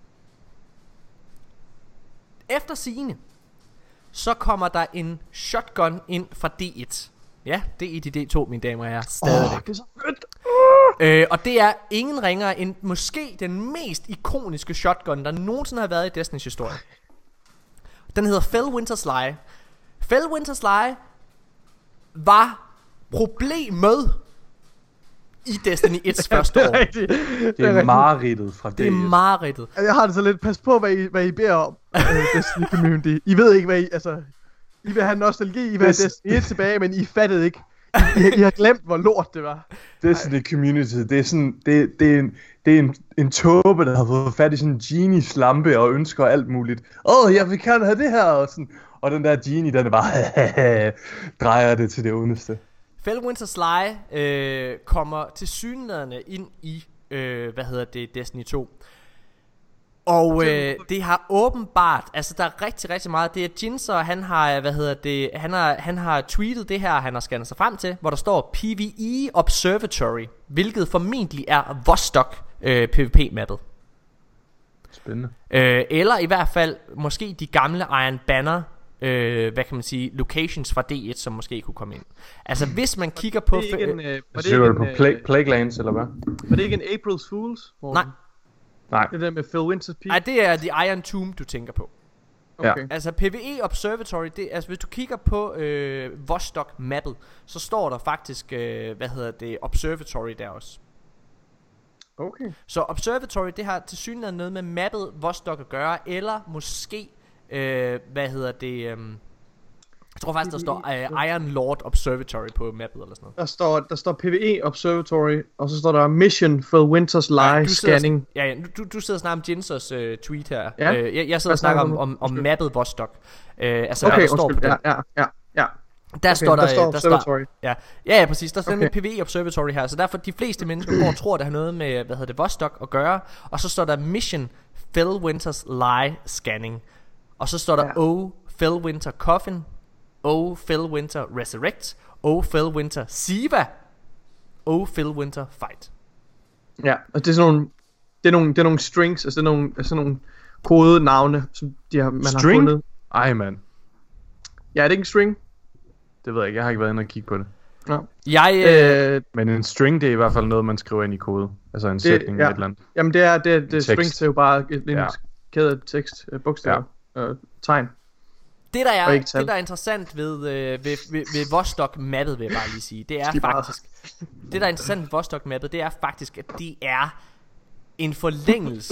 Efter sigende så kommer der en shotgun ind fra D et. Ja, det er D D to, mine damer og herrer. Stadigvæk. Oh, det er så fedt. Øh, og det er ingen ringere end måske den mest ikoniske shotgun der nogensinde har været i Destiny's historie. Den hedder Fellwinter's Lie. Fellwinter's Lie var problemet i Destiny ets første år. Det er, det er mareridtet fra det er mareridtet. Jeg har det så lidt, pas på hvad I, hvad I beder om, uh, Destiny community. I ved ikke hvad I, altså I vil have nostalgi, I vil have Destiny et tilbage, men I fattede ikke. I, I har glemt, hvor lort det var. Destiny Community, det er sådan, det, det er en, det er en, en tåbe, der har fået fat i sådan en genie-slampe og ønsker alt muligt. Åh, oh, jeg vil gerne have det her, og sådan. Og den der genie, den er bare, drejer det til det ondeste. Fellwinter Sly øh, kommer tilsyneladende ind i, øh, hvad hedder det, Destiny to. Og øh, det har åbenbart, altså der er rigtig, rigtig meget. Det er Jinzer, han har, hvad hedder det, han har, han har tweetet det her, han har scannet sig frem til, hvor der står P V E Observatory, hvilket formentlig er Vostok øh, PvP-mappet. Spændende. Øh, eller i hvert fald måske de gamle Iron Banner, øh, hvad kan man sige, locations fra D et, som måske kunne komme ind. Altså hvis man kigger på... Var det ikke en, øh, var det Så ikke du en, på Plague, Plaguelands, eller hvad? var det ikke en April's Fools? Nej. Nej. Det der med Phil Winters Peak? Nej, det er The Iron Tomb, du tænker på. Okay. Ja. Altså P V E Observatory, det, altså hvis du kigger på øh, Vostok mappet, så står der faktisk, øh, hvad hedder det, Observatory der også. Okay. Så Observatory, det har tilsyneladende noget med mappet Vostok at gøre, eller måske, øh, hvad hedder det, øh, jeg tror faktisk der står øh, Iron Lord Observatory på mappet eller sådan noget. Der står, der står P V E Observatory, og så står der Mission Phil Winters Lie Ja, du sidder- Scanning. Ja, ja, du, du sidder og snakker om Jinsers øh, tweet her. Ja. øh, jeg, jeg sidder Hvad og snakker om, snakker du om, om? om Undskyld. mappet Vostok. øh, Altså Okay, hvad der står på undskyld. den. Ja, ja, ja, ja. Der står der, der står der står, Observatory. ja, ja, ja, præcis. Der står Okay. okay. med P V E Observatory her. Så derfor de fleste mennesker går og tror, det har noget med, hvad hedder det, Vostok at gøre. Og så står der Mission Phil Winters Lie Scanning. Og så står der Ja. O Phil Winter Coffin, O Phil Winter Resurrect, O Phil Winter Siva, O Phil Winter Fight. Ja, og det er sådan nogle, det er nogle, det er nogle strings, altså det er nogle, altså nogle kodenavne, som de har, man String? har fundet. Ej, mand. Ja, er det ikke en string? Det ved jeg ikke, jeg har ikke været inde og kigge på det. Ja. Jeg, øh, Øh, Men en string, det er i hvert fald noget, man skriver ind i kode. Altså en sætning ja. med et eller andet. jamen det er, det, er- det Tekst. strings er jo bare en Ja. ja. kæde af tekst, øh, bogstaver, ja. øh, tegn. det der er, og ikke tal. det der er interessant ved, øh, ved, ved, ved Vostok mappet, vil jeg bare lige sige, det er Lige meget. faktisk, det der er interessant ved Vostok mappet, det er faktisk, at det er en forlængelse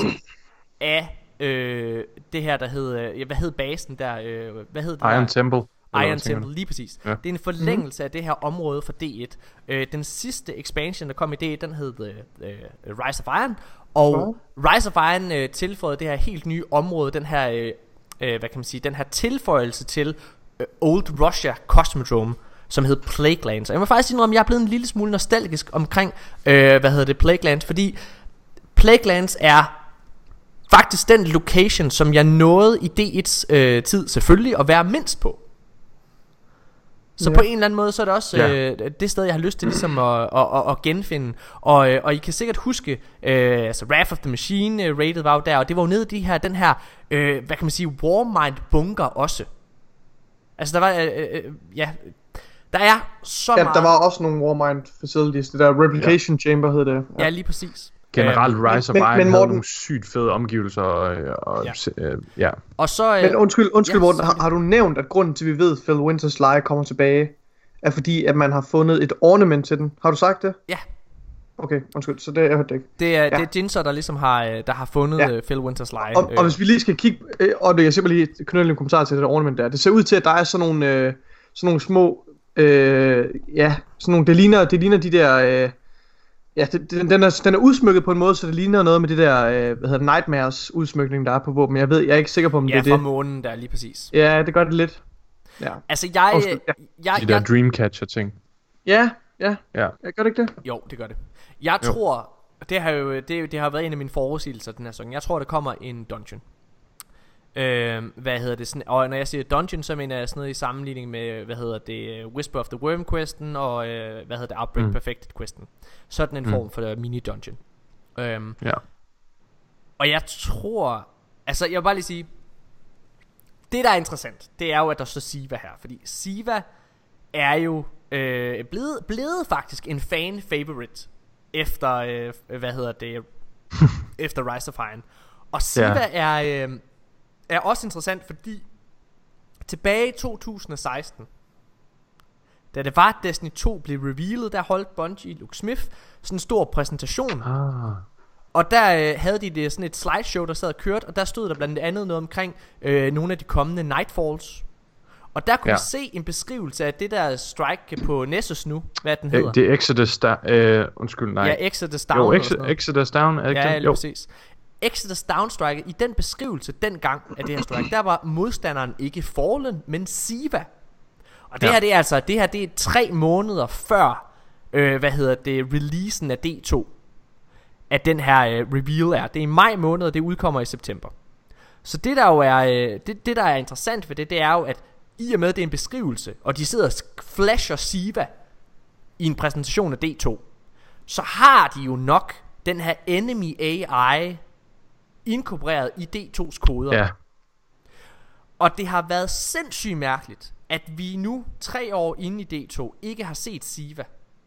af øh, det her, der hed, øh, hvad hed basen der, øh, hvad hed det Iron der? Temple. eller Iron hvad tænker Temple, lige præcis. Ja. Det er en forlængelse af det her område for D et. Øh, den sidste expansion, der kom i D et, den hed øh, øh, Rise of Iron. Og Rise of Iron øh, tilføjede det her helt nye område, den her, øh, øh, hvad kan man sige, den her tilføjelse til øh, Old Russia Cosmodrome, som hed Plaguelands. Og jeg må faktisk indrømme, at jeg er blevet en lille smule nostalgisk omkring, øh, hvad hedder det, Plaguelands, fordi Plaguelands er faktisk den location, som jeg nåede i D et's øh, tid selvfølgelig at være mindst på. Så Ja. på en eller anden måde, så er det også Ja. øh, det sted, jeg har lyst til ligesom at, at, at, at genfinde. Og, øh, og I kan sikkert huske, øh, altså Wrath of the Machine øh, rated var jo der, og det var jo nede i de her, den her, øh, hvad kan man sige, Warmind bunker også. Altså der var, øh, øh, ja, der er så Ja, meget. der var også nogle Warmind facilities, det der Replication ja. Chamber hed det. Ja, lige præcis. Generelt Rise of men- Iron men havde Morten- nogle sygt fede omgivelser og, og Ja. ja. Øh, ja. Og så, øh, Men undskyld, undskyld ja, Morten, har, selvfølgelig. har du nævnt, at grunden til, at vi ved, at Phil Winters Lie kommer tilbage, er fordi, at man har fundet et ornament til den? Har du sagt det? Ja. Okay, undskyld, så det jeg hørte det ikke. Det er, ja. Ja. det er Jinzer, der ligesom har, øh, der har fundet Ja. ja. Phil Winters Lie. Og, og hvis vi lige skal kigge, øh, og det jeg simpelthen lige knytte en kommentar til det der ornament der. Det ser ud til, at der er sådan nogle, øh, sådan nogle små, øh, ja, sådan nogle, det ligner, det ligner de der, øh, ja, det, den, den, er, den er udsmykket på en måde, så det ligner noget med det der, øh, hvad hedder det, Nightmares udsmykning, der er på våben. Jeg ved, jeg er ikke sikker på, om ja, det er fra det. månen der, lige præcis. Ja, det gør det lidt. Ja, Altså jeg, Undskyld, øh, ja. jeg, De der jeg Dreamcatcher ting. ja, ja. Ja. Jeg gør det ikke det? Jo, det gør det. Jeg Jo. tror, det har jo det, det har været en af mine forudsigelser den her sæson. Jeg tror, der kommer en dungeon. Øh, hvad hedder det? Sådan, og når jeg siger dungeon, så mener jeg sådan noget i sammenligning med, hvad hedder det, Whisper of the Worm questen og øh, hvad hedder det, Outbreak Mm. Perfected questen. Sådan en Mm. form for mini dungeon. Øhm, Ja. Og jeg tror, altså jeg vil bare lige sige, det der er interessant, det er jo at der står Siva her, fordi Siva er jo øh, blevet, blevet faktisk en fan favorite efter øh, hvad hedder det, efter Rise of Iron. Og Siva Ja. er øh, er også interessant, fordi tilbage i to tusind og seksten, da det var, at Destiny to blev revealet, der holdt Bungie, Luke Smith, sådan en stor præsentation. Ah. Og der øh, havde de det sådan et slideshow, der sad og kørt, og der stod der blandt andet noget omkring øh, nogle af de kommende Nightfalls. Og der kunne Ja. vi se en beskrivelse af det der strike på Nessus nu. Hvad den hedder. Øh, Det er Exodus der, øh, undskyld, nej. Ja, Exodus Down. Jo, eller Ex- sådan noget. Exodus Down, er det ikke Ja, det? ja, lige Jo. præcis. Exodus Down strike, i den beskrivelse dengang af det her strike, der var modstanderen ikke Fallen, men Siva. Og det Ja. her, det er altså, det her det er tre måneder før, øh, hvad hedder det, releasen af D to. At den her øh, reveal er. Det er i maj måned, og det udkommer i september. Så det der jo er, øh, det, det der er interessant ved det, det er jo, at i og med det er en beskrivelse, og de sidder og flasher Siva i en præsentation af D to, så har de jo nok den her enemy A I inkorporeret i D tos koder. Ja. Og det har været sindssygt mærkeligt, at vi nu tre år inde i D to ikke har set Siva,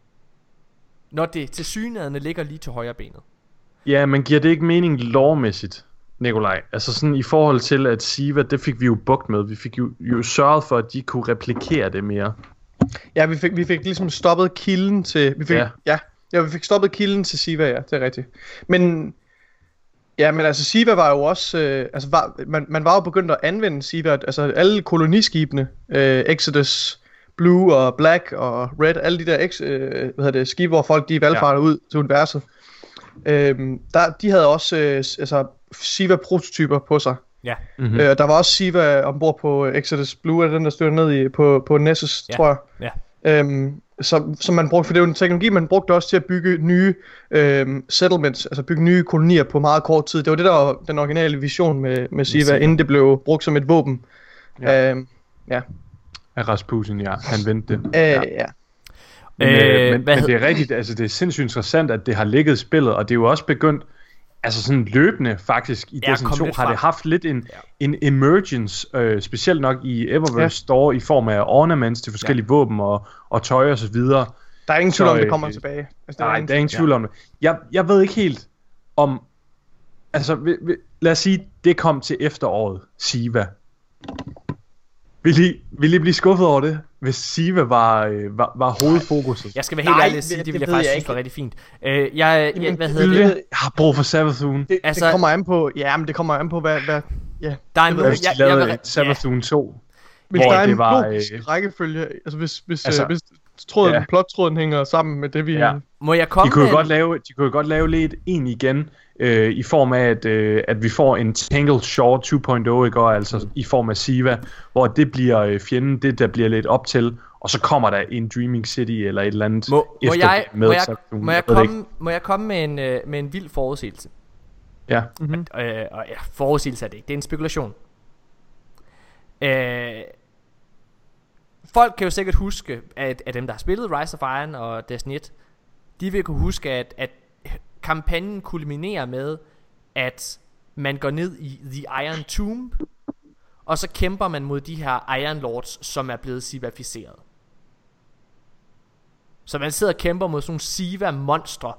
når det tilsyneladende ligger lige til højre benet. Ja, men giver det ikke mening lovmæssigt, Nikolaj? Altså sådan i forhold til, at Siva, det fik vi jo bugt med. Vi fik jo, jo sørget for, at de kunne replikere det mere. Ja, vi fik, vi fik ligesom stoppet kilden til... Vi fik, Ja. ja. Ja, ja, vi fik stoppet kilden til Siva, ja, det er rigtigt. Men... Ja, men altså Siva var jo også... Øh, altså var, man, man var jo begyndt at anvende Siva, altså alle koloniskibene, øh, Exodus, Blue og Black og Red, alle de der ex, øh, hvad hedder det, skibe, hvor folk de valgfarter ja. ud til universet. Øh, der, de havde også øh, altså Siva-prototyper på sig. Ja. Mm-hmm. Øh, der var også Siva ombord på Exodus Blue, er den der styrte ned i, på, på Nessus, Ja. tror jeg. Ja. Øhm, som, som man brugte, for det er jo en teknologi, man brugte også til at bygge nye øhm, settlements, altså bygge nye kolonier på meget kort tid. Det var det, der var den originale vision med, med Siva, Siva. inden det blev brugt som et våben. Ja. Øhm, ja. Af Rasputin, ja. Han vendte det. Øh, Ja. ja. Men, Øh, øh, men, hvad men hed- det er rigtigt, altså det er sindssygt interessant, at det har ligget i spillet, og det er jo også begyndt, altså sådan løbende faktisk, i Ja, Destiny kom to lidt har frem. det haft lidt en, Ja. en emergence, øh, specielt nok i Eververse Ja. Store, i form af ornaments til forskellige ja. våben og, og tøj og så videre. Der er ingen tvivl Så, om, det øh, kommer tilbage. Altså, Nej, der er ingen tvivl om det. Jeg, jeg ved ikke helt om, altså vi, vi, lad os sige, det kom til efteråret, Siva. Vil I, vil I blive skuffet over det, hvis Siva var, øh, var, var hovedfokuset? Jeg skal være helt Nej, ærlig at sige, det- det vil det jeg ved faktisk jeg synes ikke. var rigtig fint. Øh, jeg, jeg, Jamen, hvad det hedder ved det? jeg- Jeg har brug for Savathun. Det, altså, Altså- det kommer an på, ja, men det kommer an på, hvad, hvad ja. Der er en Jeg ved Hvad måde, hvis de jeg, jeg, lavede vil- et Savathun to? Hvis hvor der er det en var, logisk øh, rækkefølge, altså hvis, hvis, altså, altså, hvis tråden, ja. plottråden hænger sammen med det, vi... Ja. må jeg De komme kunne, med jo en- godt lave, de kunne jo godt lave lidt en igen, øh, i form af, at, øh, at vi får en Tangled Shore to punkt nul, ikke? Og altså i form af Siva, hvor det bliver øh, fjenden, det der bliver lidt op til, og så kommer der en Dreaming City eller et eller andet Må, må, efter jeg, det med må, jeg, Savathun. må, jeg ved det ikke. komme, må jeg komme med en, øh, med en vild forudsigelse? Ja. Mm-hmm. Øh, og ja, forudsigelse er det ikke, det er en spekulation. Øh, folk kan jo sikkert huske, at, at dem der har spillet Rise of Iron og Destiny et, de vil kunne huske, at, at kampagnen kulminerer med, at man går ned i The Iron Tomb, og så kæmper man mod de her Iron Lords, som er blevet sivificeret. Så man sidder og kæmper mod sådan nogle Siva-monstre.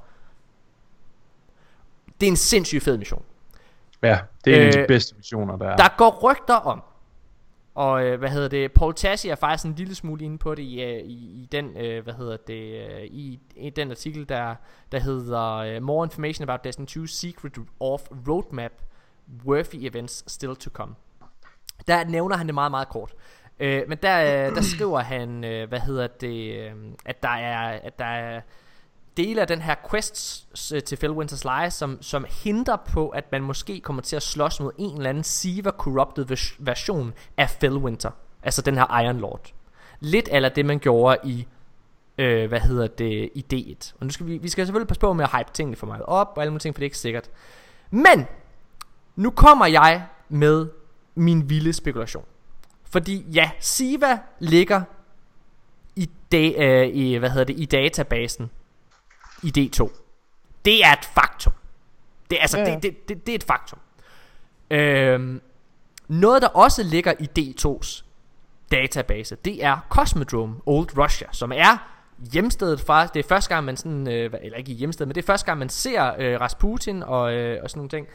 Det er en sindssygt fed mission. Ja, det er en af de Øh, bedste missioner, der er. Der går rygter om, og øh, hvad hedder det, Paul Tassi er faktisk en lille smule inde på det i, øh, i, i den, øh, hvad hedder det, øh, i, i den artikel, der, der hedder øh, More Information About Destiny to Secret of Roadmap, Worthy Events Still to Come. Der nævner han det meget, meget kort. Øh, men der, øh, der skriver han, øh, hvad hedder det, øh, at der er, at der er dele af den her quest øh, til Felwinter's Lie, som, som hinter på, at man måske kommer til at slås mod en eller anden Siva corrupted vers- version af Felwinter. Altså den her Iron Lord. Lidt eller det man gjorde i øh, hvad hedder det, i D et. Og nu skal vi, vi skal selvfølgelig passe på med at hype tingene for meget op og alle mulige ting, for det er ikke sikkert. Men nu kommer jeg med min vilde spekulation. Fordi ja, Siva ligger i, da, øh, i, hvad hedder det, i databasen i D to. Det er et faktum. Det, altså, Ja, ja. det, det, det, det er et faktum. Øhm, noget der også ligger i D tos database, det er Cosmodrome Old Russia, som er hjemstedet fra, det er første gang man sådan, øh, eller ikke i hjemstedet, men det er første gang man ser øh, Rasputin og, øh, og sådan nogle ting.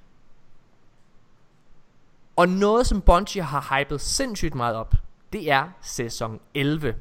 Og noget som Bungie har hypet sindssygt meget op, det er sæson elleve.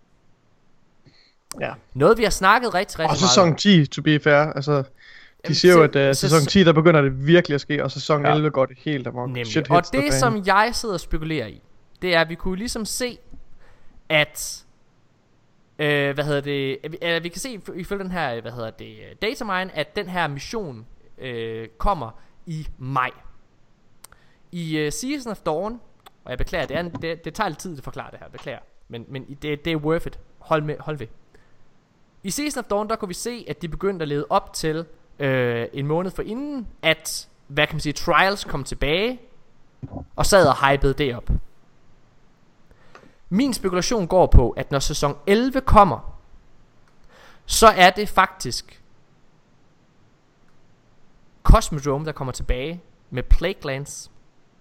Ja. Noget vi har snakket rigtig, rigtig Og meget sæson om. ti, to be fair, altså... De Jamen, siger jo, se- at uh, sæson- sæson ti, der begynder det virkelig at ske, og sæson Ja. elleve går det helt amok. Nemlig. Shit Og hits the det fan. som jeg sidder og spekulerer i, det er, at vi kunne ligesom se, at øh, hvad hedder det, øh, vi kan se ifølge den her, hvad hedder det, datamine, at den her mission øh, kommer i maj. I uh, Season of Dawn, og jeg beklager, det, er en, det, det tager lidt tid at forklare det her, beklager, men, men det, det er worth it. Hold, med, hold ved. I Season of Dawn, der kunne vi se, at de begyndte at lede op til øh, en måned for inden, at, hvad kan man sige, Trials kom tilbage, og sad og hypede det op. Min spekulation går på, at når sæson elleve kommer, så er det faktisk Cosmodrome, der kommer tilbage med Plaguelands.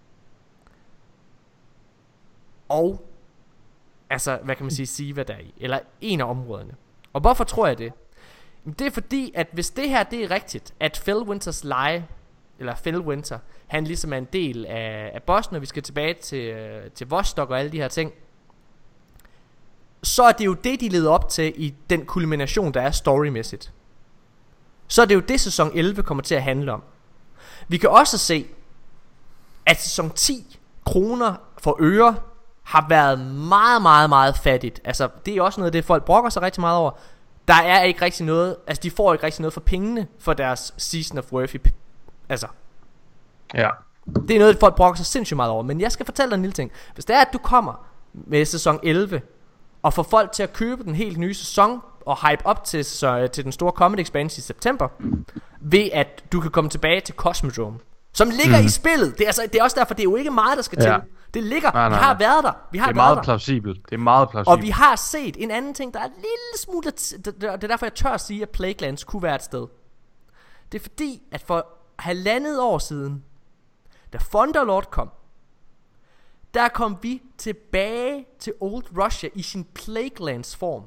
Og altså, hvad kan man sige, Siva der i, eller en af områderne. Og hvorfor tror jeg det? Det er fordi, at hvis det her det er rigtigt, at Fellwinters leje, eller Fellwinter, han ligesom er en del af, af bossen, og vi skal tilbage til, til Vostok og alle de her ting, så er det jo det, de leder op til i den kulmination, der er storymæssigt. Så er det jo det, sæson elleve kommer til at handle om. Vi kan også se, at sæson ti, kroner for øre, har været meget, meget, meget fattigt. Altså, det er også noget af det, folk brokker sig rigtig meget over. Der er ikke rigtig noget, altså de får ikke rigtig noget for pengene for deres Season of Worthy. Altså, ja. Det er noget, folk brokker sig sindssygt meget over. Men jeg skal fortælle dig en lille ting. Hvis det er, at du kommer med sæson elleve, og får folk til at købe den helt nye sæson, og hype op til, så, til den store Comedy Expansion i september, ved at du kan komme tilbage til Cosmodrome, som ligger mm. i spillet. Det er, altså, det er også derfor, det er jo ikke meget, der skal ja. til. Det ligger, nej, nej, vi har været der. Vi har det er været meget der. plausibelt. Det er meget plausibelt. Og vi har set en anden ting, der er en lille smule, det er derfor jeg tør at sige, at Plaguelands kunne være et sted. Det er fordi, at for halvandet år siden, da Thunderlord kom, der kom vi tilbage til Old Russia i sin Plaguelands form.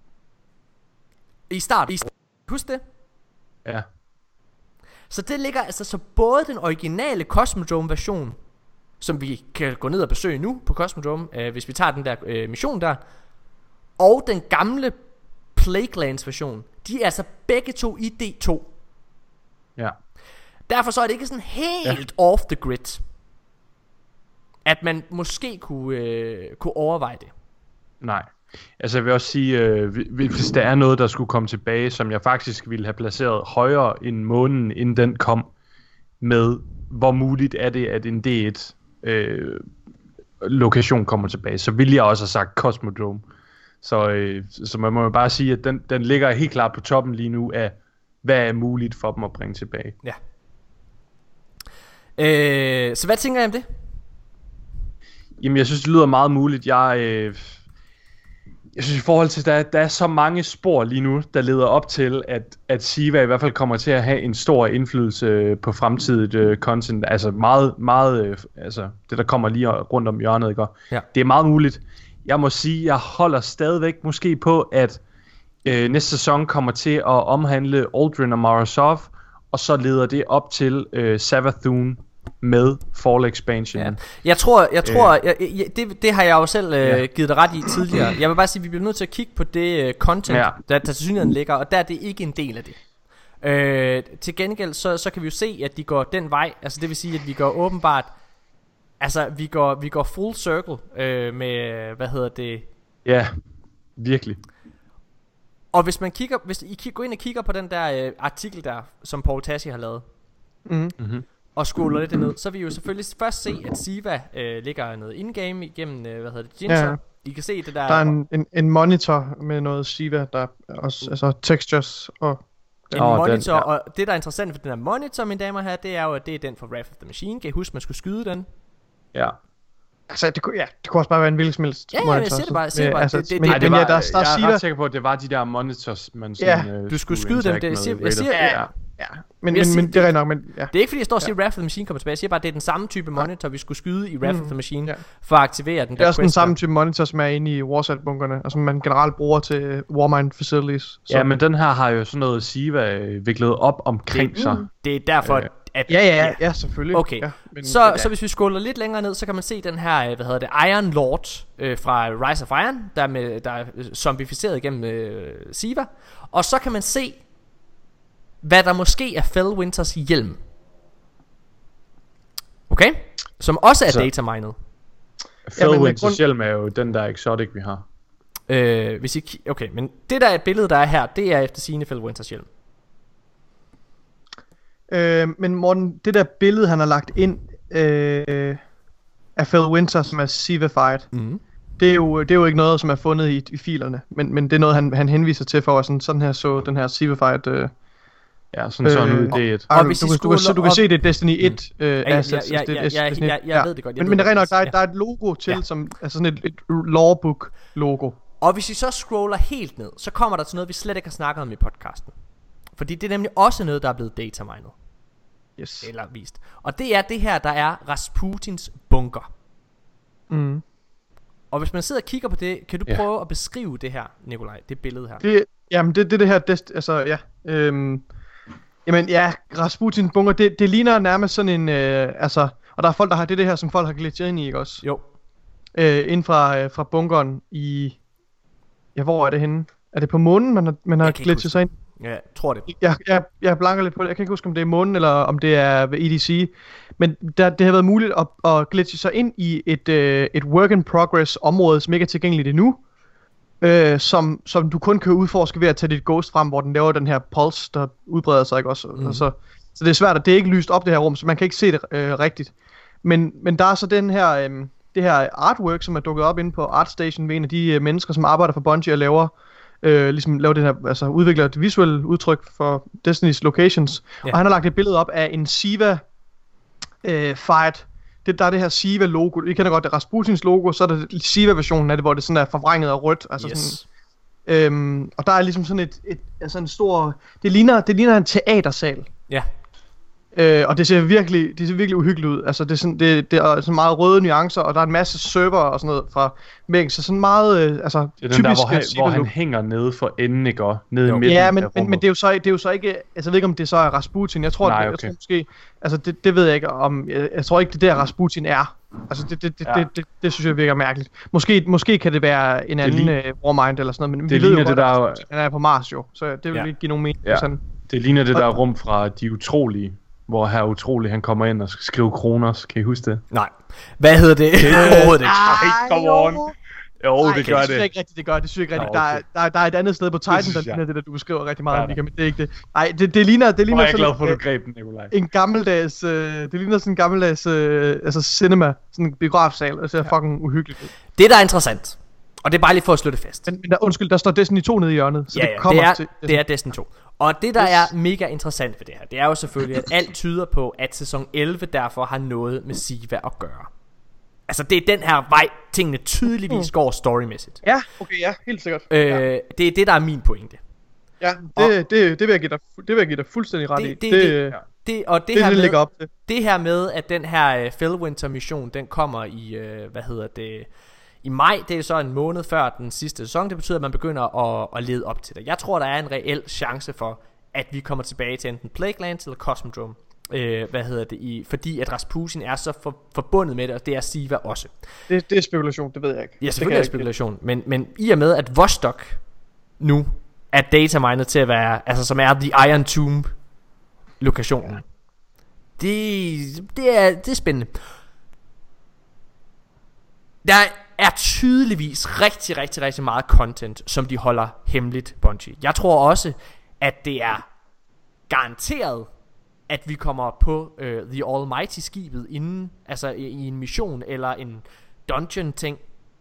I start. I start. Husk det? Ja. Så det ligger altså, så både den originale Cosmodrome version, som vi kan gå ned og besøge nu på Cosmodrome, øh, hvis vi tager den der øh, mission der, og den gamle Plaguelands version, de er altså begge to i D to. Ja. Derfor så er det ikke sådan helt ja. off the grid, at man måske kunne, øh, kunne overveje det. Nej. Altså jeg vil også sige, øh, hvis der er noget, der skulle komme tilbage, som jeg faktisk ville have placeret højere end månen, inden den kom, med hvor muligt er det, at en D et øh, lokation kommer tilbage, så ville jeg også have sagt Cosmodrome. Så, øh, så man må jo bare sige, at den, den ligger helt klart på toppen lige nu af, hvad er muligt for dem at bringe tilbage. Ja. Øh, så hvad tænker jeg om det? Jamen jeg synes, det lyder meget muligt. Jeg... Øh, Jeg synes i forhold til, der, der er så mange spor lige nu, der leder op til, at, at Siva i hvert fald kommer til at have en stor indflydelse på fremtidigt uh, content. Altså meget, meget, uh, altså det der kommer lige rundt om hjørnet, ikke? Ja. Det er meget muligt. Jeg må sige, jeg holder stadigvæk måske på, at uh, næste sæson kommer til at omhandle Aldrin og Morozov, og så leder det op til uh, Savathun med Fall Expansion. Ja. Jeg tror, jeg tror, øh. jeg, jeg, det, det har jeg jo selv øh, ja. givet dig ret i tidligere. Jeg vil bare sige, at vi bliver nødt til at kigge på det øh, content, ja. der til synligheden ligger, og der er det ikke en del af det. Øh, til gengæld, så, så kan vi jo se, at de går den vej. Altså det vil sige, at vi går åbenbart, altså vi går, vi går full circle øh, med, hvad hedder det? Ja, virkelig. Og hvis man kigger, hvis I går ind og kigger på den der øh, artikel der, som Paul Tassi har lavet, mm. mm-hmm. og scroller lidt ned, så vil vi jo selvfølgelig først se, at Siva øh, ligger noget in-game igennem, øh, hvad hedder det, Jinja. Ja. I kan se det der. Der er en, en, en monitor med noget Siva, der også, altså textures og... En oh, monitor, den, ja. Og det der er interessant for den her monitor, mine damer og herrer, det er jo, at det er den for Wrath of the Machine. Kan I huske, man skulle skyde den? Ja. Altså, det kunne, ja, det kunne også bare være en hvilken som helst ja, ja, monitor. jeg siger det bare, jeg siger bare. Altså, det, det, men, det, men var, ja, der, der jeg er Siva... ret sikker på, at det var de der monitors, man sådan, ja, øh, du skulle skyde dem, det, jeg siger, jeg siger, ja, ja. Men, men, siger, men det er nok, men ja. Det er ikke fordi jeg står og siger, at Wrath of the Machine kommer tilbage. Jeg siger bare, at det er den samme type monitor, vi skulle skyde i Wrath mm. of the Machine, ja. For at aktivere den. Det er også den samme type monitor, som er inde i Warsat-bunkerne, og som man generelt bruger til Warmind facilities. Så. Ja, men den her har jo sådan noget Siva viklet op omkring det, sig. Mm. Det er derfor, øh. at... Ja, ja, ja, ja selvfølgelig. Okay, ja, men, så, ja. så hvis vi scroller lidt længere ned, så kan man se den her, hvad hedder det, Iron Lord øh, fra Rise of Iron, der, med, der er zombificeret gennem øh, Siva. Og så kan man se, hvad der måske er Fellwinters hjelm. Okay? Som også er så. datamined. Phil Jamen, Winters grund- hjelm er jo den der exotic, vi har. Øh, hvis I, ki- okay, men det der billede, der er her, det er efter sigende Phil Winters hjelm. Øh, men Morten, det der billede, han har lagt ind øh, af Phil Winter, som er Sivified, Mm. det er, jo, det er jo ikke noget, som er fundet i, i filerne, men, men det er noget, han, han henviser til for, at sådan, sådan her så den her Sivified... Øh, Ja, sådan sådan Øh, ud i D et. Og og hvis du, I du, du, kan, så du kan scroller se, det er Destiny et øh, ja, assets. ja, altså, det er ja, ja, Destiny- ja, jeg ved det godt, jeg Men, ved men det er godt, rent nok, der, er- ja. der er et logo til, Ja. som, altså sådan et, et lawbook logo. Og hvis I så scroller helt ned, så kommer der til noget, vi slet ikke har snakket om i podcasten. Fordi det er nemlig også noget, der er blevet datamined. Yes. Eller vist. Og det er det her, der er Rasputins bunker. Mm. Og hvis man sidder og kigger på det, kan du Ja. prøve at beskrive det her, Nikolaj, det billede her? Det, jamen, det, det, det her, dest, altså, ja. Øhm, jamen, ja, Rasputin bunker, det, det ligner nærmest sådan en, øh, altså, og der er folk, der har det, det her, som folk har glitchet ind i, ikke også? Jo. Øh, inden fra, øh, fra bunkeren i, ja, hvor er det henne? Er det på månen, man har, man har Jeg kan ikke glitchet huske sig ind? Ja, jeg tror det. Jeg, jeg, jeg blanker lidt på det. Jeg kan ikke huske, om det er månen, eller om det er ved E D C. Men der, det har været muligt at, at glitche sig ind i et, øh, et work-in-progress område, som ikke er tilgængeligt endnu. Øh, som, som du kun kan udforske ved at tage dit ghost frem, hvor den laver den her pulse, der udbreder sig, ikke også? Mm. Altså, så det er svært, at det er ikke lyst op, det her rum, så man kan ikke se det øh, rigtigt. Men, men der er så den her, øh, det her artwork, som er dukket op inde på ArtStation ved en af de øh, mennesker, som arbejder for Bungie og laver Øh, ligesom laver det her, altså udvikler et visuelt udtryk for Destiny's locations. Ja. Og han har lagt et billede op af en Siva øh, fight. Det, der er det her Siva logo. I kender godt det Rasputins logo, så er der Siva versionen af det, hvor det sådan er forvrænget og rødt. Altså Yes. sådan, øhm, og der er ligesom sådan et, et altså en stor, det ligner, det ligner en teatersal. Ja. Øh, og det ser virkelig, det ser virkelig uhyggeligt ud. Altså det er sådan, det, det er sådan meget røde nuancer, og der er en masse server og sådan noget fra væggen, så sådan meget, øh, altså Det er den typisk der, hvor han, hvor han Siva-look. hænger nede for enden, ikke? Og nede Jo. i midten Ja, af men, rummet. men, men det, er jo så, det er jo så ikke, altså jeg ved ikke, om det så er Rasputin. Jeg tror, Nej, det, jeg okay. tror måske, altså det, det ved jeg ikke om, jeg, jeg tror ikke, det der Rasputin er. Altså det, det, det, Ja. det, det, det synes jeg virker mærkeligt. Måske, måske kan det være en anden lig- uh, Warmind eller sådan noget, men det vi ved jo ligner godt, det at der- Rasputin, han er på Mars jo, så det vil Ja. ikke give nogen mening. Ja. Hvis han, Det ligner det der rum fra De Utrolige, hvor her Utrolig han kommer ind og skal skrive Kronos. Kan I huske det? Nej. Hvad hedder det? Overhovedet ikke. Ej, come on. Jo, Nej, det gør det synes jeg det. ikke rigtigt, det gør. Det synes jeg ikke rigtigt. Nå, Der, er, der, er, der er et andet sted på Titan, der synes jeg. ligner det, der du beskriver rigtig meget, Ja, ja, da. Mika, men det er ikke det. Nej, det, det ligner, det Hvor ligner er jeg glad for, at sådan du greb den, Nikolaj. en gammeldags, øh, det ligner sådan en gammeldags, øh, altså cinema, sådan en biografsal, og det ser fucking uhyggeligt ud. Det der er interessant, og det er bare lige for at slå det fast. Men, men der, undskyld, der står Destiny to nede i hjørnet, så Ja, det ja, kommer det er, til det er Destiny to. Og det der er mega interessant ved det her, det er jo selvfølgelig, at alt tyder på, at sæson elleve derfor har noget med Siva at gøre. Altså det er den her vej, tingene tydeligvis går storymæssigt. Ja, okay, ja, helt sikkert. Øh, ja, Det er det, der er min pointe. ja det, det, det, vil jeg give dig, fu- det vil jeg give dig fuldstændig ret Det- i. det- Det, det- det, Det, og det, det, det, her det med, ligger op til. det her med, at den her uh, Fellwinter mission, den kommer i, uh, hvad hedder det, i maj, det er så en måned før den sidste sæson. Det betyder, at man begynder at, at lede op til det. Jeg tror, der er en reel chance for, at vi kommer tilbage til enten Plaguelands eller Cosmodrome. Øh, hvad hedder det i, fordi at Rasputin er så for, forbundet med det, og det er Siva også. Det, det er spekulation, det ved jeg ikke. Ja, Det selvfølgelig er kan det jeg ikke. spekulation, men, men i og med at Vostok nu er datamined til at være, altså som er The Iron Tomb lokationen, ja. det, det, er, det er spændende. Der er tydeligvis rigtig, rigtig, rigtig meget content, som de holder hemmeligt, Bungie. Jeg tror også, at det er garanteret, at vi kommer på øh, The Almighty skibet inden, altså i, i en mission eller en dungeon ting.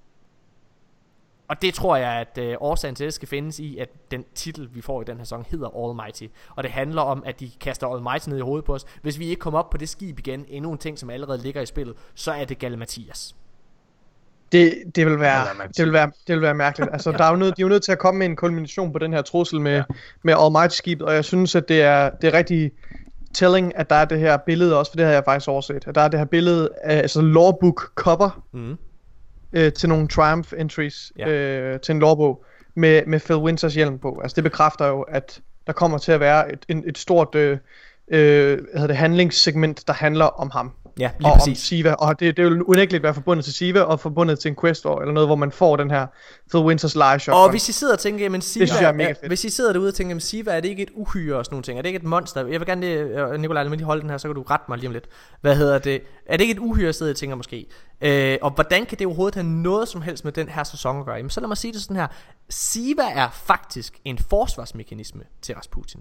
Og det tror jeg, at øh, årsagen til det skal findes i, at den titel vi får i den her sæson hedder Almighty. Og det handler om, at de kaster Almighty ned i hovedet på os. Hvis vi ikke kommer op på det skib igen, endnu en ting som allerede ligger i spillet, så er det Galimatias. Det, det, vil være, Eller man det, vil være, det vil være mærkeligt. Altså, der er jo nødt, de er jo nødt til at komme med en kulmination på den her trussel med, med Almighty-skibet, og jeg synes, at det er, det er rigtig telling, at der er det her billede også, for det har jeg faktisk overset, at der er det her billede af altså lawbook cover Mm. øh, til nogle Triumph entries Ja. øh, til en lawbog med, med Phil Winters hjelm på. Altså det bekræfter jo, at der kommer til at være et, en, et stort øh, øh, hvad hedder det, handlingssegment, der handler om ham. Ja, lige og præcis. om Siva, og det, det vil unægteligt være forbundet til Siva, og forbundet til en quest, eller noget, hvor man får den her Phil Winters Live Shotgun. Og hvis I sidder og tænker, jamen Siva, synes jeg er mega fedt. hvis I sidder derude og tænker, jamen Siva, er det ikke et uhyre og sådan nogle ting? Er det ikke et monster? Jeg vil gerne lige, Nikolaj, lad mig lige holde den her, så kan du rette mig lige om lidt. Hvad hedder det? Er det ikke et uhyre sted, jeg tænker måske? Øh, og hvordan kan det overhovedet have noget som helst med den her sæson at gøre? Jamen så lad mig sige det sådan her. Siva er faktisk en forsvarsmekanisme til Rasputin.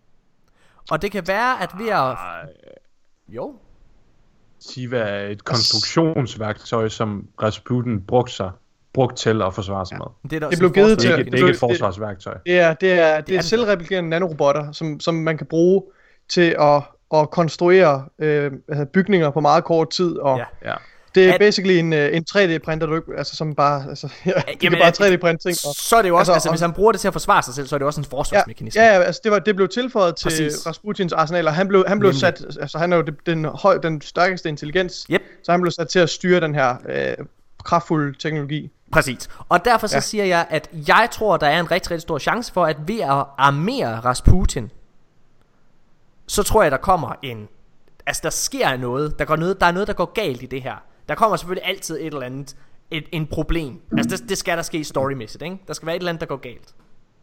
Og det kan være, at ved at... Jo. Siva er et konstruktionsværktøj, som Rasputin brugte sig brugt til at forsvare sig med. Det, er det blev givet til... Det er ikke, det er ikke et forsvarsværktøj. Det er, det er, det, det er selvreplikerende nanorobotter, som, som man kan bruge til at, at konstruere øh, bygninger på meget kort tid. Og ja. Ja. Det er at, basically en, en tre D-printer, du ikke, altså som bare, altså, ja, det jamen, kan bare tre D-printe ting. Og, så er det jo også, altså, altså og, hvis han bruger det til at forsvare sig selv, så er det også en forsvarsmekanisme. Ja, ja, altså det, var, det blev tilføjet til Præcis. Rasputins arsenal, og han blev, han blev sat, altså han er jo den, høj, den stærkeste intelligens, yep. så han blev sat til at styre den her øh, kraftfulde teknologi. Præcis. Og derfor så ja. siger jeg, at jeg tror, der er en rigtig, rigtig stor chance for, at ved at armere Rasputin, så tror jeg, der kommer en, altså der sker noget, der går noget, der er noget, der går galt i det her. Der kommer selvfølgelig altid et eller andet et, en problem. Altså det, det skal der ske storymæssigt, ikke? Der skal være et eller andet, der går galt.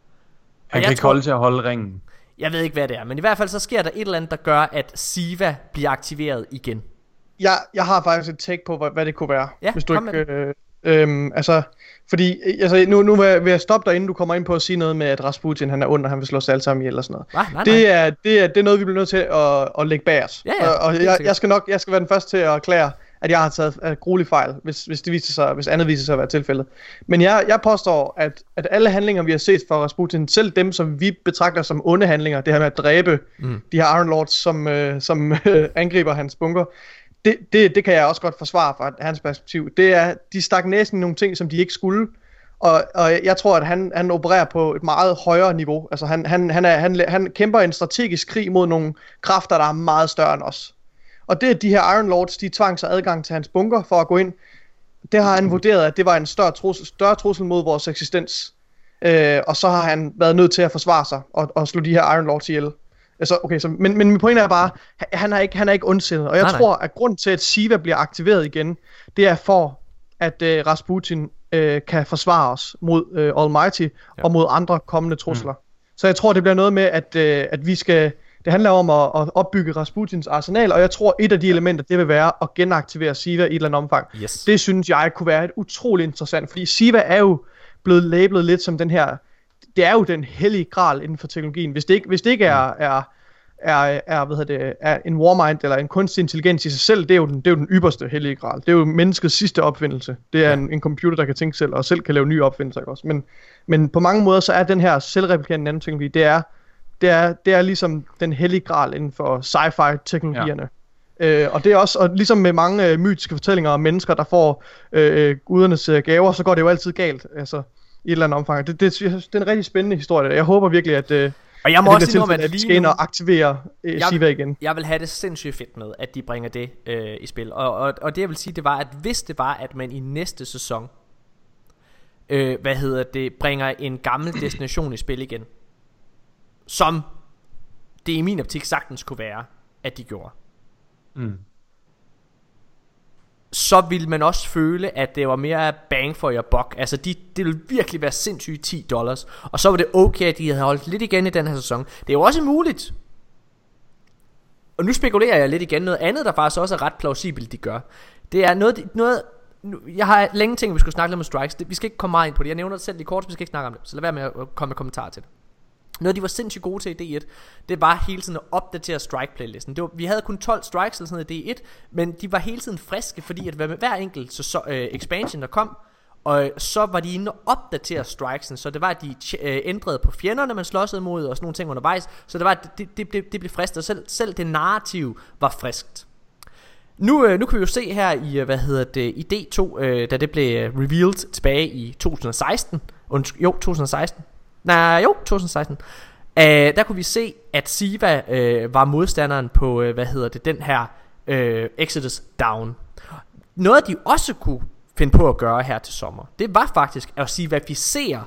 Han kan ikke holde til at holde ringen. Jeg ved ikke hvad det er, men i hvert fald så sker der et eller andet, der gør, at Siva bliver aktiveret igen. Jeg, jeg har faktisk et take på hvad, hvad det kunne være. Ja, hvis du ikke øh, øh, altså fordi altså nu nu vil jeg, vil jeg stoppe dig inden du kommer ind på at sige noget med at Rasputin han er ond og han vil slå sig alle sammen ihjel eller sådan noget. Nej, nej, nej. Det er det er det er noget vi bliver nødt til at at lægge bag os. Ja, ja, og og jeg, jeg skal nok jeg skal være den første til at erklære at jeg har taget uh, gruelig fejl, hvis, hvis det viser sig, hvis andet viser sig at være tilfældet. Men jeg, jeg påstår, at, at alle handlinger, vi har set fra Rasputin, selv dem, som vi betragter som onde handlinger, det her med at dræbe mm. de her Iron Lords, som, uh, som uh, angriber hans bunker, det, det, det kan jeg også godt forsvare fra hans perspektiv. Det er, de stak næsten i nogle ting, som de ikke skulle, og, og jeg tror, at han, han opererer på et meget højere niveau. Altså han, han, han, er, han, han kæmper en strategisk krig mod nogle kræfter, der er meget større end os. Og det, at de her Iron Lords, de tvang sig adgang til hans bunker for at gå ind, det har han vurderet, at det var en større trussel, større trussel mod vores eksistens. Øh, og så har han været nødt til at forsvare sig og, og slå de her Iron Lords ihjel. Altså, okay, så, men, men min pointe er bare, han er ikke, han er ikke ondsindet. Og jeg nej, tror, nej. at grund til, at Siva bliver aktiveret igen, det er for, at øh, Rasputin øh, kan forsvare os mod øh, Almighty ja. og mod andre kommende trusler. Mm. Så jeg tror, det bliver noget med, at, øh, at vi skal... Det handler om at, at opbygge Rasputins arsenal, og jeg tror, et af de elementer, det vil være at genaktivere Siva i et eller andet omfang. Yes. Det synes jeg kunne være et utroligt interessant, fordi Siva er jo blevet labelet lidt som den her, det er jo den hellige gral inden for teknologien. Hvis det ikke, hvis det ikke er, er, er, er, hvad hedder det, er en warmind eller en kunstig intelligens i sig selv, det er jo den, det er jo den ypperste hellige gral. Det er jo menneskets sidste opfindelse. Det er en, en computer, der kan tænke selv, og selv kan lave nye opfindelser også. Men, men på mange måder, så er den her selvreplikerende nanoteknologi, det er Det er, det er ligesom den hellige gral inden for sci-fi teknologierne. Ja. Øh, og det er også, og ligesom med mange øh, mytiske fortællinger om mennesker, der får øh, gudernes øh, gaver, så går det jo altid galt, altså i et eller andet omfang. Det, det, det er en rigtig spændende historie. Jeg håber virkelig, at, øh, og jeg må at også det sige noget, at vi skal ind og aktivere øh, Siva igen. Jeg vil have det sindssygt fedt med, at de bringer det øh, i spil. Og, og, og det jeg vil sige, det var, at hvis det var, at man i næste sæson, øh, hvad hedder det, bringer en gammel destination i spil igen, som det i min optik sagtens kunne være, at de gjorde. Mm. Så ville man også føle, at det var mere bang for your buck. Altså de, det ville virkelig være sindssygt ti dollars. Og så var det okay, at de havde holdt lidt igen i den her sæson. Det er jo også muligt. Og nu spekulerer jeg lidt igen. Noget andet, der faktisk også er ret plausibelt, de gør. Det er noget, noget jeg har længe tænkt, at vi skulle snakke lidt om strikes. Vi skal ikke komme meget ind på det. Jeg nævner det selv lige kort, så vi skal ikke snakke om det. Så lad være med at komme med kommentarer til det. Noget de var sindssygt gode til i D et, det var hele tiden at opdatere strike-playlisten. Det var, vi havde kun tolv strikes eller sådan noget i D et, men de var hele tiden friske, fordi at hver enkelt så, så, øh, expansion der kom, og så var de inde og opdatere strikesen, så det var at de øh, ændrede på fjenderne man slåsede mod og sådan nogle ting undervejs, så det var at det, det, det, det blev friskt, og selv, selv det narrativ var friskt. Nu, øh, nu kan vi jo se her i, hvad hedder det, i D to, øh, da det blev revealed tilbage i to tusind og seksten, und, jo to tusind og seksten. Nej, jo, to tusind og seksten. uh, Der kunne vi se, at Siva uh, var modstanderen på, uh, hvad hedder det, den her uh, Exodus Down. Noget de også kunne finde på at gøre her til sommer, det var faktisk at Sivaficere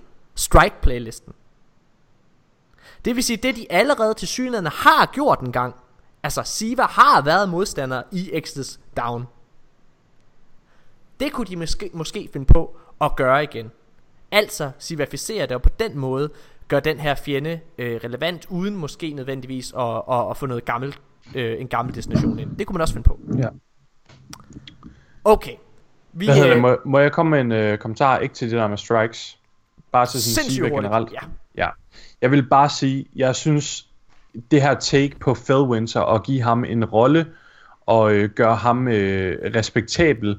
strike-playlisten. Det vil sige, det de allerede til synligheden har gjort en gang, Altså Siva har været modstander i Exodus Down. Det kunne de måske, måske finde på at gøre igen. Altså civificere det, og på den måde gør den her fjende øh, relevant, uden måske nødvendigvis at, at, at få noget gammel, øh, en gammel destination ind. Det kunne man også finde på. Ja. Okay. Vi, Hvad hedder øh, det? Må, må jeg komme med en øh, kommentar, ikke til det der med strikes, bare til sådan Siva generelt? Ja. Ja. Jeg vil bare sige, jeg synes, det her take på Fellwinter og give ham en rolle og øh, gøre ham øh, respektabel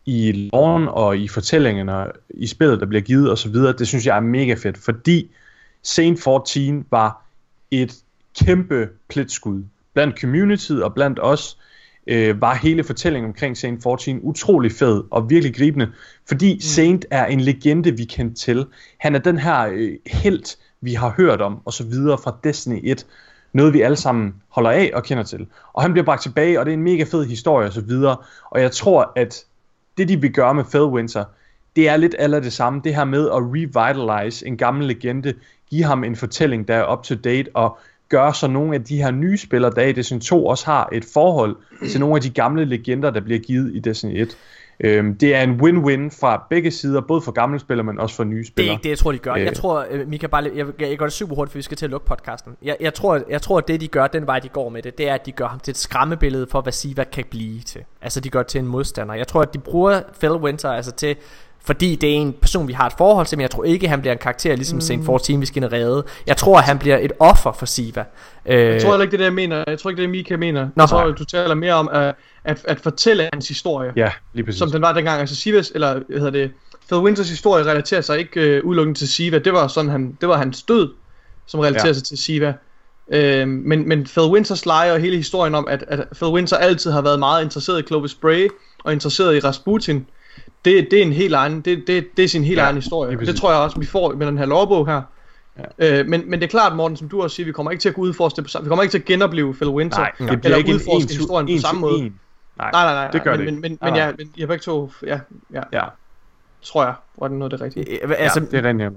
i loven og i fortællingerne i spillet, der bliver givet og så videre, det synes jeg er mega fedt, fordi Saint fjorten var et kæmpe pletskud blandt communityet og blandt os. Øh, var hele fortællingen omkring Saint fjorten utrolig fed og virkelig gribende, fordi mm. Saint er en legende, vi kendte til. Han er den her øh, helt, vi har hørt om og så videre fra Destiny et, noget vi alle sammen holder af og kender til. Og han bliver bragt tilbage, og det er en mega fed historie og så videre. Og jeg tror, at det de vil gøre med Fellwinter, det er lidt aller det samme. Det her med at revitalize en gammel legende, give ham en fortælling, der er up to date, og gør så nogle af de her nye spillere, der i Destiny to også har et forhold til nogle af de gamle legender, der bliver givet i Destiny et. Øhm, det er en win-win fra begge sider, både for gamle spillere, men også for nye spillere. Det er ikke det, jeg tror, de gør. Jeg tror, Mika, bare, jeg, jeg, jeg gør det super hurtigt, for vi skal til at lukke podcasten. Jeg, jeg, tror, jeg tror, at det, de gør, den vej, de går med det, det er, at de gør ham til et skræmmebillede for, hvad Siva kan blive til. Altså, de gør det til en modstander. Jeg tror, at de bruger Fellwinter altså til, fordi det er en person, vi har et forhold til, men jeg tror ikke, han bliver en karakter, ligesom mm. Saint fjorten, vi skal ind og redde. Jeg tror, at han bliver et offer for Siva. Jeg tror ikke, det er det, jeg mener. Jeg tror ikke, det er Mika mener. Jeg tror, du taler mere om at, at, at fortælle hans historie. Ja, lige præcis. Som den var dengang. Altså Sivas, eller hvad hedder det, Fellwinters historie relaterer sig ikke øh, udelukkende til Siva. Det var sådan, han, det var hans død, som relaterer ja. sig til Siva. Øh, men, men Fellwinters leje og hele historien om, at, at Fellwinter altid har været meget interesseret i Clovis Bray og interesseret i Rasputin. Det, det er en helt egen, det, det, det er sin helt ja, egen historie. Det tror jeg også, vi får med den her lovbog her. Ja. Øh, men, men det er klart, Morten, som du også siger, vi kommer ikke til at kunne udforske det på samme. Vi kommer ikke til at genopleve Fellwinter. Nej, det bliver ikke udforske en, historien en, på samme måde. En. Nej, nej, nej, nej, det gør men, det men, ikke. Men, men, ja, men jeg begge to, ja, ja, ja. Tror jeg, hvor er det noget det rigtige. Altså, ja, det er rent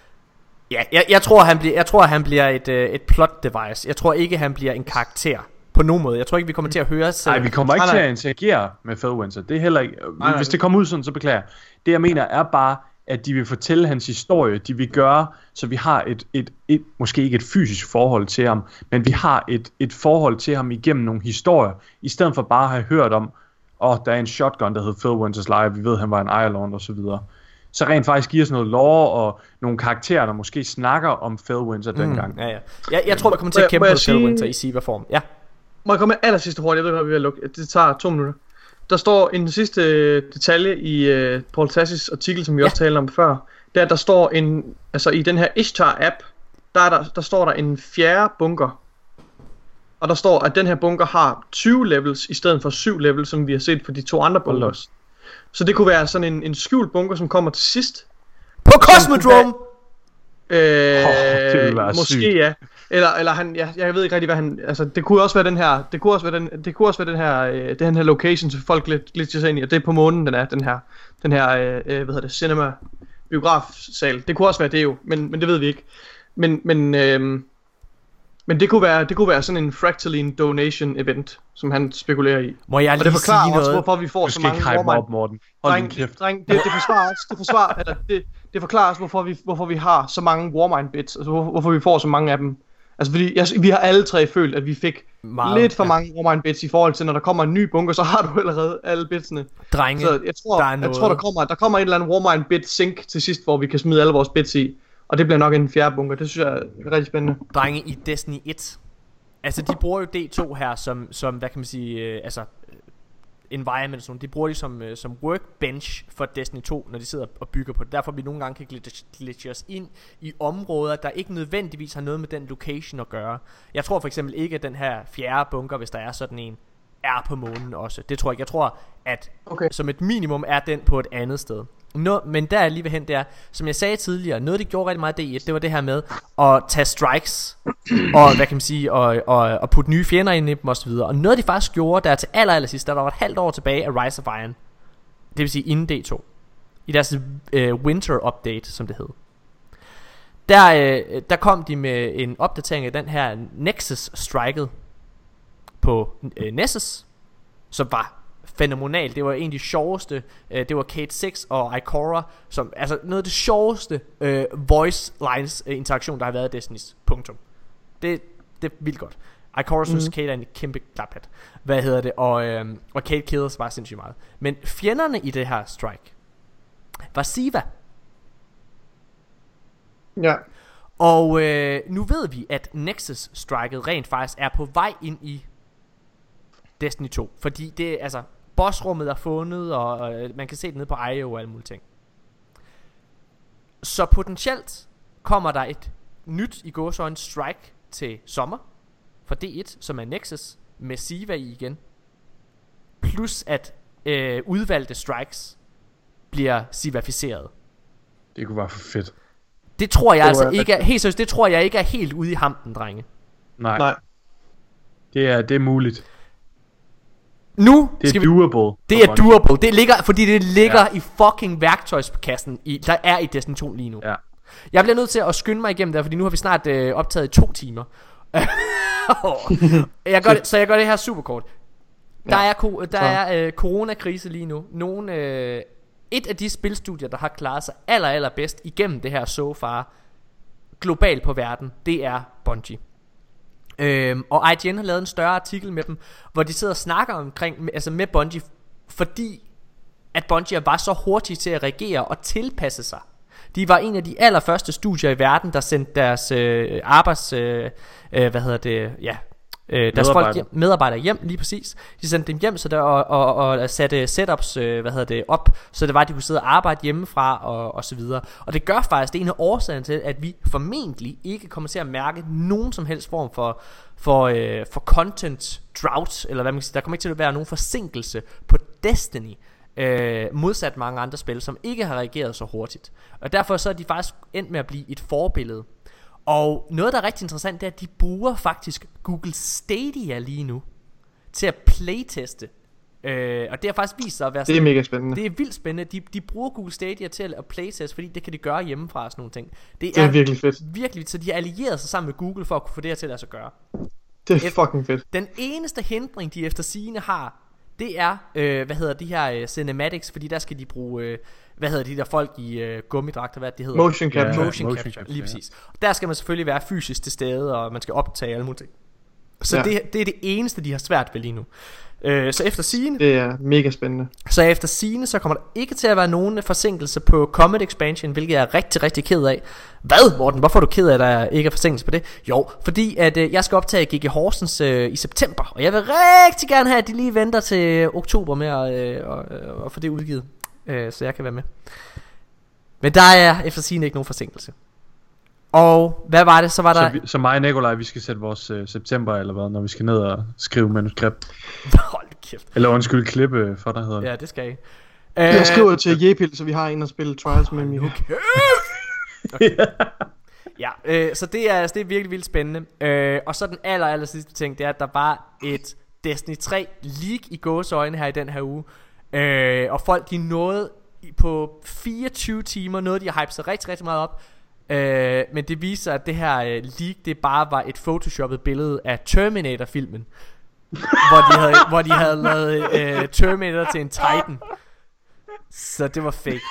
ja, jeg, jeg tror han bliver, jeg tror han bliver et uh, et plot device. Jeg tror ikke han bliver en karakter på nogen måde. Jeg tror ikke vi kommer til at høre selv. Nej, vi kommer ikke nej, nej. til at interagere med Fellwinter. Det er heller ikke. Nej, hvis det kommer ud sådan, så beklager jeg. Det jeg mener er bare, at de vil fortælle hans historie. De vil gøre, så vi har et, et, et måske ikke et fysisk forhold til ham, men vi har et, et forhold til ham igennem nogle historier, i stedet for bare at have hørt om, åh, oh, der er en shotgun, der hedder Fellwinters Live, vi ved, han var en Iron og så videre. Så rent faktisk giver os noget lore og nogle karakterer, der måske snakker om Fellwinter mm, dengang. Ja, ja. Jeg, jeg tror, vi kommer til at kæmpe på Fellwinter i Siva-form. Ja. Må jeg komme med aller sidste hurtigt? Jeg ved godt, vi er lukke. Det tager to minutter. Der står en sidste detalje i uh, Paul Tassis artikel, som vi ja. også talte om før. Der der står en, altså i den her Ishtar-app, der, der, der står der en fjerde bunker. Og der står, at den her bunker har tyve levels, i stedet for syv levels, som vi har set for de to andre bunkers. Så det kunne være sådan en, en skjult bunker, som kommer til sidst. På Cosmodrome! Øh, oh, måske sygt. Ja. Eller, eller han, ja, jeg ved ikke rigtig hvad han, altså det kunne også være den her, det kunne også være den, det kunne også være den her, øh, den her location, som folk lidt glitcher sig ind i, og det er på månen den er, den her, den her, øh, hvad hedder det, cinema biografsal. Det kunne også være det jo, men, men det ved vi ikke. Men, men, øh, men det kunne være, det kunne være sådan en Fractaline donation event, som han spekulerer i. Må jeg lige og det forklarer sige også, noget? hvorfor vi får så mange Warmind. Op, Morten. Hold dreng, kæft. Dreng, det, det forsvarer også, det forsvarer, eller det, det forklarer også, hvorfor vi, hvorfor vi har så mange Warmind bits, altså hvor, hvorfor vi får så mange af dem. Altså fordi, jeg, vi har alle tre følt, at vi fik meget, lidt for ja. mange Warmind bits i forhold til, når der kommer en ny bunker, så har du allerede alle bitsene. Drenge, så jeg tror, der jeg tror der kommer, der kommer et eller andet Warmind bit sink til sidst, hvor vi kan smide alle vores bits i. Og det bliver nok en fjerde bunker, det synes jeg er rigtig spændende. Drenge, i Destiny et, altså de bruger jo D to her som, som hvad kan man sige, øh, altså environment, sådan. De bruger det som, øh, som workbench for Destiny to, når de sidder og bygger på det. Derfor vi nogle gange kan glitche, glitche os ind i områder, der ikke nødvendigvis har noget med den location at gøre. Jeg tror for eksempel ikke, at den her fjerde bunker, hvis der er sådan en, er på månen også. Det tror jeg ikke. Jeg tror, at okay. som et minimum er den på et andet sted. Nå, men der er lige ved hen, det er, som jeg sagde tidligere, noget de gjorde rigtig meget i D et, det var det her med at tage strikes og hvad kan man sige, og, og, og putte nye fjender ind i dem og så videre. Og noget de faktisk gjorde der til aller, aller sidst, der var et halvt år tilbage af Rise of Iron, det vil sige inden D to, i deres øh, winter update, som det hed. Der, øh, der kom de med en opdatering af den her Nexus striket. på øh, Nessus, som var fænomenalt. Det var en af de sjoveste. øh, Det var Kate seks og Ikora, som, altså noget af det sjoveste øh, voice lines øh, interaktion der har været i Destinies. Punktum. Det, det er vildt godt. Ikora synes mm. Kate er en kæmpe klaphat. Hvad hedder det? Og, øh, og Kate keder sig bare sindssygt meget. Men fjenderne i det her strike var Siva. Ja. Og øh, nu ved vi, at Nexus-striket rent faktisk er på vej ind i Destiny to. Fordi det, altså, bossrummet er fundet, og, og man kan se det nede på I O og alle mulige ting. Så potentielt kommer der et nyt i gåseøjne strike til sommer for D et, som er Nexus, med Siva i igen. Plus at øh, udvalgte strikes bliver Sivaficeret. Det kunne være for fedt. Det tror jeg Det altså var- ikke er, helt seriøst, det tror jeg ikke er helt ude i hampen, drenge. Nej, Nej. Det, er, det er muligt. Nu Det skal er vi, doable. det for er Bungie. doable. Det ligger, fordi det ligger Ja. i fucking værktøjskassen, i, der er i Destiny to lige nu. Ja. Jeg bliver nødt til at skynde mig igennem der, fordi nu har vi snart øh, optaget i to timer. jeg gør det, så jeg gør det her super kort. Der Ja, er, ko- der så. er øh, coronakrise lige nu. Nogle, øh, et af de spilstudier, der har klaret sig aller, aller bedst igennem det her so far, globalt på verden, det er Bungie. Øhm, og I G N har lavet en større artikel med dem, hvor de sidder og snakker omkring, altså med Bungie, fordi at Bungie var så hurtige til at reagere og tilpasse sig. De var en af de allerførste studier i verden, der sendte deres øh, arbejds, øh, øh, hvad hedder det, ja, øh, deres folk hjem, medarbejdere hjem, lige præcis. De sendte dem hjem, så der, og, og, og satte setups, øh, hvad hedder det, op, så det var, at de kunne sidde og arbejde hjemmefra, og, og så videre. Og det gør faktisk, det er en af årsagerne til, at vi formentlig ikke kommer til at mærke nogen som helst form for, for, øh, for content drought, eller hvad man kan sige. Der kommer ikke til at være nogen forsinkelse på Destiny, Øh, modsat mange andre spil, som ikke har reageret så hurtigt. Og derfor så er de faktisk endt med at blive et forbillede. Og noget der er rigtig interessant, det er at de bruger faktisk Google Stadia lige nu til at playteste. øh, Og det har faktisk vist sig at være Det er mega spændende. det er vildt spændende. De, de bruger Google Stadia til at playteste, fordi det kan de gøre hjemmefra og sådan nogle ting. Det, Det er virkelig fedt. virkelig, så de har allieret sig sammen med Google for at kunne få det her til at lade sig gøre. Det er fucking fedt. Den eneste hindring de efter sigende har, det er, øh, hvad hedder de her øh, cinematics, fordi der skal de bruge, øh, hvad hedder de der folk i øh, gummidragter, hvad det hedder? Motion capture. Ja, Motion, motion capture, capture, lige ja. præcis. Og der skal man selvfølgelig være fysisk til stede, og man skal optage alle mulige ting. Så Ja. det, det er det eneste, de har svært ved lige nu. Øh, så efter sigende, Det er mega spændende. så efter sigende, så kommer der ikke til at være nogen forsinkelse på Comet Expansion, hvilket jeg er rigtig, rigtig ked af. Hvad, Morten? Hvorfor er du ked af, at der ikke er forsinkelse på det? Jo, fordi at øh, jeg skal optage G G Horsens øh, i september, og jeg vil rigtig gerne have, at de lige venter til oktober med at, øh, og, øh, at få det udgivet, øh, så jeg kan være med. Men der er efter sigende ikke nogen forsinkelse. Og hvad var det? Så var Så, der... vi, så mig og Nikolaj, vi skal sætte vores uh, september eller hvad, når vi skal ned og skrive manuskript. Hold kæft. Eller undskyld, klippe for der hedder det. Ja, det skal jeg. Jeg skriver til Jepil, så vi har en at spille Trials med. Mika. Okay. Ja, øh, så det er, altså, det er virkelig vildt spændende. øh, Og så den aller, aller sidste ting, det er, at der var et Destiny tre leak i gåseøjne her i den her uge. øh, Og folk, de nåede i- på fireogtyve timer, nåede de at hype sig rigtig, rigtig meget op. øh, Men det viser, at det her øh, leak, det bare var et photoshoppet billede af Terminator-filmen, hvor, de havde, hvor de havde lavet øh, Terminator til en Titan. Så det var fake.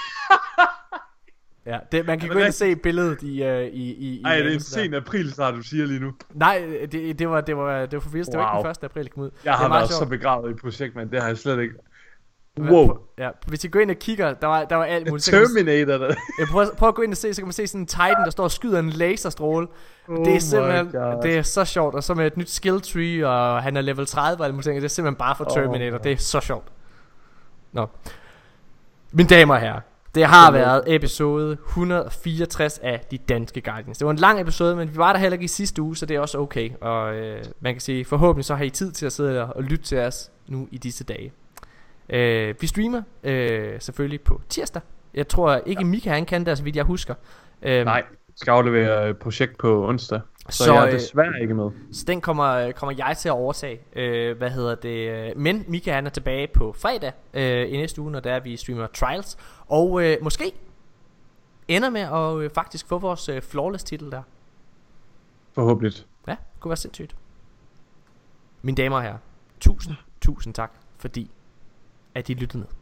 Ja, det, man kan gå ind og se billedet i, uh, i, i, i Ej, det er en manus der. sen april snart, du siger lige nu. Nej, det, det var det var det var for vildt. Det var ikke Wow. den første april det kom ud. Jeg Det har er meget været så sjovt. begravet i projekt, men det har jeg slet ikke. Men Wow. prøv- Ja, hvis I går ind og kigger, der var der var alt muligt. Så kan man- Terminator, der. Ja, prøv, prøv at gå ind og se, så kan man se sådan en Titan der står og skyder en laserstråle. Oh Det er my simpelthen God. det er så sjovt, og så med et nyt skill tree, og han er level tredive og alle mulige ting. Det er simpelthen bare for Oh. Terminator. Det er så sjovt. Nå. Mine damer og herrer, det har været episode et hundrede og fireogtres af De Danske Guardians. Det var en lang episode, men vi var der heller ikke i sidste uge, så det er også okay. Og øh, man kan sige, forhåbentlig så har I tid til at sidde der og lytte til os nu i disse dage. øh, Vi streamer øh, selvfølgelig på tirsdag. Jeg tror ikke Mika han kan det, så vidt jeg husker. øh, Nej, skal aflevere et projekt på onsdag. Så, Så, så jeg er øh, desværre ikke med. Så den kommer, kommer jeg til at overtage. øh, Hvad hedder det øh, Men Mika han er tilbage på fredag øh, i næste uge, når der er, vi streamer Trials. Og øh, måske ender med at øh, faktisk få vores øh, flawless titel der. Forhåbentlig. Ja, det kunne være sindssygt. Mine damer og herrer, tusind, tusind tak, fordi at I lyttede med.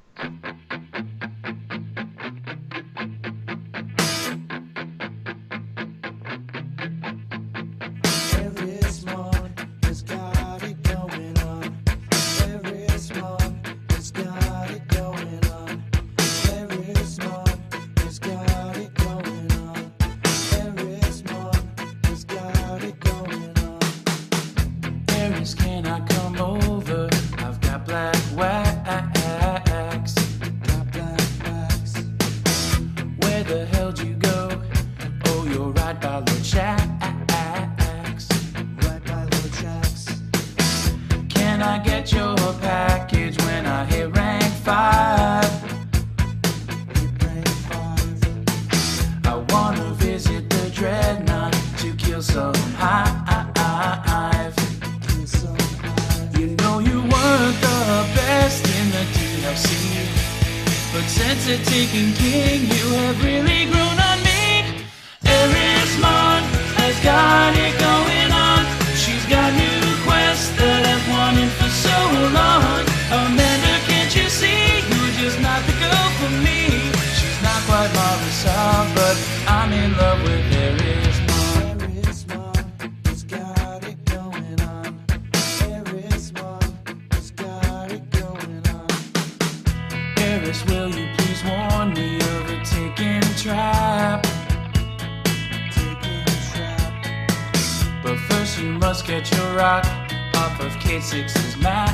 Taking king, you have really grown on me. Erismon has got it going on. She's got new quests that I've wanted for so long. Amanda, can't you see? You're just not the girl for me. She's not quite Marisol, but I'm in love with Erismon. Erismon has got it going on. Erismon has got it going on. Eris, will you warn me of a ticking trap. Ticking trap. But first you must get your rock off of K six's map.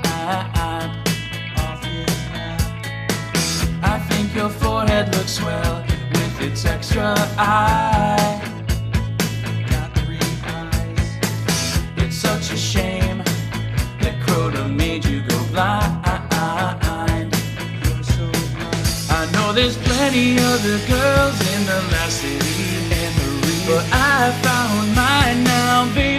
Off his map. I think your forehead looks swell with its extra eye. Got three eyes. It's such a shame that Crota made you go blind. There's plenty other girls in the last city, but I found mine now, baby.